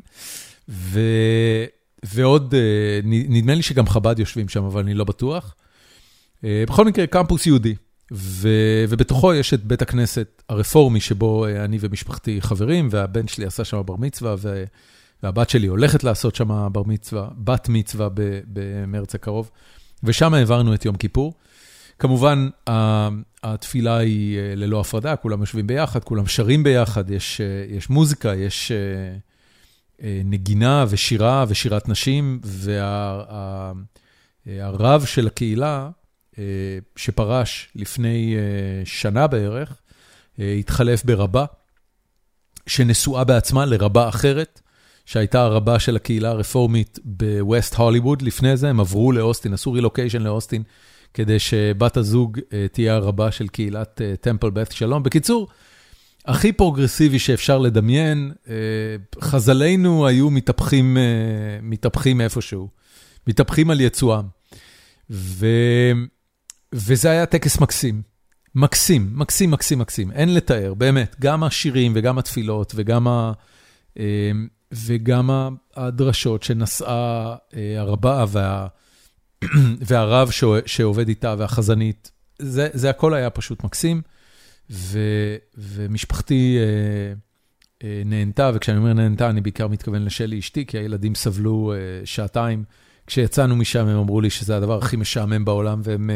ועוד, נדמה לי שגם חב"ד יושבים שם, אבל אני לא בטוח. בכל מקרה, קמפוס יהודי, ובתוכו יש את בית הכנסת הרפורמי, שבו אני ומשפחתי חברים, והבן שלי עשה שם בר מצווה, והבת שלי הולכת לעשות שם בת מצווה במרץ הקרוב, ושם העברנו את יום כיפור. כמובן, התפילה היא ללא הפרדה, כולם יושבים ביחד, כולם שרים ביחד, יש מוזיקה, יש נגינה ושירה ושירת נשים, והרב של הקהילה, שפרש לפני שנה בערך, התחלף ברבה, שנשואה בעצמה לרבה אחרת, שהייתה הרבה של הקהילה הרפורמית בווסט הוליווד. לפני זה הם עברו לאוסטין, עשו רילוקיישן לאוסטין, כדי שבת הזוג תהיה הרבה של קהילת טמפל בת שלום. בקיצור, הכי פרוגרסיבי שאפשר לדמיין, חז"לינו היו מתהפכים איפשהו, מתהפכים על יצואם. וזה היה טקס מקסים, מקסים, אין לתאר, באמת, גם השירים וגם התפילות וגם הדרשות שנשאה הרבה והרב שעובד איתה והחזנית, זה הכל היה פשוט מקסים, ומשפחתי נהנתה, וכשאני אומר נהנתה, אני בעיקר מתכוון לשלי אשתי, כי הילדים סבלו שעתיים, כשיצאנו משם הם אמרו לי שזה הדבר הכי משעמם בעולם, והם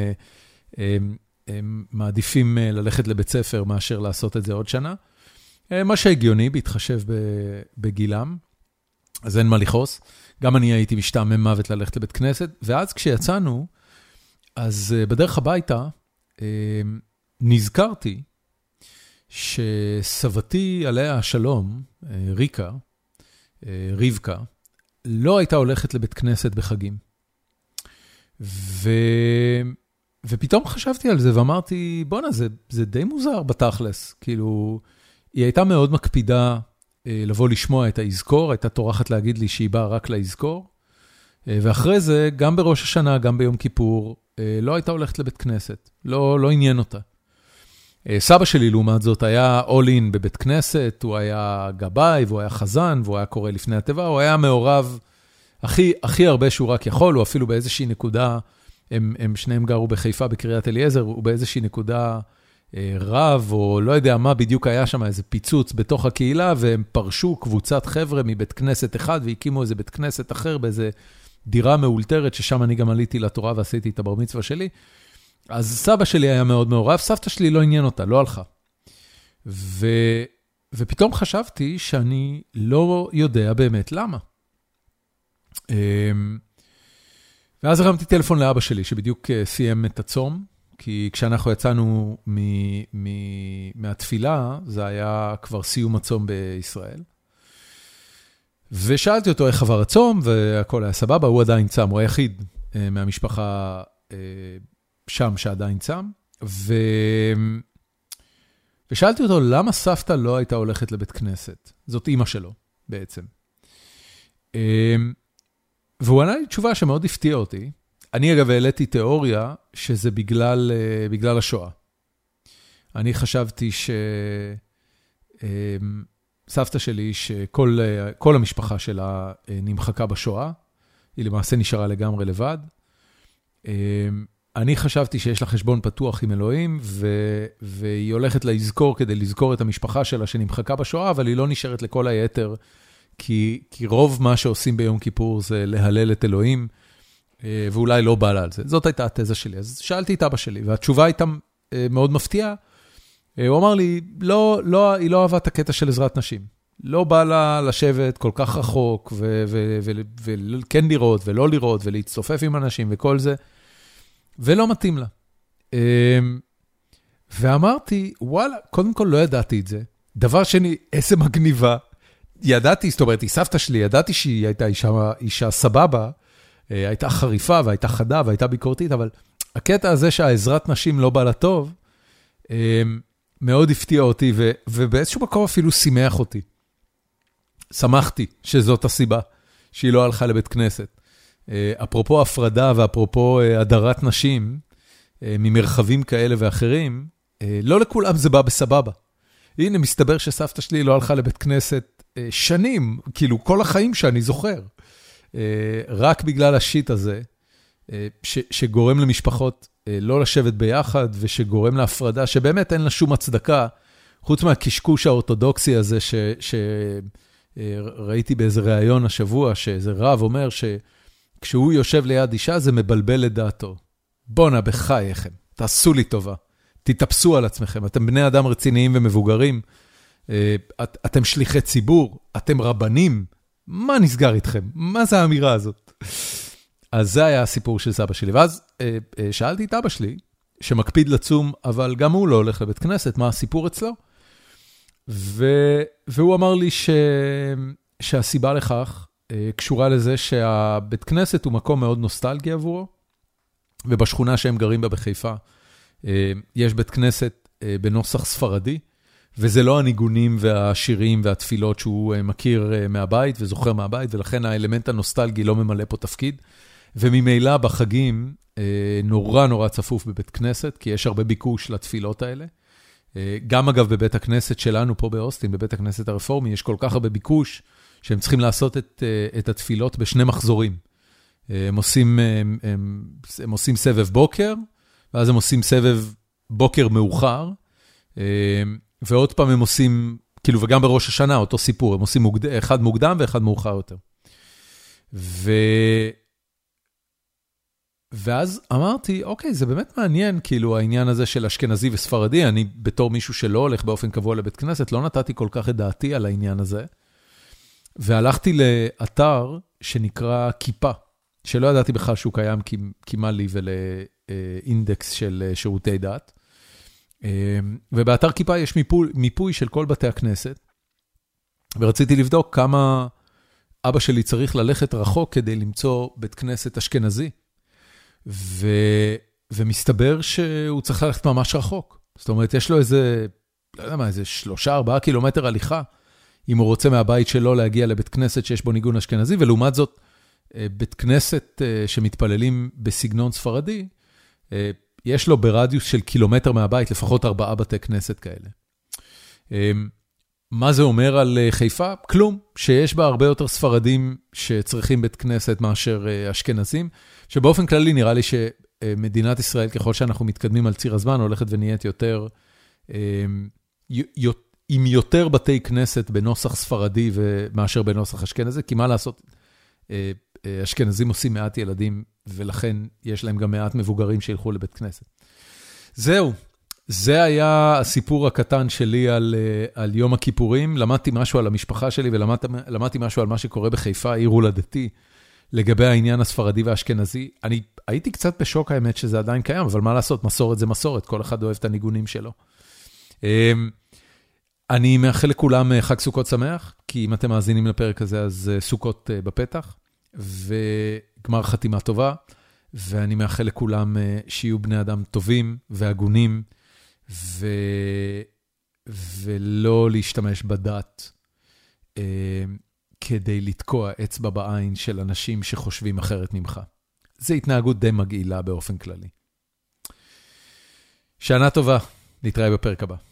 מעדיפים ללכת לבית ספר מאשר לעשות את זה עוד שנה, מה שהגיוני, בהתחשב בגילם, אז אין מה לכעוס. גם אני הייתי משתעמם מוות ללכת לבית כנסת, ואז כשיצאנו, אז בדרך הביתה, נזכרתי שסבתי עליה השלום, רבקה, לא הייתה הולכת לבית כנסת בחגים. ופתאום חשבתי על זה ואמרתי, בוא'נה, זה די מוזר בתכלס, כאילו, היא הייתה מאוד מקפידה לבוא לשמוע את היזכור, הייתה טורחת להגיד לי שהיא באה רק ליזכור, ואחרי זה, גם בראש השנה, גם ביום כיפור, לא הייתה הולכת לבית כנסת, לא עניין אותה. סבא שלי, לעומת זאת, היה all in בבית כנסת, הוא היה גבאי, והוא היה חזן, והוא היה קורא לפני התיבה, הוא היה מעורב הכי הרבה שהוא רק יכול, הוא אפילו באיזושהי נקודה, הם שניהם גרו בחיפה בקריית אליעזר, הוא באיזושהי נקודה רב, או לא יודע מה בדיוק היה שם, איזה פיצוץ בתוך הקהילה, והם פרשו קבוצת חבר'ה מבית כנסת אחד, והקימו איזה בית כנסת אחר, באיזה דירה מאולתרת, ששם אני גם עליתי לתורה ועשיתי את הבר מצווה שלי. אז סבא שלי היה מאוד מעורב, סבתא שלי לא עניין אותה, לא הלכה. ופתאום חשבתי שאני לא יודע באמת למה. ואז הרמתי טלפון לאבא שלי, שבדיוק סיים את הצום, כי כשאנחנו יצאנו מהתפילה, זה היה כבר סיום הצום בישראל. ושאלתי אותו איך עבר הצום, והכל היה סבבה, הוא עדיין צם, הוא היחיד מהמשפחה שם שעדיין צם. ושאלתי אותו, למה סבתא לא הייתה הולכת לבית כנסת? זאת אמא שלו, בעצם. והוא ענה לי תשובה שמאוד הפתיעה אותי. אני אגב העליתי תיאוריה שזה בגלל השואה. אני חשבתי סבתא שלי, שכל המשפחה שלה נמחקה בשואה, היא למעשה נשארה לגמרי לבד. אני חשבתי שיש לה חשבון פתוח עם אלוהים, והיא הולכת לזכור כדי לזכור את המשפחה שלה שנמחקה בשואה, אבל היא לא נשארת לכל היתר, כי רוב מה שעושים ביום כיפור זה להלל את אלוהים, ואולי לא בא לה על זה. זאת הייתה התזה שלי. אז שאלתי את אבא שלי, והתשובה הייתה מאוד מפתיעה. הוא אמר לי, היא לא אהבה את הקטע של עזרת נשים. לא בא לה לשבת כל כך רחוק, וכן לראות ולא לראות, ולהצטופף עם אנשים וכל זה, ולא מתאים לה. ואמרתי, וואלה, קודם כל לא ידעתי את זה. דבר שני, איזה מגניבה. ידעתי, זאת אומרת, היא סבתא שלי, ידעתי שהיא הייתה אישה סבבה, הייתה חריפה והייתה חדה והייתה ביקורתית, אבל הקטע הזה שהעזרת נשים לא בא לה טוב, מאוד הפתיע אותי, ובאיזשהו מקום אפילו שימח אותי. שמחתי שזאת הסיבה, שהיא לא הלכה לבית כנסת. אפרופו הפרדה ואפרופו הדרת נשים, ממרחבים כאלה ואחרים, לא לכולם זה בא בסבבה. הנה, מסתבר שסבתא שלי לא הלכה לבית כנסת שנים, כאילו כל החיים שאני זוכר. רק בגלל השיט הזה, שגורם למשפחות לא לשבת ביחד, ושגורם להפרדה, שבאמת אין לה שום הצדקה, חוץ מהקשקוש האורתודוקסי הזה, שראיתי באיזה ראיון השבוע, שאיזה רב אומר שכשהוא יושב ליד אישה, זה מבלבל לדעתו. בונה בחייכם, תעשו לי טובה, תתאפסו על עצמכם, אתם בני אדם רציניים ומבוגרים, אתם שליחי ציבור, אתם רבנים, מה נסגר איתכם? מה זה האמירה הזאת? אז זה היה הסיפור של סבא שלי, ואז שאלתי את אבא שלי, שמקפיד לצום, אבל גם הוא לא הולך לבית כנסת, מה הסיפור אצלו? והוא אמר לי שהסיבה לכך קשורה לזה שהבית כנסת הוא מקום מאוד נוסטלגי עבורו, ובשכונה שהם גרים בה בחיפה, יש בית כנסת בנוסח ספרדי, וזה לא הניגונים והשירים והתפילות שהוא מכיר מהבית וזוכר מהבית, ולכן האלמנט הנוסטלגי לא ממלא פה תפקיד. וממילא בחגים נורא נורא צפוף בבית כנסת, כי יש הרבה ביקוש לתפילות האלה. גם אגב בבית הכנסת שלנו פה באוסטין, בבית הכנסת הרפורמי, יש כל כך הרבה ביקוש, שהם צריכים לעשות את התפילות בשני מחזורים. הם עושים סבב בוקר, ואז הם עושים סבב בוקר מאוחר, ועוד פעם הם עושים, כאילו, וגם בראש השנה, אותו סיפור, הם עושים אחד מוקדם ואחד מאוחר יותר. ואז אמרתי, אוקיי, זה באמת מעניין, כאילו, העניין הזה של אשכנזי וספרדי, אני בתור מישהו שלא הולך באופן קבוע לבית כנסת, לא נתתי כל כך את דעתי על העניין הזה, והלכתי לאתר שנקרא כיפה, שלא ידעתי בכלל שהוא קיים, כי מה לי ולאינדקס של שירותי דת, ובאתר כיפה יש מיפוי של כל בתי הכנסת, ורציתי לבדוק כמה אבא שלי צריך ללכת רחוק כדי למצוא בית כנסת אשכנזי, ומסתבר שהוא צריך ללכת ממש רחוק. זאת אומרת, יש לו איזה, לא יודע מה, איזה 3-4 קילומטר הליכה, אם הוא רוצה מהבית שלו להגיע לבית כנסת שיש בו ניגון אשכנזי, ולעומת זאת, בית כנסת שמתפללים בסגנון ספרדי, יש לו ברדיוס של קילומטר מהבית, לפחות 4 בתי כנסת כאלה. מה זה אומר על חיפה? כלום, שיש בה הרבה יותר ספרדים שצריכים בית כנסת מאשר אשכנזים, שבאופן כללי נראה לי שמדינת ישראל, ככל שאנחנו מתקדמים על ציר הזמן, הולכת ונהיית יותר, עם יותר בתי כנסת בנוסח ספרדי מאשר בנוסח אשכנזי, כי מה לעשות? אשכנזים עושים מעט ילדים, ולכן יש להם גם מעט מבוגרים שילכו לבית כנסת. זהו, זה היה הסיפור הקטן שלי על יום הכיפורים, למדתי משהו על המשפחה שלי, ולמדתי משהו על מה שקורה בחיפה, עיר הולדתי, לגבי העניין הספרדי והאשכנזי. אני הייתי קצת בשוק האמת שזה עדיין קיים, אבל מה לעשות, מסורת זה מסורת, כל אחד אוהב את הניגונים שלו. אני מאחל לכולם חג סוכות שמח, כי אם אתם מאזינים לפרק הזה, אז סוכות בפתח, וגמר חתימה טובה, ואני מאחל לכולם שיהיו בני אדם טובים והגונים, ולא להשתמש בדת כדי לתקוע אצבע בעין של אנשים שחושבים אחרת ממך. זו התנהגות די מגעילה באופן כללי. שנה טובה, נתראה בפרק הבא.